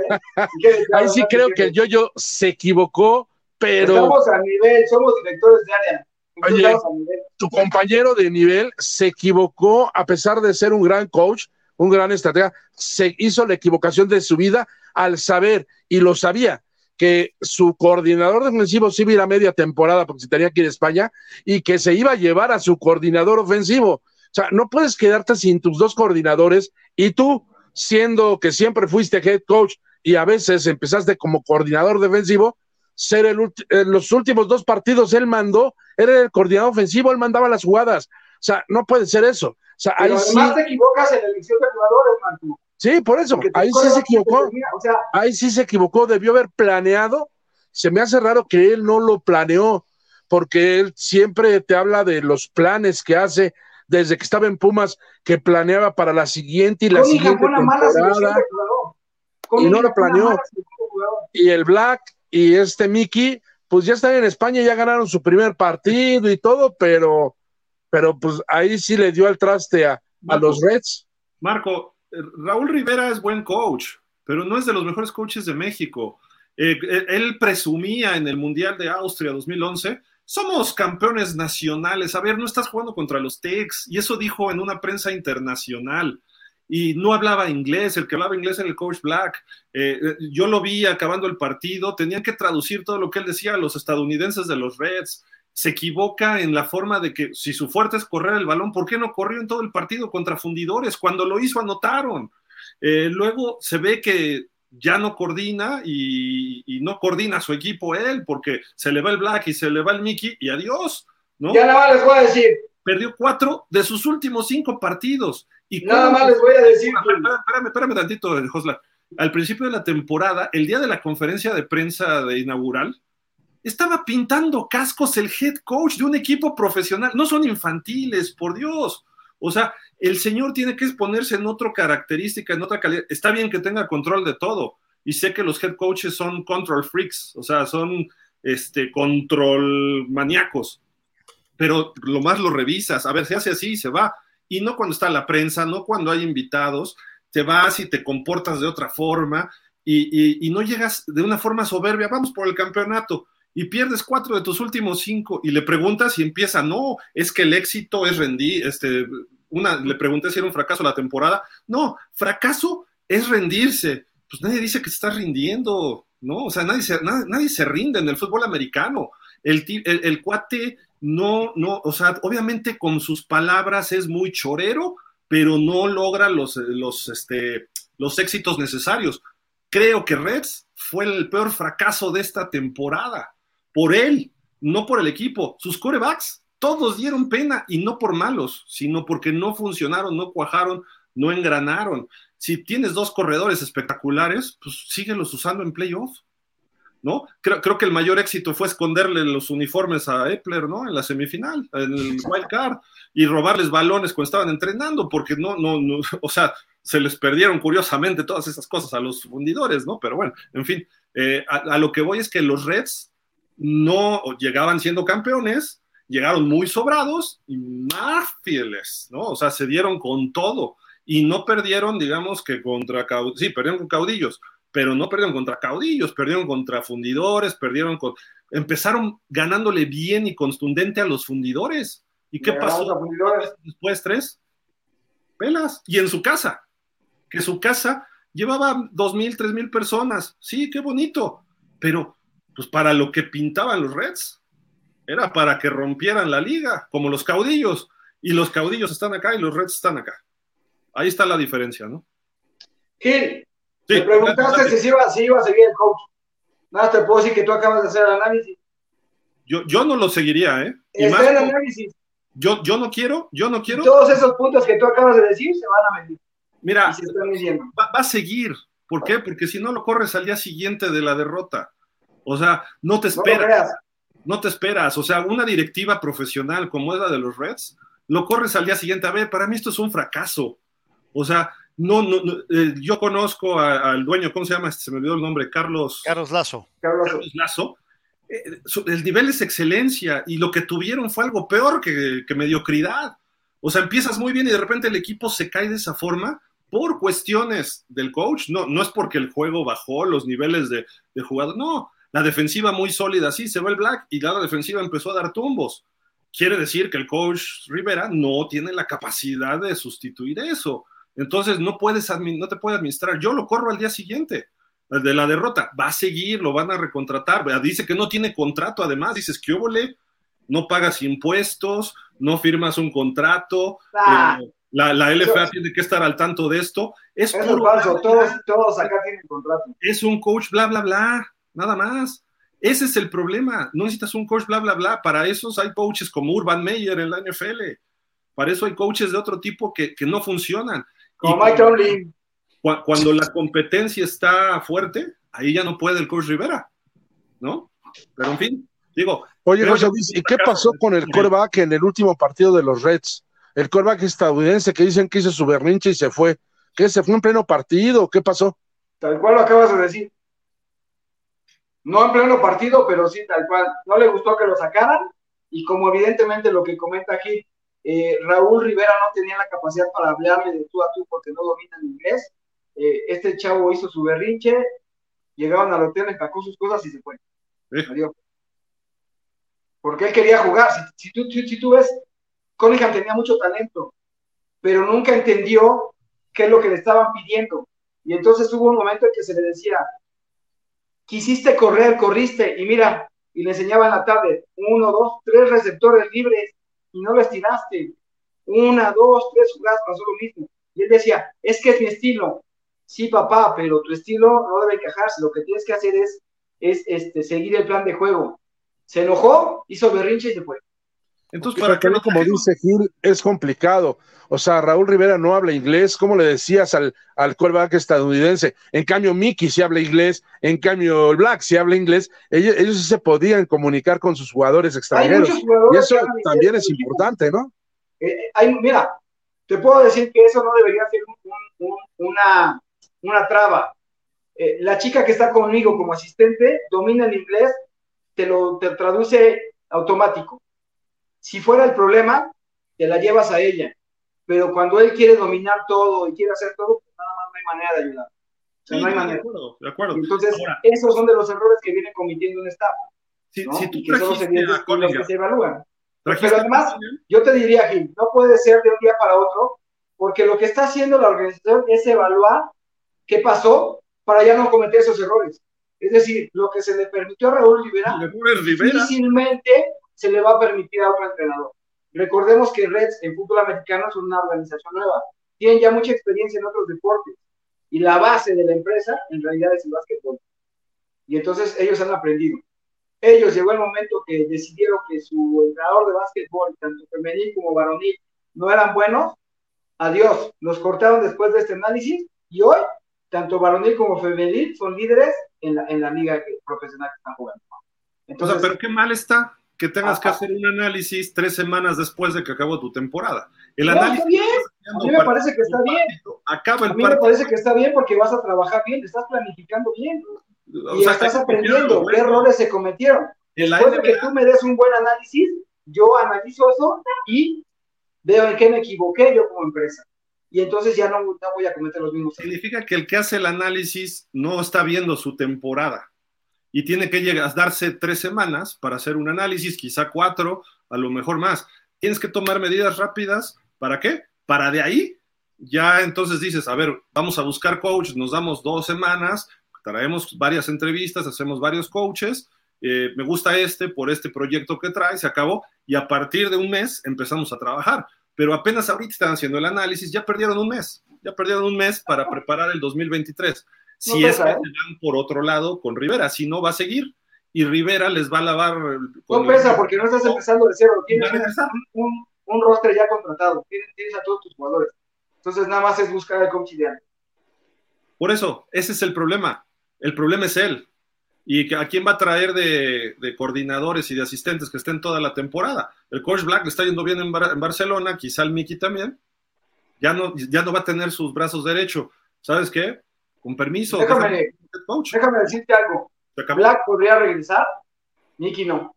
Speaker 2: ahí sí creo que el Yoyo se equivocó, pero...
Speaker 3: Estamos a nivel, somos directores de área.
Speaker 2: Oye, tu compañero de nivel se equivocó a pesar de ser un gran coach, un gran estratega, se hizo la equivocación de su vida al saber, y lo sabía, que su coordinador defensivo se iba a ir a media temporada porque se tenía que ir a España y que se iba a llevar a su coordinador ofensivo. O sea, no puedes quedarte sin tus dos coordinadores y tú, siendo que siempre fuiste head coach y a veces empezaste como coordinador defensivo, ser los últimos 2 partidos él mandó, era el coordinador ofensivo, él mandaba las jugadas. O sea, no puede ser eso. O sea,
Speaker 3: pero ahí además sí te equivocas en la elección de jugadores, Marco.
Speaker 2: Sí, por eso, ahí sí se equivocó. O sea, ahí sí se equivocó, debió haber planeado. Se me hace raro que él no lo planeó, porque él siempre te habla de los planes que hace desde que estaba en Pumas, que planeaba para la siguiente y la siguiente temporada. Y no lo planeó. Y el Black y Mickey, pues ya están en España, ya ganaron su primer partido y todo, pero pues ahí sí le dio al traste a los Reds.
Speaker 1: Marco, Raúl Rivera es buen coach, pero no es de los mejores coaches de México. Él presumía en el Mundial de Austria 2011, somos campeones nacionales. A ver, no estás jugando contra los Tex, y eso dijo en una prensa internacional. Y no hablaba inglés, el que hablaba inglés era el coach Black. Yo lo vi acabando el partido, tenían que traducir todo lo que él decía a los estadounidenses de los Reds. Se equivoca en la forma de que si su fuerte es correr el balón, ¿por qué no corrió en todo el partido contra fundidores? Cuando lo hizo anotaron. Luego se ve que ya no coordina y no coordina su equipo él, porque se le va el Black y se le va el Mickey y adiós, ¿no?
Speaker 3: Ya nada más les voy a decir.
Speaker 1: Perdió 4 de sus últimos 5 partidos. Y
Speaker 3: nada más les voy a decir.
Speaker 1: Espérame tantito, Josla. Al principio de la temporada, el día de la conferencia de prensa de inaugural, estaba pintando cascos el head coach de un equipo profesional. No son infantiles, por Dios. O sea, el señor tiene que exponerse en otra característica, en otra calidad. Está bien que tenga control de todo. Y sé que los head coaches son control freaks, o sea, son control maníacos. Pero lo más lo revisas. A ver, se hace así y se va. Y no cuando está la prensa, no cuando hay invitados. Te vas y te comportas de otra forma y no llegas de una forma soberbia. Vamos por el campeonato. Y pierdes 4 de tus últimos 5 y le preguntas y empieza, no, es que el éxito es rendir, le pregunté si era un fracaso la temporada, no, fracaso es rendirse, pues nadie dice que se está rindiendo, ¿no? O sea, nadie se rinde en el fútbol americano, el cuate no, o sea, obviamente con sus palabras es muy chorero, pero no logra los éxitos necesarios. Creo que Reds fue el peor fracaso de esta temporada, por él, no por el equipo. Sus quarterbacks todos dieron pena, y no por malos, sino porque no funcionaron, no cuajaron, no engranaron. Si tienes 2 corredores espectaculares, pues síguelos usando en playoff, ¿no? Creo que el mayor éxito fue esconderle los uniformes a Epler, ¿no? En la semifinal, en el wild card, y robarles balones cuando estaban entrenando, porque no, o sea, se les perdieron curiosamente todas esas cosas a los fundidores, ¿no? Pero bueno, en fin, a lo que voy es que los Reds no llegaban siendo campeones, llegaron muy sobrados y más fieles, ¿no? O sea, se dieron con todo y no perdieron, digamos que contra caudillos, sí, perdieron con caudillos, pero no perdieron contra caudillos, perdieron contra fundidores, empezaron ganándole bien y contundente a los fundidores. ¿Y qué pasó? Después 3 pelas, y en su casa, que su casa llevaba 2,000, 3,000 personas, sí, qué bonito, pero pues para lo que pintaban los Reds, era para que rompieran la liga, como los caudillos, y los caudillos están acá y los Reds están acá. Ahí está la diferencia, ¿no?
Speaker 3: Gil, te preguntaste si iba a seguir el coach. Nada, te puedo decir que tú acabas de hacer el análisis.
Speaker 1: Yo no lo seguiría, ¿eh?
Speaker 3: Y más, el análisis.
Speaker 1: Yo no quiero. Y
Speaker 3: todos esos puntos que tú acabas de decir se van a medir.
Speaker 1: Mira, va a seguir. ¿Por qué? Porque si no lo corres al día siguiente de la derrota. O sea, no te esperas. No te esperas. O sea, una directiva profesional como es la de los Reds, lo corres al día siguiente. A ver, para mí esto es un fracaso. O sea, yo conozco al dueño, ¿cómo se llama? Se me olvidó el nombre, Carlos
Speaker 4: Lazo.
Speaker 1: Carlos Lazo. El nivel es excelencia, y lo que tuvieron fue algo peor que mediocridad. O sea, empiezas muy bien y de repente el equipo se cae de esa forma por cuestiones del coach. No es porque el juego bajó los niveles de jugador, no. La defensiva muy sólida, sí, se va el Black, y la defensiva empezó a dar tumbos. Quiere decir que el coach Rivera no tiene la capacidad de sustituir eso. Entonces no te puede administrar. Yo lo corro al día siguiente de la derrota. Va a seguir, lo van a recontratar. Dice que no tiene contrato, además. Dices, ¿qué óvole? No pagas impuestos, no firmas un contrato. La LFA tiene que estar al tanto de esto.
Speaker 3: Eso es falso, todos acá tienen contrato.
Speaker 1: Es un coach bla, bla, bla, nada más. Ese es el problema. No necesitas un coach bla, bla, bla. Para esos hay coaches como Urban Meyer en la NFL. Para eso hay coaches de otro tipo que no funcionan.
Speaker 3: Como Mike Tomlin.
Speaker 1: Cuando la competencia está fuerte, ahí ya no puede el coach Rivera, ¿no? Pero en fin, digo.
Speaker 2: Oye, José Luis, ¿y qué pasó con el quarterback en el último partido de los Reds? El quarterback estadounidense que dicen que hizo su berrinche y se fue. ¿Qué? ¿Se fue en pleno partido? ¿Qué pasó?
Speaker 3: Tal cual lo acabas de decir. No en pleno partido, pero sí tal cual. No le gustó que lo sacaran, y como evidentemente lo que comenta aquí, Raúl Rivera no tenía la capacidad para hablarle de tú a tú porque no domina el inglés. Este chavo hizo su berrinche, llegaron al hotel, empacó sus cosas y se fue. Adiós. Porque él quería jugar. Si tú ves, Cunningham tenía mucho talento, pero nunca entendió qué es lo que le estaban pidiendo. Y entonces hubo un momento en que se le decía, quisiste correr, corriste, y mira, y le enseñaba en la tablet, 1, 2, 3 receptores libres, y no los tiraste. 1, 2, 3 jugadas, pasó lo mismo. Y él decía, es que es mi estilo. Sí, papá, pero tu estilo no debe encajarse. Lo que tienes que hacer es seguir el plan de juego. Se enojó, hizo berrinche y se fue.
Speaker 2: Entonces, para que como dice Gil, es complicado. O sea, Raúl Rivera no habla inglés. ¿Cómo le decías al quarterback estadounidense? En cambio, Mickey sí habla inglés. En cambio, el Black sí habla inglés. Ellos sí se podían comunicar con sus jugadores extranjeros. Y eso también es importante, ¿no?
Speaker 3: Mira, te puedo decir que eso no debería ser una traba. La chica que está conmigo como asistente domina el inglés, te traduce automático. Si fuera el problema, te la llevas a ella. Pero cuando él quiere dominar todo y quiere hacer todo, pues nada más no hay manera de ayudar. O sea,
Speaker 1: sí,
Speaker 3: no hay manera.
Speaker 1: De acuerdo.
Speaker 3: Entonces, ahora, esos son de los errores que viene cometiendo un staff.
Speaker 1: ¿No? Si tú
Speaker 3: que solo los que se evalúan.
Speaker 1: Pero
Speaker 3: además, yo te diría, Gil, no puede ser de un día para otro, porque lo que está haciendo la organización es evaluar qué pasó para ya no cometer esos errores. Es decir, lo que se le permitió a Raúl Rivera, difícilmente se le va a permitir a otro entrenador. Recordemos que Reds en fútbol americano es una organización nueva. Tienen ya mucha experiencia en otros deportes. Y la base de la empresa, en realidad, es el básquetbol. Y entonces ellos han aprendido. Ellos llegó el momento que decidieron que su entrenador de básquetbol, tanto femenil como varonil, no eran buenos. Adiós, los cortaron después de este análisis y hoy, tanto varonil como femenil son líderes en la liga profesional que están jugando.
Speaker 1: Entonces, pero qué mal está que tengas que hacer un análisis 3 semanas después de que acabó tu temporada. El análisis
Speaker 3: está bien. A mí me parece que está bien.
Speaker 1: Acaba el
Speaker 3: a mí me parece que está bien porque vas a trabajar bien, estás planificando bien. Y estás aprendiendo qué errores se cometieron. Después de que tú me des un buen análisis, yo analizo eso y veo en qué me equivoqué yo como empresa. Y entonces ya no voy a cometer los mismos errores.
Speaker 1: Significa que el que hace el análisis no está viendo su temporada y tiene que darse 3 semanas para hacer un análisis, quizá 4, a lo mejor más. Tienes que tomar medidas rápidas. ¿Para qué? Para de ahí ya entonces dices, a ver, vamos a buscar coach, nos damos 2 semanas, traemos varias entrevistas, hacemos varios coaches, me gusta por este proyecto que trae, se acabó, y a partir de un mes empezamos a trabajar. Pero apenas ahorita están haciendo el análisis, ya perdieron un mes para preparar el 2023. Si es que se van por otro lado con Rivera, si no va a seguir, y Rivera les va a lavar.
Speaker 3: No pesa, porque no estás empezando de cero, tienes un roster ya contratado, tienes a todos tus jugadores. Entonces nada más es buscar al coach ideal.
Speaker 1: Por eso, ese es el problema. El problema es él. ¿Y a quién va a traer de coordinadores y de asistentes que estén toda la temporada? El coach Black le está yendo bien en Barcelona, quizá el Mickey también. Ya no va a tener sus brazos derechos. ¿Sabes qué? Con permiso.
Speaker 3: Déjame decirte algo. Black podría regresar, Mickey no.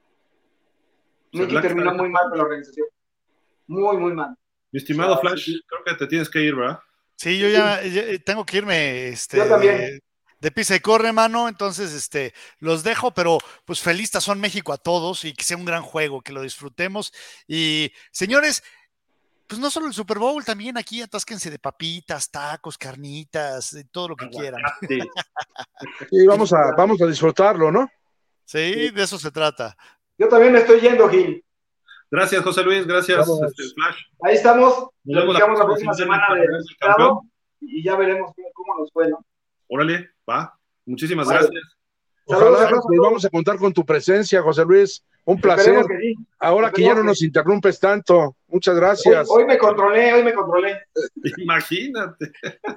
Speaker 3: Mickey terminó muy mal con la organización. Muy, muy mal.
Speaker 1: Mi estimado Flash, creo que te tienes que ir, ¿verdad?
Speaker 4: Sí, yo ya tengo que irme.
Speaker 3: Yo también.
Speaker 4: De pisa y corre, mano. Entonces, los dejo, pero pues feliz Tazón México a todos y que sea un gran juego, que lo disfrutemos. Y señores, pues no solo el Super Bowl, también aquí atásquense de papitas, tacos, carnitas, todo lo que quieran.
Speaker 2: Sí, vamos a disfrutarlo, ¿no?
Speaker 4: Sí, de eso se trata.
Speaker 3: Yo también me estoy yendo, Gil.
Speaker 1: Gracias, José Luis, gracias, Flash.
Speaker 3: Ahí estamos, nos vemos la próxima semana del resultado y ya veremos cómo nos fue, ¿no?
Speaker 1: Órale, va. Muchísimas gracias.
Speaker 2: Ojalá nos vamos a contar con tu presencia, José Luis. Un placer.
Speaker 3: Sí.
Speaker 2: Ahora que ya no nos interrumpes tanto. Muchas gracias.
Speaker 3: Hoy me controlé.
Speaker 1: Imagínate.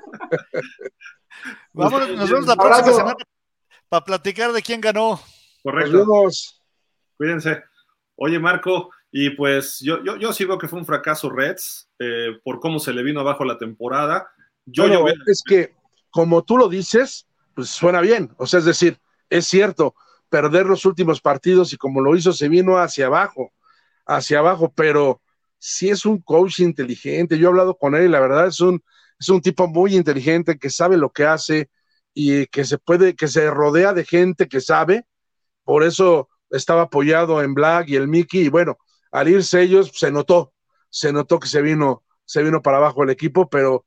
Speaker 4: Vámonos, nos vemos la próxima semana para platicar de quién ganó.
Speaker 1: Correcto.
Speaker 2: Nos vemos.
Speaker 1: Cuídense. Oye, Marco, y pues yo sí veo que fue un fracaso Reds por cómo se le vino abajo la temporada.
Speaker 2: Es que, como tú lo dices, pues suena bien. O sea, es decir, es cierto, perder los últimos partidos y como lo hizo, se vino hacia abajo, pero sí es un coach inteligente. Yo he hablado con él y la verdad es un tipo muy inteligente que sabe lo que hace y que se rodea de gente que sabe. Por eso estaba apoyado en Black y el Mickey, y bueno, al irse ellos se notó que se vino para abajo el equipo, pero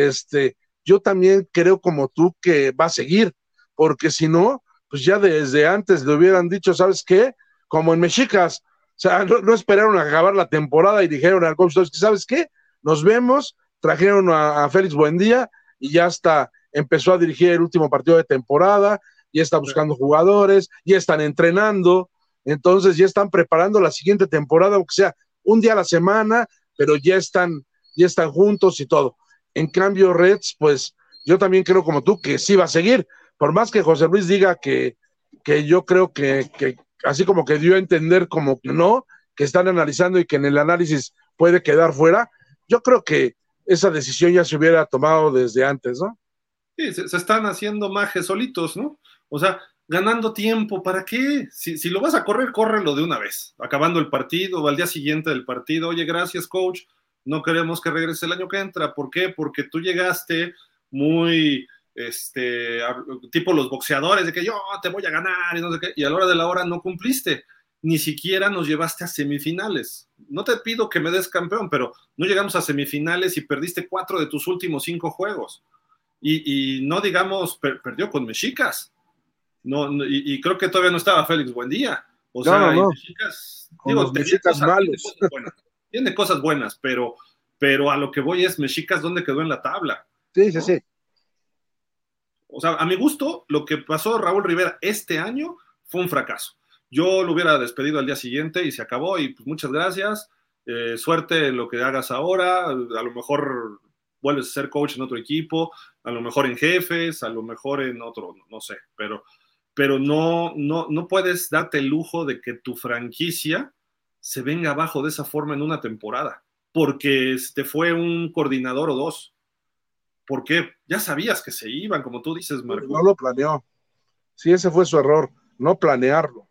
Speaker 2: yo también creo como tú que va a seguir, porque si no, pues ya desde antes le hubieran dicho, ¿sabes qué? Como en Mexicas, o sea, no esperaron a acabar la temporada y dijeron al coach, ¿sabes qué? Nos vemos, trajeron a Félix Buendía y ya hasta empezó a dirigir el último partido de temporada, ya está buscando jugadores, ya están entrenando, entonces ya están preparando la siguiente temporada, aunque sea un día a la semana, pero ya están juntos y todo. En cambio, Reds, pues yo también creo como tú que sí va a seguir, por más que José Luis diga que yo creo que así como que dio a entender como que no, que están analizando y que en el análisis puede quedar fuera, yo creo que esa decisión ya se hubiera tomado desde antes, ¿no?
Speaker 1: Sí, se están haciendo majes solitos, ¿no? O sea, ganando tiempo, ¿para qué? Si lo vas a correr, córrelo de una vez, acabando el partido o al día siguiente del partido. Oye, gracias, coach, no queremos que regrese el año que entra. ¿Por qué? Porque tú llegaste muy, tipo los boxeadores, de que yo te voy a ganar y no sé qué, y a la hora de la hora no cumpliste. Ni siquiera nos llevaste a semifinales. No te pido que me des campeón, pero no llegamos a semifinales y perdiste 4 de tus últimos 5 juegos. Y no digamos, perdió con Mexicas. y creo que todavía no estaba Félix Buendía. O
Speaker 2: No,
Speaker 1: sea, y
Speaker 2: no.
Speaker 1: Mexicas,
Speaker 2: Con los mexicas malos.
Speaker 1: Tiene cosas buenas, pero a lo que voy es Mexicas, ¿dónde quedó en la tabla?
Speaker 2: Sí, sí,
Speaker 1: ¿no?
Speaker 2: sí.
Speaker 1: O sea, a mi gusto, lo que pasó Raúl Rivera este año fue un fracaso. Yo lo hubiera despedido al día siguiente y se acabó, y pues muchas gracias. Suerte en lo que hagas ahora. A lo mejor vuelves a ser coach en otro equipo, a lo mejor en Jefes, a lo mejor en otro, no sé, pero no puedes darte el lujo de que tu franquicia se venga abajo de esa forma en una temporada, porque te fue un coordinador o dos. Porque ya sabías que se iban, como tú dices, Marco.
Speaker 2: No lo planeó. Sí, ese fue su error, no planearlo.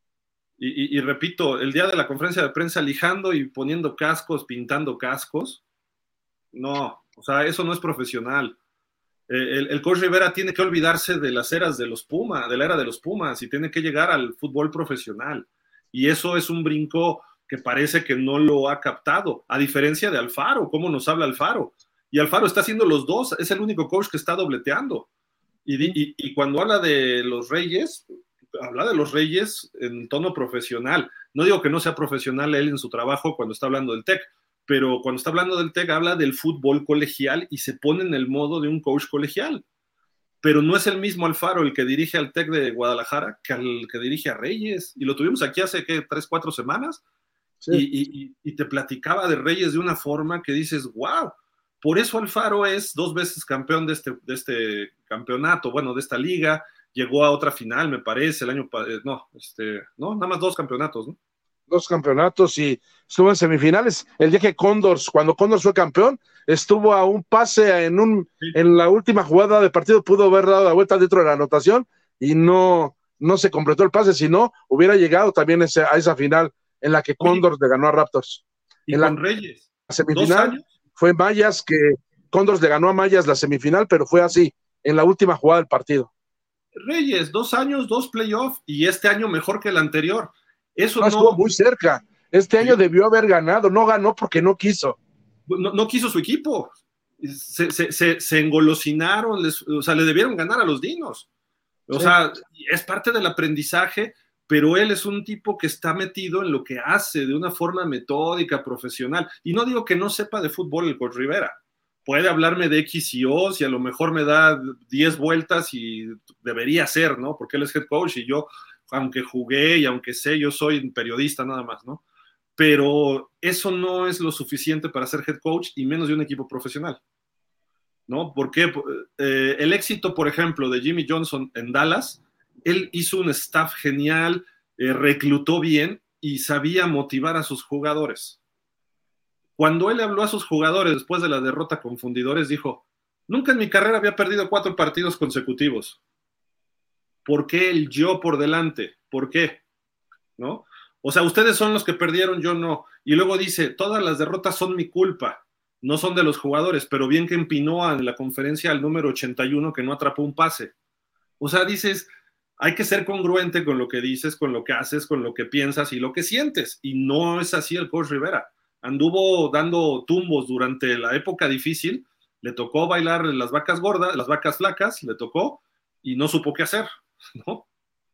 Speaker 1: Y repito, el día de la conferencia de prensa lijando y poniendo cascos, pintando cascos, no, o sea, eso no es profesional. El coach Rivera tiene que olvidarse de las eras de los Pumas, de la era de los Pumas, y tiene que llegar al fútbol profesional. Y eso es un brinco que parece que no lo ha captado, a diferencia de Alfaro, cómo nos habla Alfaro. Y Alfaro está haciendo los dos, es el único coach que está dobleteando. Y cuando habla de los Reyes, habla de los Reyes en tono profesional. No digo que no sea profesional él en su trabajo cuando está hablando del TEC, pero cuando está hablando del TEC habla del fútbol colegial y se pone en el modo de un coach colegial. Pero no es el mismo Alfaro el que dirige al TEC de Guadalajara que el que dirige a Reyes. Y lo tuvimos aquí hace, ¿qué? 3, 4 semanas. Sí. Y te platicaba de Reyes de una forma que dices, wow. Por eso Alfaro es 2 veces campeón de este campeonato, bueno, de esta liga. Llegó a otra final, me parece, el año no, nada más 2 campeonatos, ¿no?
Speaker 2: 2 campeonatos y estuvo en semifinales. El día que cuando Condors fue campeón, estuvo a un pase en la última jugada de partido, pudo haber dado la vuelta dentro de la anotación y no se completó el pase, si no, hubiera llegado también a esa final en la que Condors le ganó a Raptors.
Speaker 1: Y
Speaker 2: en
Speaker 1: con Reyes,
Speaker 2: la semifinal fue Mayas, que Condors le ganó a Mayas la semifinal, pero fue así, en la última jugada del partido.
Speaker 1: Reyes, 2 años, 2 playoffs, y este año mejor que el anterior. Eso no
Speaker 2: estuvo muy cerca. Este año debió haber ganado, no ganó porque no quiso.
Speaker 1: No quiso su equipo. Se engolosinaron, o sea, le debieron ganar a los Dinos. O sea, es parte del aprendizaje, pero él es un tipo que está metido en lo que hace de una forma metódica, profesional. Y no digo que no sepa de fútbol el coach Rivera. Puede hablarme de X y O, y a lo mejor me da 10 vueltas y debería ser, ¿no? Porque él es head coach y yo, aunque jugué y aunque sé, yo soy periodista nada más, ¿no? Pero eso no es lo suficiente para ser head coach y menos de un equipo profesional, ¿no? Porque el éxito, por ejemplo, de Jimmy Johnson en Dallas, él hizo un staff genial, reclutó bien y sabía motivar a sus jugadores. Cuando él habló a sus jugadores después de la derrota con Fundidores, dijo, nunca en mi carrera había perdido 4 partidos consecutivos. ¿Por qué el yo por delante? ¿Por qué? ¿No? O sea, ustedes son los que perdieron, yo no. Y luego dice, todas las derrotas son mi culpa, no son de los jugadores, pero bien que empinó en la conferencia al número 81 que no atrapó un pase. O sea, dices, hay que ser congruente con lo que dices, con lo que haces, con lo que piensas y lo que sientes. Y no es así el coach Rivera. Anduvo dando tumbos durante la época difícil, le tocó bailar las vacas gordas, las vacas flacas, le tocó y no supo qué hacer, ¿no?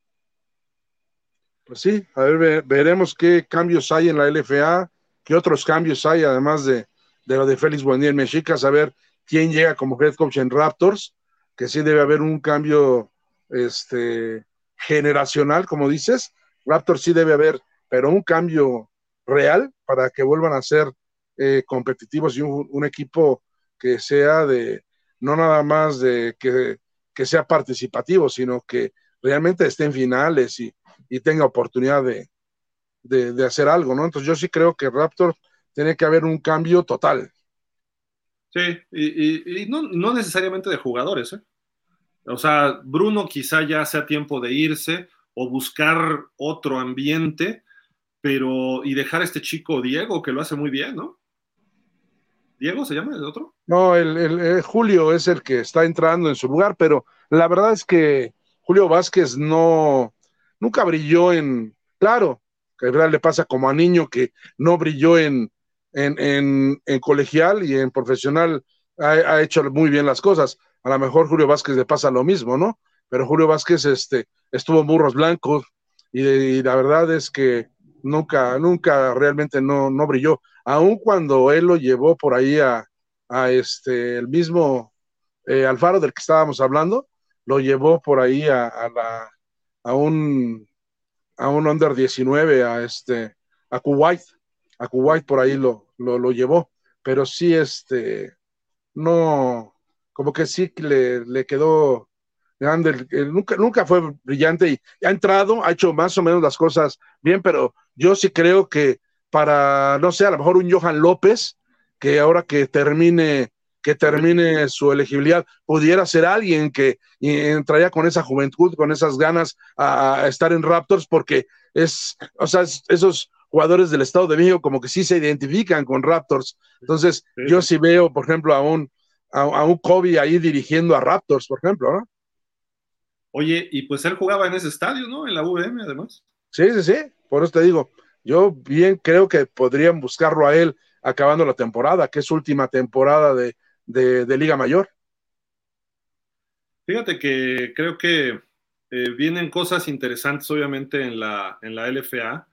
Speaker 2: Pues sí, a ver, veremos qué cambios hay en la LFA, qué otros cambios hay, además de lo de Félix Buendía en Mexicas, a ver quién llega como head coach en Raptors, que sí debe haber un cambio generacional, como dices. Raptors sí debe haber, pero un cambio real para que vuelvan a ser competitivos y un equipo que sea no nada más de que sea participativo, sino que realmente esté en finales y tenga oportunidad de hacer algo, ¿no? Entonces yo sí creo que Raptors tiene que haber un cambio total.
Speaker 1: Sí, y no necesariamente de jugadores, ¿eh? O sea, Bruno quizá ya sea tiempo de irse o buscar otro ambiente, y dejar a este chico Diego, que lo hace muy bien, ¿no? ¿Diego se llama el otro?
Speaker 2: No, el Julio es el que está entrando en su lugar, pero la verdad es que Julio Vázquez nunca brilló claro, que le pasa como a Niño que no brilló en colegial y en profesional ha hecho muy bien las cosas. A lo mejor Julio Vázquez le pasa lo mismo, ¿no? pero Julio Vázquez estuvo en Burros Blancos y la verdad es que nunca realmente no brilló, aun cuando él lo llevó por ahí a el mismo Alfaro del que estábamos hablando, lo llevó por ahí a un under 19, a Kuwait por ahí lo llevó, pero sí, no, como que sí le quedó grande, nunca fue brillante y ha entrado, ha hecho más o menos las cosas bien, pero yo sí creo que para, no sé, a lo mejor un Johan López, que ahora que termine su elegibilidad, pudiera ser alguien que entraría con esa juventud, con esas ganas a estar en Raptors, porque esos jugadores del Estado de México como que sí se identifican con Raptors. Entonces, yo sí veo, por ejemplo, a un Kobe ahí dirigiendo a Raptors, por ejemplo, ¿no?
Speaker 1: Oye, y pues él jugaba en ese estadio, ¿no? En la UVM, además.
Speaker 2: Sí, por eso te digo, yo bien creo que podrían buscarlo a él acabando la temporada, que es su última temporada de Liga Mayor.
Speaker 1: Fíjate que creo que vienen cosas interesantes, obviamente, en la LFA,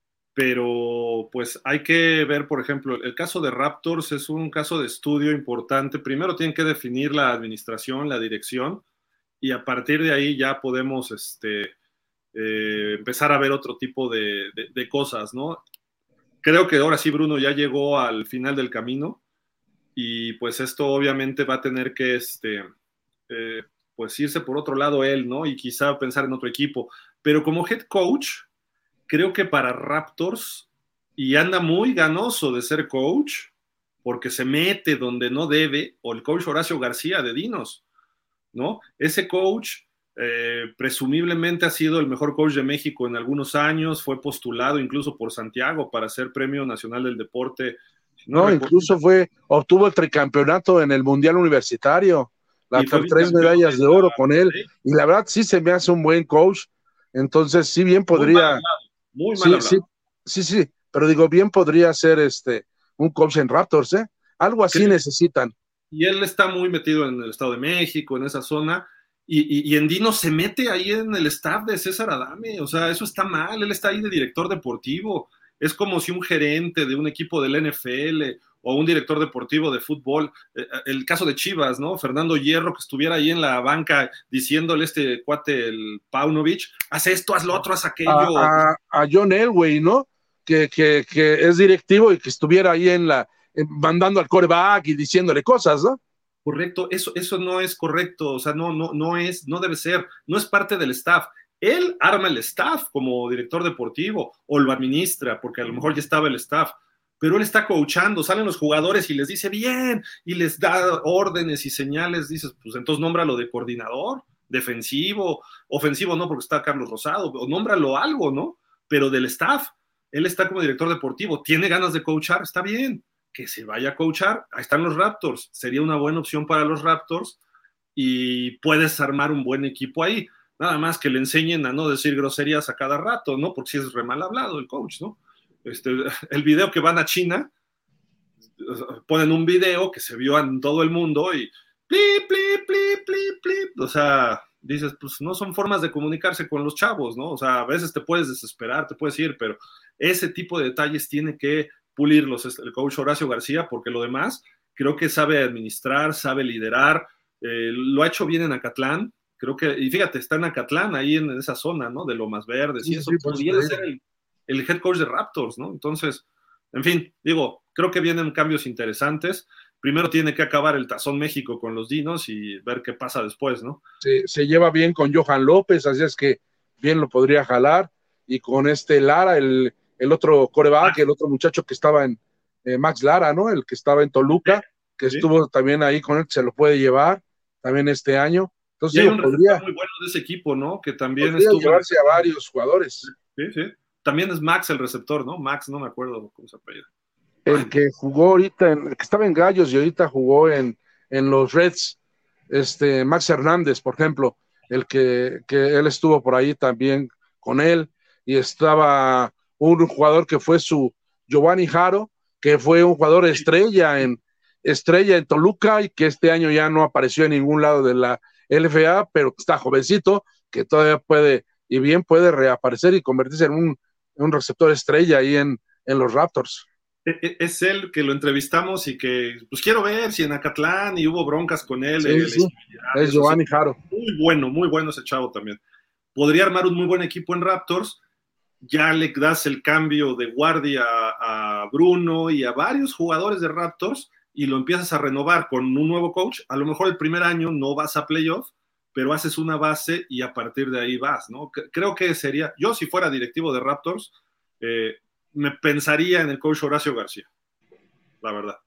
Speaker 1: pero pues hay que ver, por ejemplo, el caso de Raptors es un caso de estudio importante. Primero tienen que definir la administración, la dirección, y a partir de ahí ya podemos empezar a ver otro tipo de cosas, ¿no? Creo que ahora sí Bruno ya llegó al final del camino y pues esto obviamente va a tener que eh, pues irse por otro lado él, ¿no? Y quizá pensar en otro equipo. Pero como head coach, creo que para Raptors, y anda muy ganoso de ser coach, porque se mete donde no debe, o el coach Horacio García de Dinos, ¿no? Ese coach presumiblemente ha sido el mejor coach de México en algunos años, fue postulado incluso por Santiago para ser Premio Nacional del Deporte.
Speaker 2: No, incluso obtuvo el tricampeonato en el Mundial Universitario, las 3 medallas de oro con él, y la verdad sí se me hace un buen coach, entonces sí bien podría,
Speaker 1: muy mal hablado.
Speaker 2: Sí, pero digo, bien podría ser un coach en Raptors, algo así necesitan.
Speaker 1: Y él está muy metido en el Estado de México, en esa zona, y en Dino se mete ahí en el staff de César Adame, o sea, eso está mal, él está ahí de director deportivo, es como si un gerente de un equipo del NFL o un director deportivo de fútbol, el caso de Chivas, ¿no? Fernando Hierro, que estuviera ahí en la banca diciéndole este cuate, el Paunovic, haz esto, haz lo otro, haz aquello.
Speaker 2: A John Elway, ¿no? Que es directivo y que estuviera ahí mandando al quarterback y diciéndole cosas, ¿no?
Speaker 1: Correcto, eso no es correcto, o sea, no debe ser, no es parte del staff. Él arma el staff como director deportivo o lo administra, porque a lo mejor ya estaba el staff, pero él está coachando, salen los jugadores y les dice bien, y les da órdenes y señales, dices, pues entonces nómbralo de coordinador, defensivo, ofensivo no, porque está Carlos Rosado, o nómbralo algo, ¿no? Pero del staff, él está como director deportivo, tiene ganas de coachar, está bien, que se vaya a coachar, ahí están los Raptors, sería una buena opción para los Raptors y puedes armar un buen equipo ahí, nada más que le enseñen a no decir groserías a cada rato, ¿no? Porque si es re mal hablado el coach, ¿no? El video que van a China, ponen un video que se vio en todo el mundo y plip, plip, plip, plip, plip, o sea, dices, pues no son formas de comunicarse con los chavos, ¿no? O sea, a veces te puedes desesperar, te puedes ir, pero ese tipo de detalles tiene que pulirlos el coach Horacio García, porque lo demás creo que sabe administrar, sabe liderar, lo ha hecho bien en Acatlán, creo que, y fíjate, está en Acatlán, ahí en esa zona, ¿no? De Lomas Verdes, sí, y eso podría ser el head coach de Raptors, ¿no? Entonces, en fin, digo, creo que vienen cambios interesantes. Primero tiene que acabar el Tazón México con los Dinos y ver qué pasa después, ¿no?
Speaker 2: Se lleva bien con Johan López, así es que bien lo podría jalar, y con Lara, el otro coreback, el otro muchacho que estaba en Max Lara, ¿no? El que estaba en Toluca, que estuvo también ahí con él, se lo puede llevar también este año. Entonces,
Speaker 1: y hay un receptor muy bueno de ese equipo, ¿no? Que también estuvo
Speaker 2: llevarse a varios jugadores.
Speaker 1: Sí. También es Max el receptor, ¿no? Max, no me acuerdo cómo se apellida.
Speaker 2: El que jugó ahorita, el que estaba en Gallos y ahorita jugó en los Reds, Max Hernández, por ejemplo, el que él estuvo por ahí también con él, y estaba un jugador que fue Giovanni Jaro, que fue un jugador estrella en Toluca y que este año ya no apareció en ningún lado de la LFA, pero está jovencito, que todavía puede, y bien puede reaparecer y convertirse en un receptor estrella ahí en los Raptors.
Speaker 1: Es él que lo entrevistamos y que, pues quiero ver si en Acatlán y hubo broncas con él.
Speaker 2: Sí. Es Giovanni Jaro.
Speaker 1: Muy bueno ese chavo también. Podría armar un muy buen equipo en Raptors. Ya le das el cambio de guardia a Bruno y a varios jugadores de Raptors y lo empiezas a renovar con un nuevo coach. A lo mejor el primer año no vas a playoff, pero haces una base y a partir de ahí vas, ¿no? Creo que sería, yo si fuera directivo de Raptors, me pensaría en el coach Horacio García, la verdad.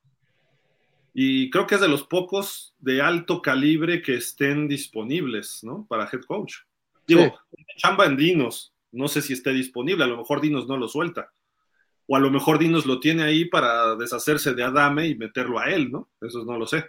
Speaker 1: Y creo que es de los pocos de alto calibre que estén disponibles, ¿no? Para head coach. Digo, chamba en Dinos, no sé si esté disponible, a lo mejor Dinos no lo suelta. O a lo mejor Dinos lo tiene ahí para deshacerse de Adame y meterlo a él, ¿no? Eso no lo sé.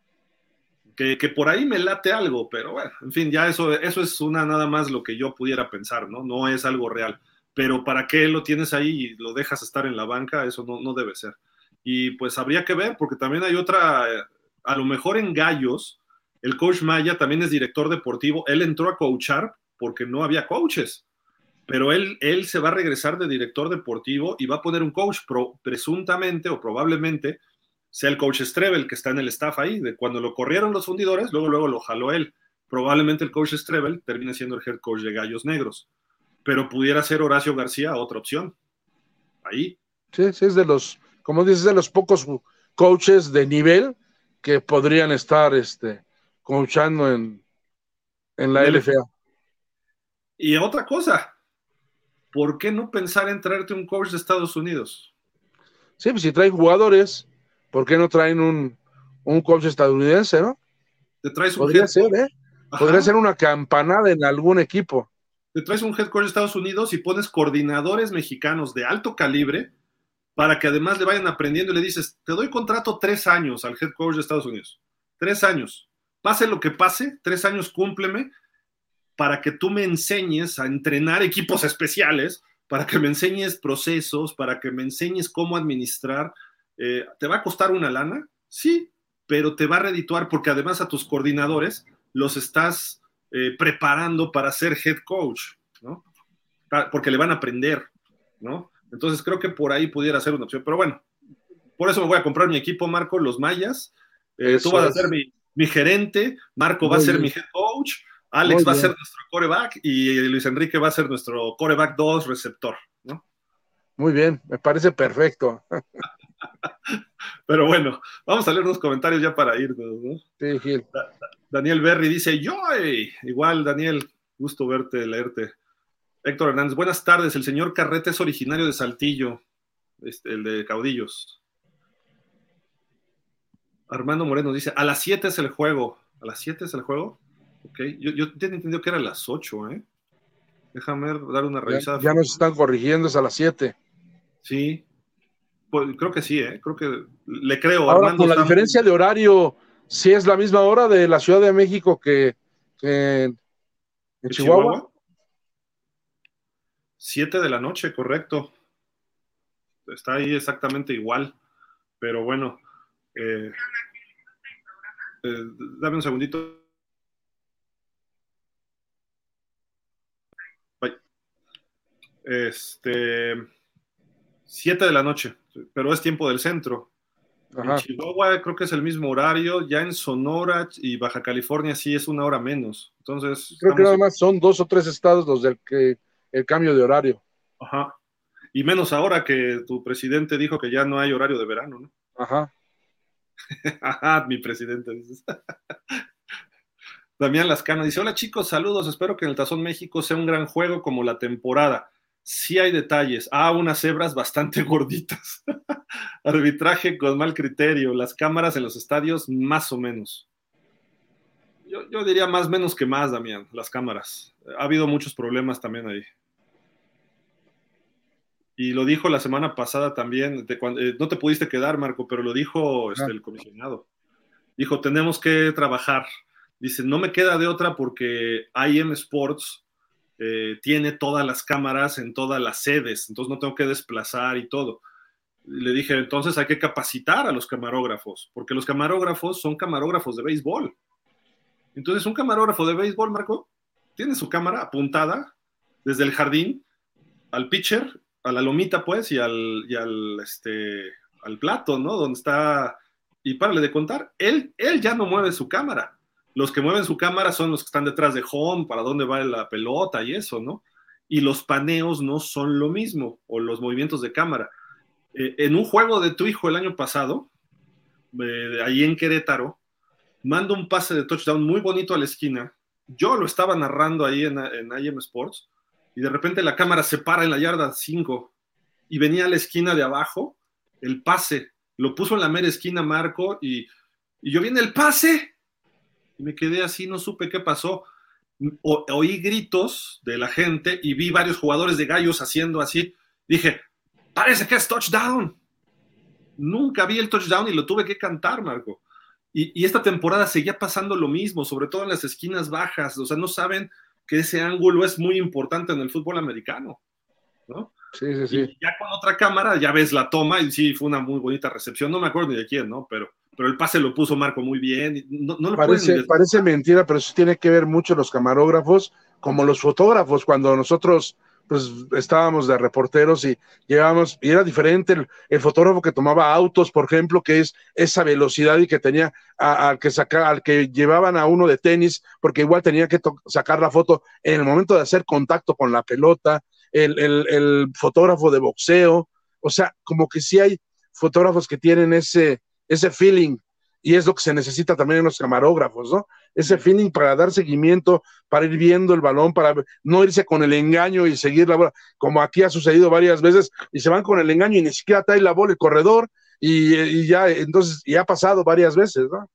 Speaker 1: Que por ahí me late algo, pero bueno, en fin, ya eso es una nada más lo que yo pudiera pensar, ¿no? No es algo real. Pero ¿para qué lo tienes ahí y lo dejas estar en la banca? Eso no debe ser. Y pues habría que ver, porque también hay otra, a lo mejor en Gallos, el coach Maya también es director deportivo, él entró a coachar porque no había coaches, pero él se va a regresar de director deportivo y va a poner un coach, presuntamente o probablemente sea el coach Strebel, que está en el staff ahí, de cuando lo corrieron los fundidores, luego lo jaló él. Probablemente el coach Strebel termine siendo el head coach de Gallos Negros, pero pudiera ser Horacio García otra opción. Ahí.
Speaker 2: Sí, es de los, como dices, de los pocos coaches de nivel que podrían estar coachando en la LFA.
Speaker 1: Y otra cosa, ¿por qué no pensar en traerte un coach de Estados Unidos?
Speaker 2: Sí, pues si traen jugadores, ¿por qué no traen un coach estadounidense, no?
Speaker 1: Te traes un
Speaker 2: Podría ser, ¿eh? Podría ser una campanada en algún equipo.
Speaker 1: Te traes un head coach de Estados Unidos y pones coordinadores mexicanos de alto calibre para que además le vayan aprendiendo y le dices, te doy contrato 3 años al head coach de Estados Unidos. 3 años. Pase lo que pase, 3 años cúmpleme para que tú me enseñes a entrenar equipos especiales, para que me enseñes procesos, para que me enseñes cómo administrar. ¿Te va a costar una lana? Sí, pero te va a redituar porque además a tus coordinadores los estás preparando para ser head coach, ¿no? Porque le van a aprender, ¿no? Entonces creo que por ahí pudiera ser una opción. Pero bueno, por eso me voy a comprar mi equipo, Marco, los Mayas. Tú vas a ser mi gerente, Marco va a ser mi head coach, Alex va a ser nuestro quarterback y Luis Enrique va a ser nuestro quarterback 2 receptor, ¿no?
Speaker 2: Muy bien, me parece perfecto.
Speaker 1: Pero bueno, vamos a leer unos comentarios ya para irnos, ¿no?
Speaker 2: Sí, Gil.
Speaker 1: Daniel Berry dice, ¡Yoy! Igual, Daniel, gusto verte, leerte. Héctor Hernández, buenas tardes, el señor Carrete es originario de Saltillo, el de Caudillos. Armando Moreno dice, a las 7 es el juego. ¿A las 7 es el juego? Ok, yo tenía entendido que era a las 8, ¿eh? Déjame dar una revisada.
Speaker 2: Ya nos están corrigiendo, es a las 7.
Speaker 1: Sí, pues creo que sí, ¿eh? Creo que le creo.
Speaker 2: Ahora,
Speaker 1: Armando,
Speaker 2: con la diferencia de horario, ¿sí es la misma hora de la Ciudad de México que en Chihuahua?
Speaker 1: 7 de la noche, correcto. Está ahí exactamente igual. Pero bueno, dame un segundito. 7 de la noche, pero es tiempo del centro. Ajá. En Chihuahua creo que es el mismo horario, ya en Sonora y Baja California sí es una hora menos. Entonces
Speaker 2: creo que nada más son 2 o 3 estados los del que el cambio de horario.
Speaker 1: Ajá. Y menos ahora que tu presidente dijo que ya no hay horario de verano, ¿no?
Speaker 2: Ajá.
Speaker 1: Ajá, mi presidente. Damián Lascano dice, hola chicos, saludos, espero que en el Tazón México sea un gran juego como la temporada. Sí hay detalles. Unas cebras bastante gorditas. Arbitraje con mal criterio. Las cámaras en los estadios, más o menos. Yo diría más menos que más, Damián, las cámaras. Ha habido muchos problemas también ahí. Y lo dijo la semana pasada también, no te pudiste quedar, Marco, pero lo dijo el comisionado. Dijo, tenemos que trabajar. Dice, no me queda de otra porque IM Sports tiene todas las cámaras en todas las sedes, entonces no tengo que desplazar y todo. Le dije, entonces hay que capacitar a los camarógrafos, porque los camarógrafos son camarógrafos de béisbol. Entonces, un camarógrafo de béisbol, Marco, tiene su cámara apuntada desde el jardín al pitcher, a la lomita, pues, al plato, ¿no? Donde está, y párale de contar, él ya no mueve su cámara. Los que mueven su cámara son los que están detrás de home, para dónde va la pelota y eso, ¿no? Y los paneos no son lo mismo, o los movimientos de cámara. En un juego de tu hijo el año pasado, ahí en Querétaro, manda un pase de touchdown muy bonito a la esquina. Yo lo estaba narrando ahí en IM Sports, y de repente la cámara se para en la yarda 5 y venía a la esquina de abajo el pase. Lo puso en la mera esquina Marco y yo vi en el pase y me quedé así, no supe qué pasó. Oí gritos de la gente y vi varios jugadores de Gallos haciendo así. Dije, parece que es touchdown. Nunca vi el touchdown y lo tuve que cantar, Marco. Y esta temporada seguía pasando lo mismo, sobre todo en las esquinas bajas. O sea, no saben que ese ángulo es muy importante en el fútbol americano, ¿no?
Speaker 2: Sí, sí, sí.
Speaker 1: Y ya con otra cámara ya ves la toma y sí, fue una muy bonita recepción. No me acuerdo ni de quién, ¿no? Pero el pase lo puso Marco muy bien. No lo
Speaker 2: parece mentira, pero eso tiene que ver mucho los camarógrafos, como los fotógrafos, cuando nosotros pues estábamos de reporteros y llevábamos, y era diferente el fotógrafo que tomaba autos, por ejemplo, que es esa velocidad y que tenía al que llevaban a uno de tenis, porque igual tenía que sacar la foto en el momento de hacer contacto con la pelota, el fotógrafo de boxeo, o sea, como que sí hay fotógrafos que tienen ese feeling, y es lo que se necesita también en los camarógrafos, ¿no? Ese feeling para dar seguimiento, para ir viendo el balón, para no irse con el engaño y seguir la bola, como aquí ha sucedido varias veces, y se van con el engaño y ni siquiera trae la bola el corredor, y ya, entonces, y ha pasado varias veces, ¿no?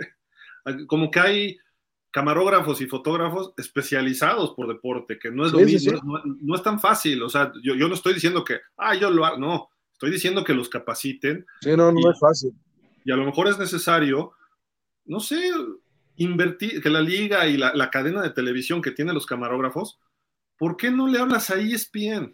Speaker 1: Como que hay camarógrafos y fotógrafos especializados por deporte, que no es lo mismo, sí. No es tan fácil, o sea, yo no estoy diciendo que, yo lo hago, no, estoy diciendo que los capaciten.
Speaker 2: Sí, no es fácil.
Speaker 1: Y a lo mejor es necesario, no sé, invertir, que la liga y la cadena de televisión que tiene los camarógrafos, ¿por qué no le hablas a ESPN?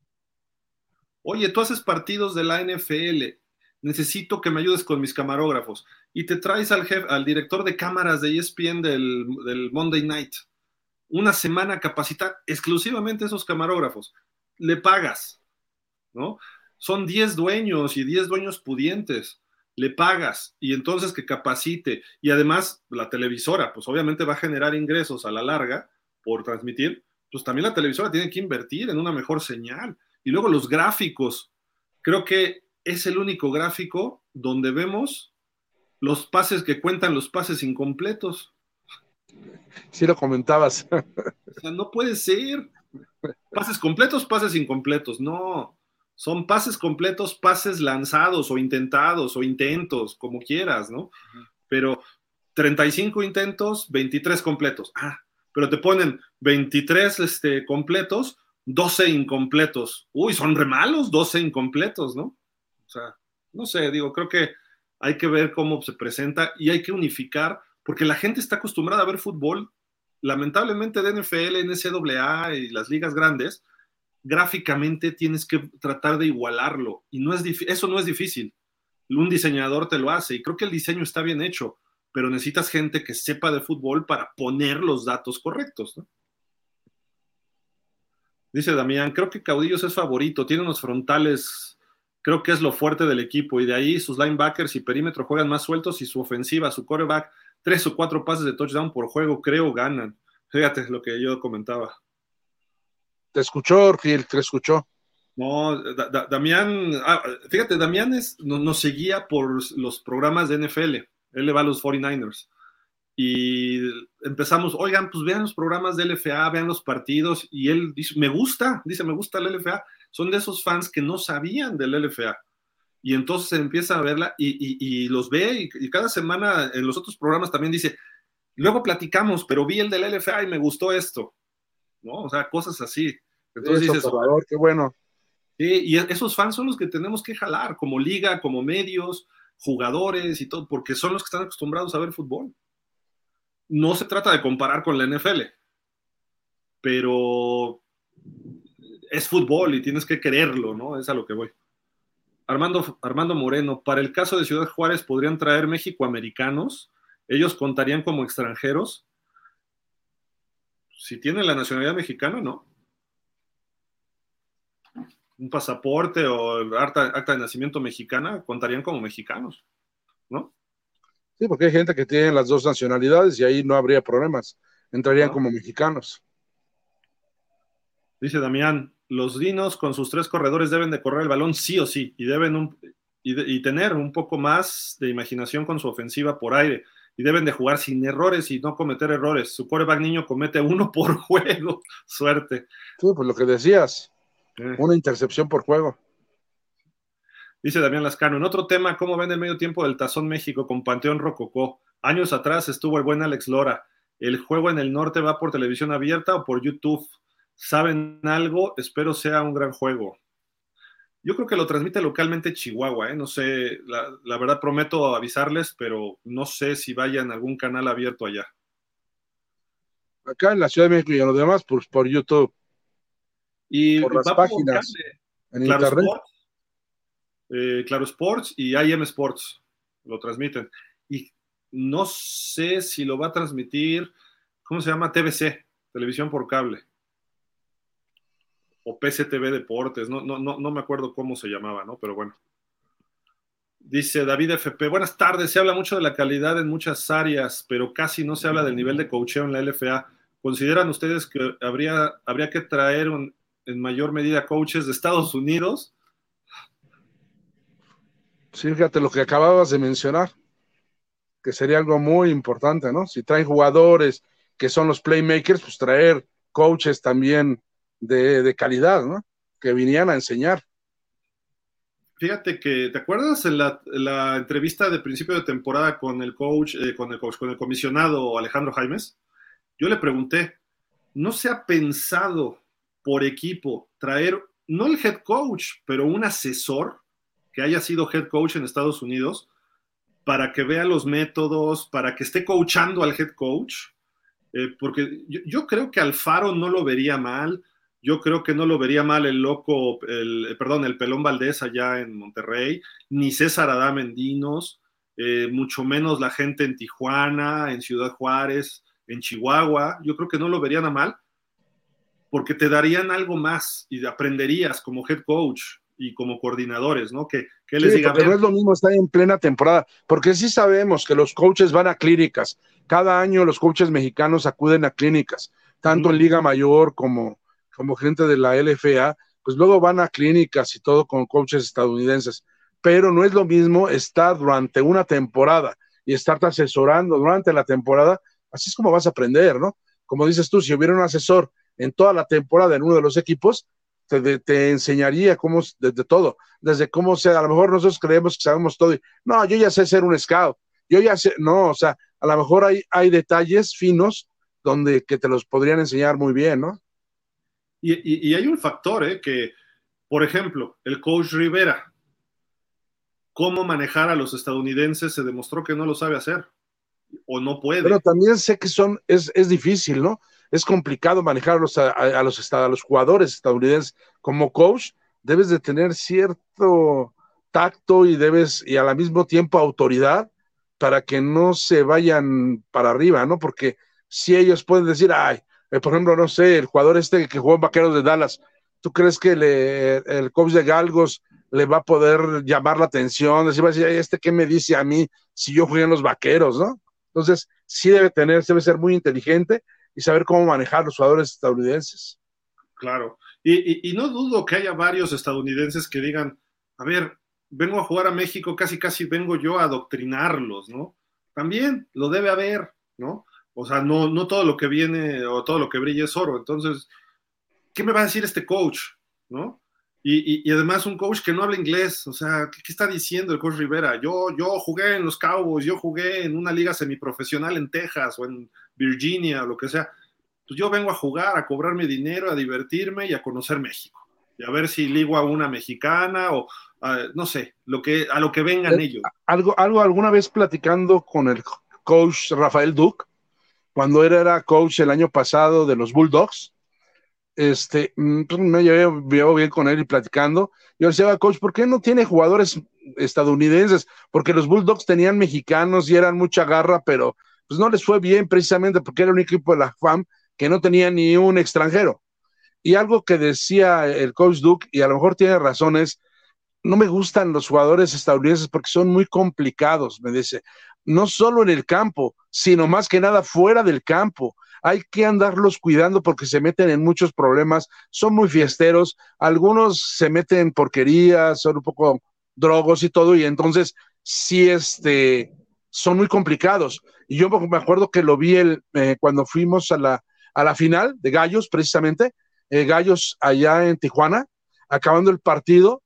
Speaker 1: Oye, tú haces partidos de la NFL, necesito que me ayudes con mis camarógrafos. Y te traes al director de cámaras de ESPN del Monday Night. Una semana a capacitar exclusivamente esos camarógrafos. Le pagas, ¿no? Son 10 dueños y 10 dueños pudientes. Le pagas y entonces que capacite. Y además la televisora, pues obviamente va a generar ingresos a la larga por transmitir. Pues también la televisora tiene que invertir en una mejor señal. Y luego los gráficos. Creo que es el único gráfico donde vemos los pases que cuentan los pases incompletos.
Speaker 2: Sí lo comentabas.
Speaker 1: O sea, no puede ser. Pases completos, pases incompletos. No. Son pases completos, pases lanzados o intentados o intentos, como quieras, ¿no? Pero 35 intentos, 23 completos. Pero te ponen 23 completos, 12 incompletos. Uy, son re malos, 12 incompletos, ¿no? O sea, no sé, creo que hay que ver cómo se presenta y hay que unificar, porque la gente está acostumbrada a ver fútbol, lamentablemente de NFL, NCAA y las ligas grandes. Gráficamente tienes que tratar de igualarlo y eso no es difícil. Un diseñador te lo hace y creo que el diseño está bien hecho, pero necesitas gente que sepa de fútbol para poner los datos correctos, ¿no? Dice Damián, creo que Caudillos es favorito, tiene unos frontales, creo que es lo fuerte del equipo y de ahí sus linebackers y perímetro juegan más sueltos y su ofensiva, su quarterback, 3 o 4 pases de touchdown por juego, creo ganan. Fíjate lo que yo comentaba.
Speaker 2: Te escuchó, Gil, te escuchó.
Speaker 1: No, Damián, fíjate, Damián nos seguía por los programas de NFL, él le va a los 49ers, y empezamos, oigan, pues vean los programas de LFA, vean los partidos, y él dice, me gusta el LFA, son de esos fans que no sabían del LFA, y entonces empieza a verla, y los ve, y cada semana en los otros programas también dice, luego platicamos, pero vi el del LFA y me gustó esto, ¿no? O sea, cosas así. Entonces
Speaker 2: eso,
Speaker 1: dices,
Speaker 2: qué bueno.
Speaker 1: Sí, y esos fans son los que tenemos que jalar, como liga, como medios, jugadores y todo, porque son los que están acostumbrados a ver fútbol. No se trata de comparar con la NFL, pero es fútbol y tienes que quererlo, ¿no? Es a lo que voy. Armando Moreno, para el caso de Ciudad Juárez, ¿podrían traer mexicoamericanos? ellos contarían como extranjeros. Si tienen la nacionalidad mexicana, ¿no? Un pasaporte o acta de nacimiento mexicana, contarían como mexicanos, ¿no?
Speaker 2: Sí, porque hay gente que tiene las dos nacionalidades y ahí no habría problemas. Entrarían
Speaker 1: ¿No?
Speaker 2: como mexicanos.
Speaker 1: Dice Damián, los Dinos con sus 3 corredores deben de correr el balón sí o sí y deben tener un poco más de imaginación con su ofensiva por aire y deben de jugar sin errores y no cometer errores. Su quarterback niño comete 1 por juego. Suerte.
Speaker 2: Sí, pues lo que decías, una intercepción por juego.
Speaker 1: Dice Damián Lascano, en otro tema, ¿cómo ven el medio tiempo del Tazón México con Panteón Rococó? Años atrás estuvo el buen Alex Lora. ¿El juego en el norte va por televisión abierta o por YouTube? ¿Saben algo? Espero sea un gran juego. Yo creo que lo transmite localmente Chihuahua, ¿eh? No sé, la verdad prometo avisarles, pero no sé si vayan a algún canal abierto allá.
Speaker 2: Acá en la Ciudad de México y en los demás, pues por YouTube.
Speaker 1: Y
Speaker 2: por las
Speaker 1: va por
Speaker 2: páginas
Speaker 1: cable.
Speaker 2: en
Speaker 1: Claro
Speaker 2: internet.
Speaker 1: Claro Sports y IM Sports lo transmiten. Y no sé si lo va a transmitir, ¿cómo se llama? TVC, Televisión por Cable. O PCTV Deportes, no me acuerdo cómo se llamaba, ¿no? Pero bueno. Dice David FP, buenas tardes, se habla mucho de la calidad en muchas áreas, pero casi no se habla del nivel de coacheo en la LFA. ¿Consideran ustedes que habría que traer en mayor medida coaches de Estados Unidos?
Speaker 2: Sí, fíjate lo que acababas de mencionar, que sería algo muy importante, ¿no? Si traen jugadores que son los playmakers, pues traer coaches también de calidad, ¿no? Que vinieran a enseñar.
Speaker 1: Fíjate que, ¿te acuerdas en la entrevista de principio de temporada con el comisionado Alejandro Jaimes? Yo le pregunté, ¿no se ha pensado por equipo traer, no el head coach, pero un asesor que haya sido head coach en Estados Unidos para que vea los métodos, para que esté coachando al head coach? Porque yo creo que Alfaro no lo vería mal. Yo creo que no lo vería mal el Pelón Valdés allá en Monterrey, ni César Adame en Dinos, mucho menos la gente en Tijuana, en Ciudad Juárez, en Chihuahua. Yo creo que no lo verían a mal, porque te darían algo más y aprenderías como head coach y como coordinadores, ¿no? Que les diga,
Speaker 2: porque no es lo mismo estar en plena temporada, porque sí sabemos que los coaches van a clínicas. Cada año los coaches mexicanos acuden a clínicas, tanto en Liga Mayor como gente de la LFA, pues luego van a clínicas y todo con coaches estadounidenses, pero no es lo mismo estar durante una temporada y estarte asesorando durante la temporada, así es como vas a aprender, ¿no? Como dices tú, si hubiera un asesor en toda la temporada en uno de los equipos, te enseñaría cómo, desde todo, desde cómo sea, a lo mejor nosotros creemos que sabemos todo, y, no, yo ya sé ser un scout, yo ya sé, no, o sea, a lo mejor hay detalles finos donde que te los podrían enseñar muy bien, ¿no?
Speaker 1: Y hay un factor, que, por ejemplo, el coach Rivera, cómo manejar a los estadounidenses se demostró que no lo sabe hacer o no puede.
Speaker 2: Pero también sé que es difícil, ¿no? Es complicado manejar a los jugadores estadounidenses. Como coach, debes de tener cierto tacto y al mismo tiempo autoridad para que no se vayan para arriba, ¿no? Porque si ellos pueden decir, por ejemplo, no sé, el jugador que jugó en Vaqueros de Dallas, ¿tú crees que el coach de Galgos le va a poder llamar la atención? Decir, ¿qué me dice a mí si yo jugué en los Vaqueros, ¿no? Entonces, sí debe ser muy inteligente y saber cómo manejar los jugadores estadounidenses.
Speaker 1: Claro. Y no dudo que haya varios estadounidenses que digan, a ver, vengo a jugar a México, casi vengo yo a adoctrinarlos, ¿no? También lo debe haber, ¿no? O sea, no todo lo que viene o todo lo que brilla es oro. Entonces, ¿qué me va a decir este coach, ¿no? Y además un coach que no habla inglés, o sea, ¿qué está diciendo el coach Rivera? Yo jugué en los Cowboys, yo jugué en una liga semiprofesional en Texas o en Virginia o lo que sea. Pues yo vengo a jugar, a cobrarme dinero, a divertirme y a conocer México. Y a ver si ligo a una mexicana o no sé, a lo que vengan ellos.
Speaker 2: Alguna vez platicando con el coach Rafael Duke, cuando era coach el año pasado de los Bulldogs, pues me llevo bien con él y platicando. Yo le decía, coach, ¿por qué no tiene jugadores estadounidenses? Porque los Bulldogs tenían mexicanos y eran mucha garra, pero pues no les fue bien precisamente porque era un equipo de la FAM que no tenía ni un extranjero. Y algo que decía el coach Duke, y a lo mejor tiene razón, es, no me gustan los jugadores estadounidenses porque son muy complicados, me dice, no solo en el campo, sino más que nada fuera del campo. Hay que andarlos cuidando porque se meten en muchos problemas, son muy fiesteros, algunos se meten en porquerías, son un poco drogos y todo, y entonces sí, son muy complicados. Y yo me acuerdo que lo vi cuando fuimos a la final de Gallos, precisamente, Gallos allá en Tijuana, acabando el partido,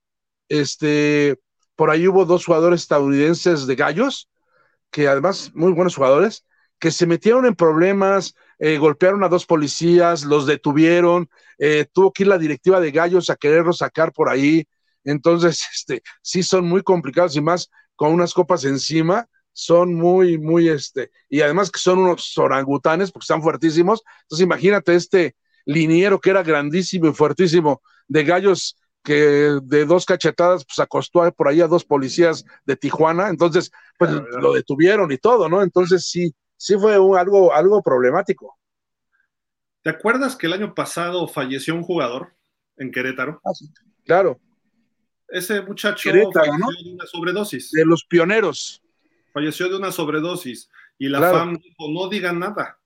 Speaker 2: por ahí hubo dos jugadores estadounidenses de Gallos, que además muy buenos jugadores, que se metieron en problemas, golpearon a dos policías, los detuvieron, tuvo que ir la directiva de Gallos a quererlos sacar por ahí. Entonces, sí son muy complicados y más con unas copas encima, son muy, muy, y además que son unos orangutanes porque están fuertísimos. Entonces, imagínate liniero que era grandísimo y fuertísimo de Gallos, que de dos cachetadas pues acostó por ahí a dos policías de Tijuana, entonces pues lo detuvieron y todo, ¿no? Entonces sí fue algo problemático.
Speaker 1: ¿Te acuerdas que el año pasado falleció un jugador en Querétaro?
Speaker 2: Ah, sí, claro.
Speaker 1: Ese muchacho
Speaker 2: Querétaro,
Speaker 1: falleció,
Speaker 2: ¿no?
Speaker 1: de una sobredosis.
Speaker 2: De los pioneros.
Speaker 1: Falleció de una sobredosis y la
Speaker 2: Claro.
Speaker 1: FAM dijo, no digan nada.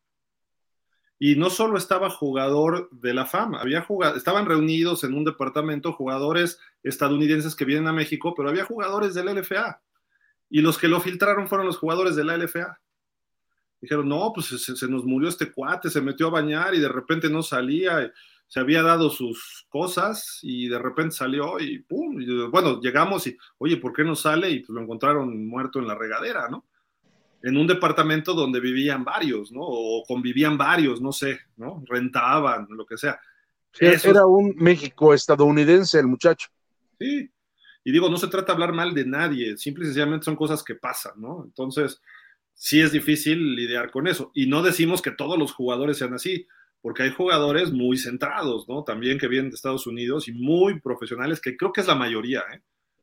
Speaker 1: Y no solo estaba jugador de la FAM, estaban reunidos en un departamento jugadores estadounidenses que vienen a México, pero había jugadores de la LFA. Y los que lo filtraron fueron los jugadores de la LFA. Dijeron, no, pues se nos murió este cuate, se metió a bañar y de repente no salía, se había dado sus cosas y de repente salió y pum, y bueno, llegamos y, oye, ¿por qué no sale? Y pues lo encontraron muerto en la regadera, ¿no? En un departamento donde vivían varios, ¿no? O convivían varios, no sé, ¿no? Rentaban, lo que sea.
Speaker 2: Sí, era un México estadounidense el muchacho.
Speaker 1: Sí, y digo, no se trata de hablar mal de nadie, simple y sencillamente son cosas que pasan, ¿no? Entonces, sí es difícil lidiar con eso. Y no decimos que todos los jugadores sean así, porque hay jugadores muy centrados, ¿no? También que vienen de Estados Unidos y muy profesionales, que creo que es la mayoría, ¿eh?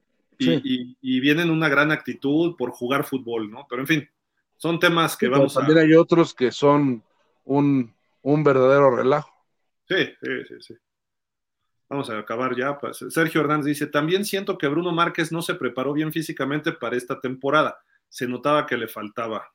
Speaker 1: Y vienen una gran actitud por jugar fútbol, ¿no? Pero en fin, son temas que vamos
Speaker 2: también hay otros que son un verdadero relajo.
Speaker 1: Sí. Vamos a acabar ya. Sergio Hernández dice, también siento que Bruno Márquez no se preparó bien físicamente para esta temporada. Se notaba que le faltaba.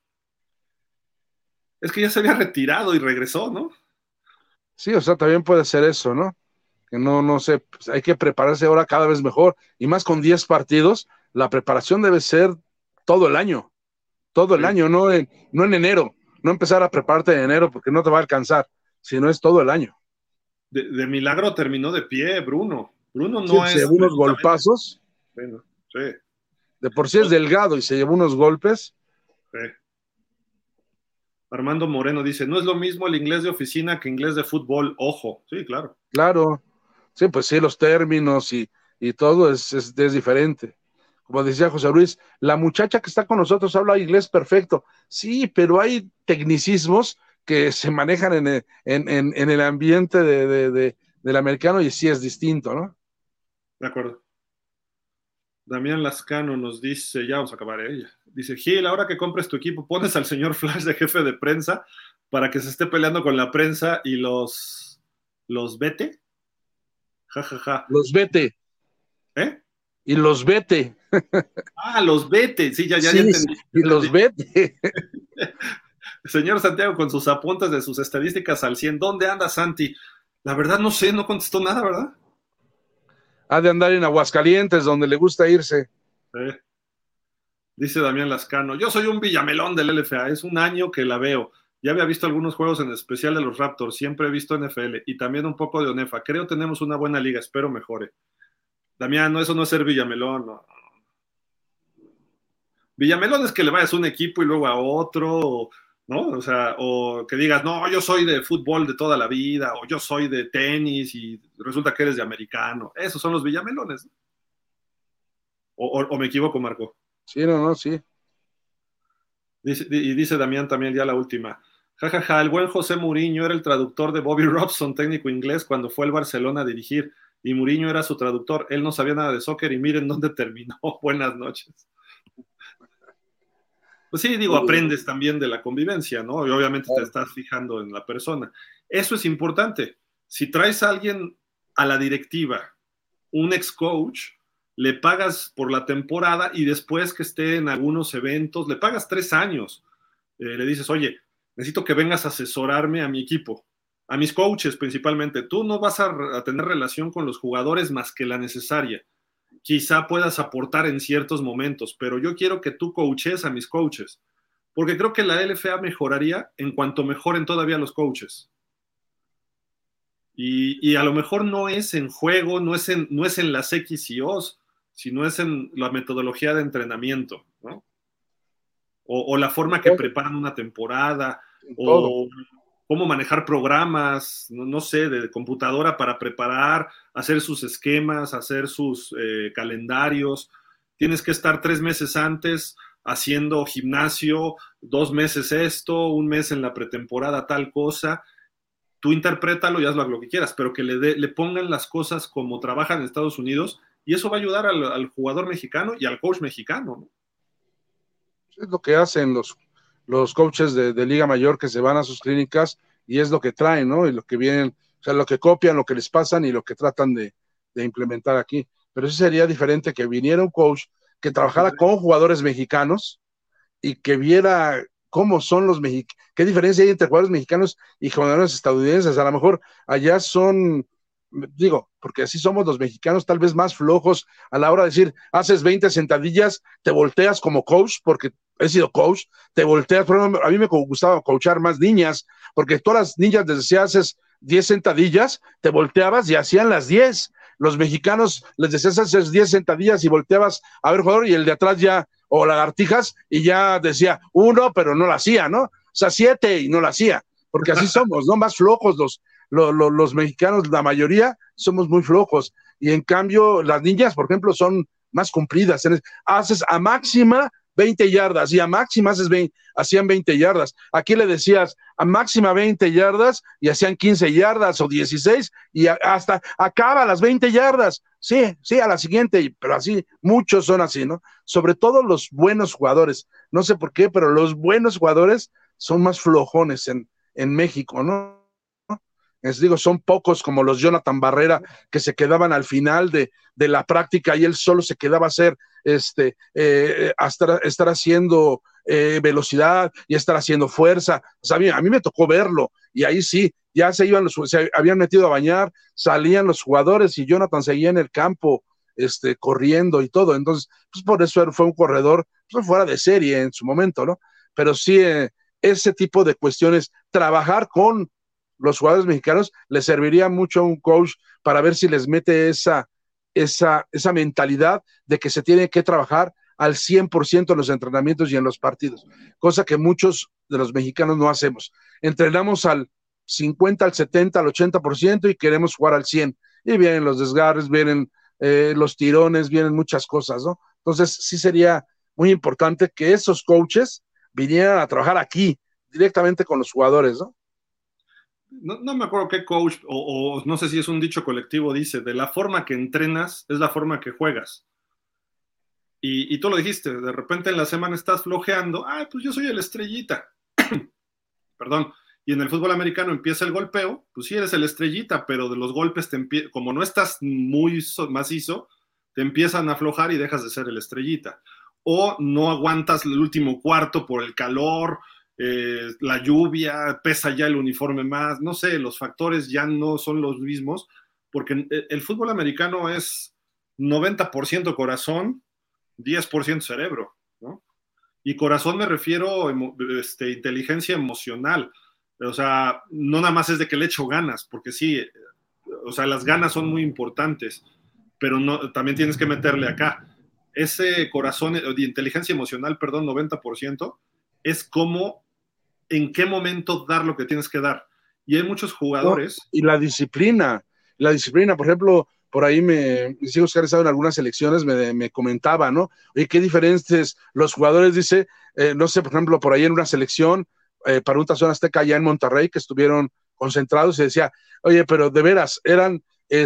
Speaker 1: Es que ya se había retirado y regresó, ¿no?
Speaker 2: Sí, o sea, también puede ser eso, ¿no? Que no sé, pues hay que prepararse ahora cada vez mejor. Y más con 10 partidos, la preparación debe ser todo el año. Todo el año, no en enero. No empezar a prepararte en enero porque no te va a alcanzar, sino es todo el año.
Speaker 1: De milagro terminó de pie, Bruno. Bruno
Speaker 2: Sí,
Speaker 1: no
Speaker 2: se
Speaker 1: es.
Speaker 2: llevó unos golpazos.
Speaker 1: Bueno, sí.
Speaker 2: De por sí es delgado y se llevó unos golpes.
Speaker 1: Sí. Armando Moreno dice, no es lo mismo el inglés de oficina que inglés de fútbol, ojo. Sí, claro.
Speaker 2: Claro. Sí, pues sí, los términos y todo es diferente. Como decía José Luis, la muchacha que está con nosotros habla inglés perfecto. Sí, pero hay tecnicismos que se manejan en el ambiente del americano y sí es distinto, ¿no?
Speaker 1: De acuerdo. Damián Lascano nos dice, ya vamos a acabar ella. Dice, Gil, ahora que compres tu equipo, pones al señor Flash de jefe de prensa para que se esté peleando con la prensa y los vete. Ja, ja, ja.
Speaker 2: Los vete.
Speaker 1: ¿Eh?
Speaker 2: Y los vete.
Speaker 1: Los vete. Sí, ya entendí.
Speaker 2: Y los vete.
Speaker 1: Señor Santiago, con sus apuntes de sus estadísticas al 100, ¿dónde anda Santi? La verdad no sé, no contestó nada, ¿verdad?
Speaker 2: Ha de andar en Aguascalientes, donde le gusta irse.
Speaker 1: Dice Damián Lascano, yo soy un villamelón del LFA, es un año que la veo. Ya había visto algunos juegos en especial de los Raptors, siempre he visto NFL y también un poco de ONEFA. Creo tenemos una buena liga, espero mejore. Damián, no, eso no es ser villamelón, no. Villamelón es que le vayas a un equipo y luego a otro, ¿no? O sea, o que digas, no, yo soy de fútbol de toda la vida, o yo soy de tenis y resulta que eres de americano. Esos son los villamelones, ¿no? O me equivoco, Marco.
Speaker 2: Sí, no, sí.
Speaker 1: Y dice Damián también ya la última. Ja, ja, ja, el buen José Mourinho era el traductor de Bobby Robson, técnico inglés, cuando fue al Barcelona a dirigir, y Mourinho era su traductor. Él no sabía nada de soccer y miren dónde terminó. Buenas noches. Pues sí, digo, aprendes también de la convivencia, ¿no? Y obviamente te estás fijando en la persona. Eso es importante. Si traes a alguien a la directiva, un ex coach, le pagas por la temporada y después que esté en algunos eventos, le pagas 3 años. Le dices, oye, necesito que vengas a asesorarme a mi equipo, a mis coaches principalmente. Tú no vas a tener relación con los jugadores más que la necesaria. Quizá puedas aportar en ciertos momentos, pero yo quiero que tú coaches a mis coaches, porque creo que la LFA mejoraría en cuanto mejoren todavía los coaches. Y a lo mejor no es en juego, no es en las X y O's, sino es en la metodología de entrenamiento, ¿no? O la forma que preparan una temporada, o cómo manejar programas, no sé, de computadora para preparar, hacer sus esquemas, hacer sus calendarios. Tienes que estar 3 meses antes haciendo gimnasio, 2 meses esto, 1 mes en la pretemporada tal cosa. Tú interprétalo y hazlo lo que quieras, pero que le pongan las cosas como trabajan en Estados Unidos, y eso va a ayudar al jugador mexicano y al coach mexicano, ¿no?
Speaker 2: Es lo que hacen los coaches de Liga Mayor, que se van a sus clínicas y es lo que traen, ¿no? Y lo que vienen, o sea, lo que copian, lo que les pasan y lo que tratan de implementar aquí. Pero eso sería diferente que viniera un coach que trabajara con jugadores mexicanos y que viera cómo son los mexicanos, qué diferencia hay entre jugadores mexicanos y jugadores estadounidenses. A lo mejor allá son, digo, porque así somos los mexicanos, tal vez más flojos a la hora de decir, haces 20 sentadillas, te volteas como coach, porque he sido coach, te volteas. Pero a mí me gustaba coachar más niñas, porque todas las niñas desde si haces 10 sentadillas, te volteabas y hacían las 10. Los mexicanos les decías haces 10 sentadillas y volteabas a ver jugador, y el de atrás ya, o lagartijas, y ya decía 1, pero no la hacía, ¿no? O sea, 7 y no la hacía, porque así somos, ¿no? Más flojos los mexicanos, la mayoría somos muy flojos, y en cambio las niñas, por ejemplo, son más cumplidas. Haces a máxima 20 yardas y a máxima hacían 20 yardas. Aquí le decías a máxima 20 yardas y hacían 15 yardas o 16 y hasta acaba las 20 yardas. Sí, a la siguiente, pero así, muchos son así, ¿no? Sobre todo los buenos jugadores. No sé por qué, pero los buenos jugadores son más flojones en México, ¿no? Les digo, son pocos como los Jonathan Barrera, que se quedaban al final de la práctica y él solo se quedaba a hacer estar haciendo velocidad y estar haciendo fuerza. O sea, a mí me tocó verlo, y ahí sí, ya se habían metido a bañar, salían los jugadores y Jonathan seguía en el campo corriendo y todo. Entonces, pues por eso fue un corredor pues, fuera de serie en su momento, ¿no? Pero sí, ese tipo de cuestiones, trabajar con los jugadores mexicanos, les serviría mucho a un coach para ver si les mete esa mentalidad de que se tiene que trabajar al 100% en los entrenamientos y en los partidos, cosa que muchos de los mexicanos no hacemos. Entrenamos al 50, al 70, al 80% y queremos jugar al 100%, y vienen los desgarres, vienen los tirones, vienen muchas cosas, ¿no? Entonces sí sería muy importante que esos coaches vinieran a trabajar aquí, directamente con los jugadores, ¿no?
Speaker 1: No me acuerdo qué coach, o no sé si es un dicho colectivo, dice, de la forma que entrenas es la forma que juegas. Y tú lo dijiste, de repente en la semana estás flojeando, pues yo soy el estrellita. Perdón. Y en el fútbol americano empieza el golpeo, pues sí eres el estrellita, pero de los golpes como no estás muy macizo, te empiezan a aflojar y dejas de ser el estrellita. O no aguantas el último cuarto por el calor, la lluvia, pesa ya el uniforme más, no sé, los factores ya no son los mismos, porque el fútbol americano es 90% corazón, 10% cerebro, ¿no? Y corazón me refiero a inteligencia emocional, o sea, no nada más es de que le echo ganas, porque sí, o sea, las ganas son muy importantes, pero no, también tienes que meterle acá. Ese corazón de inteligencia emocional, perdón, 90%, es como en qué momento dar lo que tienes que dar. Y hay muchos jugadores.
Speaker 2: No, y la disciplina, por ejemplo, por ahí mis hijos que han estado en algunas selecciones me comentaba, ¿no? Oye, qué diferentes los jugadores, dice, no sé, por ejemplo, por ahí en una selección, para un Tazón Azteca allá en Monterrey, que estuvieron concentrados, y decía, oye, pero de veras, eran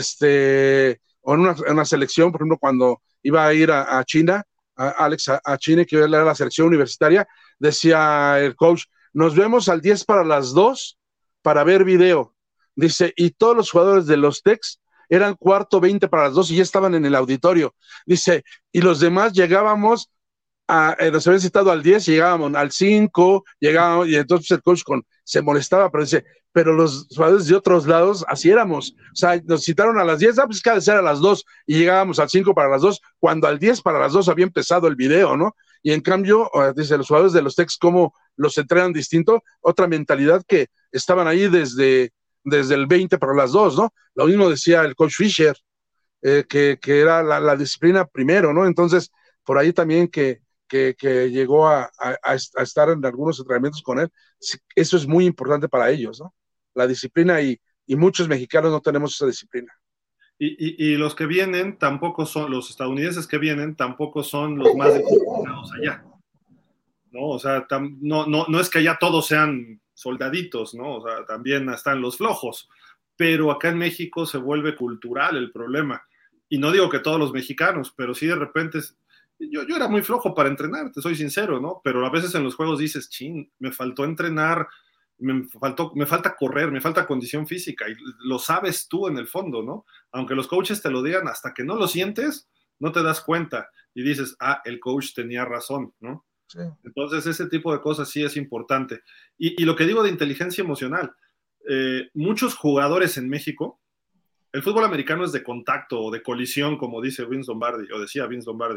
Speaker 2: o en una selección, por ejemplo, cuando iba a ir a China, Alex a China, que era la selección universitaria, decía el coach, nos vemos al 10 para las 2 para ver video. Dice, y todos los jugadores de los Tex eran cuarto 20 para las 2 y ya estaban en el auditorio. Dice, y los demás llegábamos nos habían citado al 10, llegábamos al 5, llegábamos, y entonces el coach se molestaba, pero dice, pero los jugadores de otros lados, así éramos. O sea, nos citaron a las 10, pues cada vez era a las 2, y llegábamos al 5 para las 2, cuando al 10 para las 2 había empezado el video, ¿no? Y en cambio, dice, los jugadores de los Tex, ¿cómo los entrenan distinto? Otra mentalidad que estaban ahí desde el 20 para las 2, ¿no? Lo mismo decía el coach Fisher, que era la disciplina primero, ¿no? Entonces, por ahí también que llegó a estar en algunos entrenamientos con él, eso es muy importante para ellos, ¿no? La disciplina, y muchos mexicanos no tenemos esa disciplina.
Speaker 1: Y los que vienen tampoco son, los estadounidenses que vienen tampoco son los más disciplinados allá, ¿no? O sea, no es que allá todos sean soldaditos, ¿no? O sea, también están los flojos, pero acá en México se vuelve cultural el problema. Y no digo que todos los mexicanos, pero sí de repente... Yo era muy flojo para entrenar, te soy sincero, ¿no? Pero a veces en los juegos dices, chin, me faltó entrenar, me falta correr, me falta condición física, y lo sabes tú en el fondo, ¿no? Aunque los coaches te lo digan, hasta que no lo sientes, no te das cuenta, y dices, el coach tenía razón, ¿no? Sí. Entonces ese tipo de cosas sí es importante. Y lo que digo de inteligencia emocional, muchos jugadores en México, el fútbol americano es de contacto o de colisión, como dice Vince Lombardi, o decía Vince Lombardi.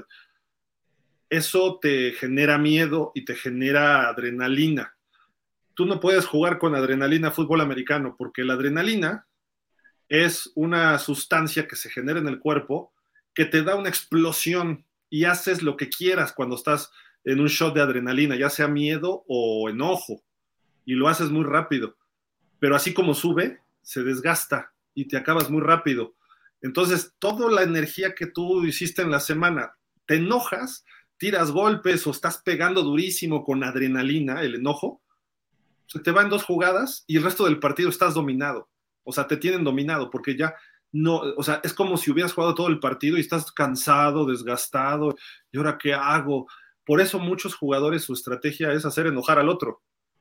Speaker 1: Eso te genera miedo y te genera adrenalina. Tú no puedes jugar con adrenalina fútbol americano, porque la adrenalina es una sustancia que se genera en el cuerpo que te da una explosión y haces lo que quieras cuando estás en un shot de adrenalina, ya sea miedo o enojo, y lo haces muy rápido. Pero así como sube, se desgasta y te acabas muy rápido. Entonces, toda la energía que tú hiciste en la semana, te enojas, tiras golpes o estás pegando durísimo con adrenalina, el enojo, se te va en 2 jugadas y el resto del partido estás dominado. O sea, te tienen dominado porque ya no, o sea, es como si hubieras jugado todo el partido y estás cansado, desgastado, ¿y ahora qué hago? Por eso muchos jugadores su estrategia es hacer enojar al otro.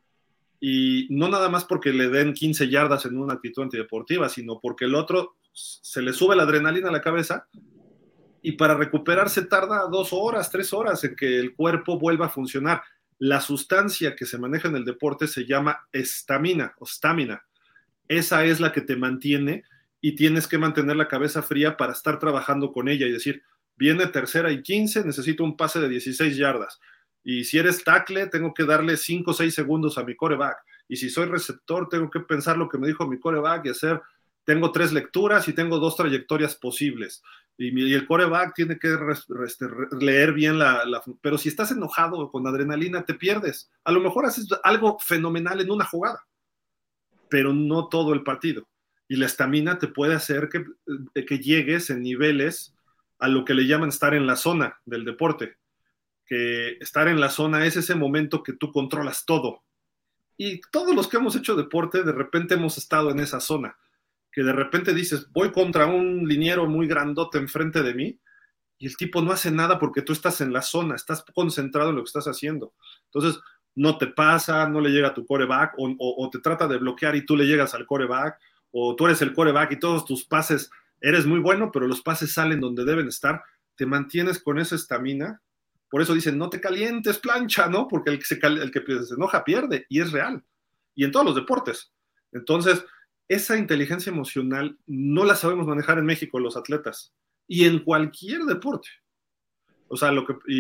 Speaker 1: Y no nada más porque le den 15 yardas en una actitud antideportiva, sino porque el otro se le sube la adrenalina a la cabeza, y para recuperarse tarda 2 horas, 3 horas en que el cuerpo vuelva a funcionar. La sustancia que se maneja en el deporte se llama estamina o stamina. Esa es la que te mantiene, y tienes que mantener la cabeza fría para estar trabajando con ella y decir, viene 3ª y 15, necesito un pase de 16 yardas. Y si eres tackle, tengo que darle 5 o 6 segundos a mi quarterback. Y si soy receptor, tengo que pensar lo que me dijo mi quarterback y hacer, tengo 3 lecturas y tengo 2 trayectorias posibles. Y el quarterback tiene que leer bien pero si estás enojado o con adrenalina, te pierdes. A lo mejor haces algo fenomenal en una jugada, pero no todo el partido. Y la estamina te puede hacer que llegues en niveles a lo que le llaman estar en la zona del deporte. Que estar en la zona es ese momento que tú controlas todo. Y todos los que hemos hecho deporte, de repente hemos estado en esa zona. Que de repente dices, voy contra un liniero muy grandote enfrente de mí, y el tipo no hace nada porque tú estás en la zona, estás concentrado en lo que estás haciendo. Entonces, no te pasa, no le llega a tu quarterback, o te trata de bloquear y tú le llegas al quarterback, o tú eres el quarterback y todos tus pases, eres muy bueno, pero los pases salen donde deben estar, te mantienes con esa estamina. Por eso dicen, no te calientes, plancha, ¿no? Porque el que se enoja pierde, y es real. Y en todos los deportes. Entonces, esa inteligencia emocional no la sabemos manejar en México los atletas, y en cualquier deporte. O sea,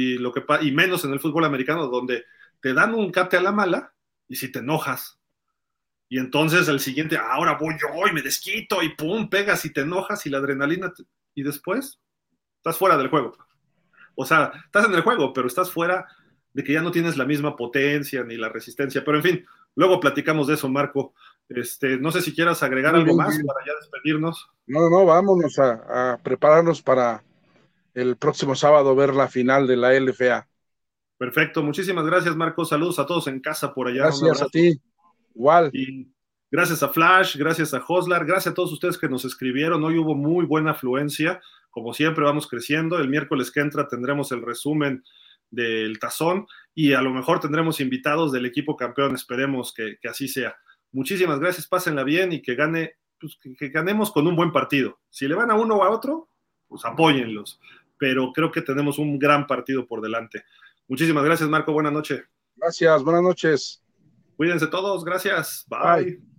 Speaker 1: y menos en el fútbol americano, donde te dan un cate a la mala, y si te enojas, y entonces el siguiente, ahora voy yo y me desquito, y pum, pegas y te enojas, y la adrenalina, y después estás fuera del juego. O sea, estás en el juego, pero estás fuera de que ya no tienes la misma potencia ni la resistencia. Pero en fin, luego platicamos de eso, Marco. No sé si quieras agregar algo más para ya despedirnos.
Speaker 2: No, vámonos a prepararnos para el próximo sábado ver la final de la LFA.
Speaker 1: Perfecto, muchísimas gracias, Marco. Saludos a todos en casa por allá. Un
Speaker 2: Gracias a
Speaker 1: abrazo.
Speaker 2: ti. Igual.
Speaker 1: Y gracias a Flash, gracias a Hoslar, gracias a todos ustedes que nos escribieron. Hoy hubo muy buena afluencia. Como siempre, vamos creciendo. El miércoles que entra tendremos el resumen del tazón y a lo mejor tendremos invitados del equipo campeón. Esperemos que así sea. Muchísimas gracias, pásenla bien y que gane, pues, que ganemos con un buen partido. Si le van a uno o a otro, pues apóyenlos. Pero creo que tenemos un gran partido por delante. Muchísimas gracias, Marco. Buenas noches.
Speaker 2: Gracias. Buenas noches.
Speaker 1: Cuídense todos. Gracias. Bye.
Speaker 2: Bye.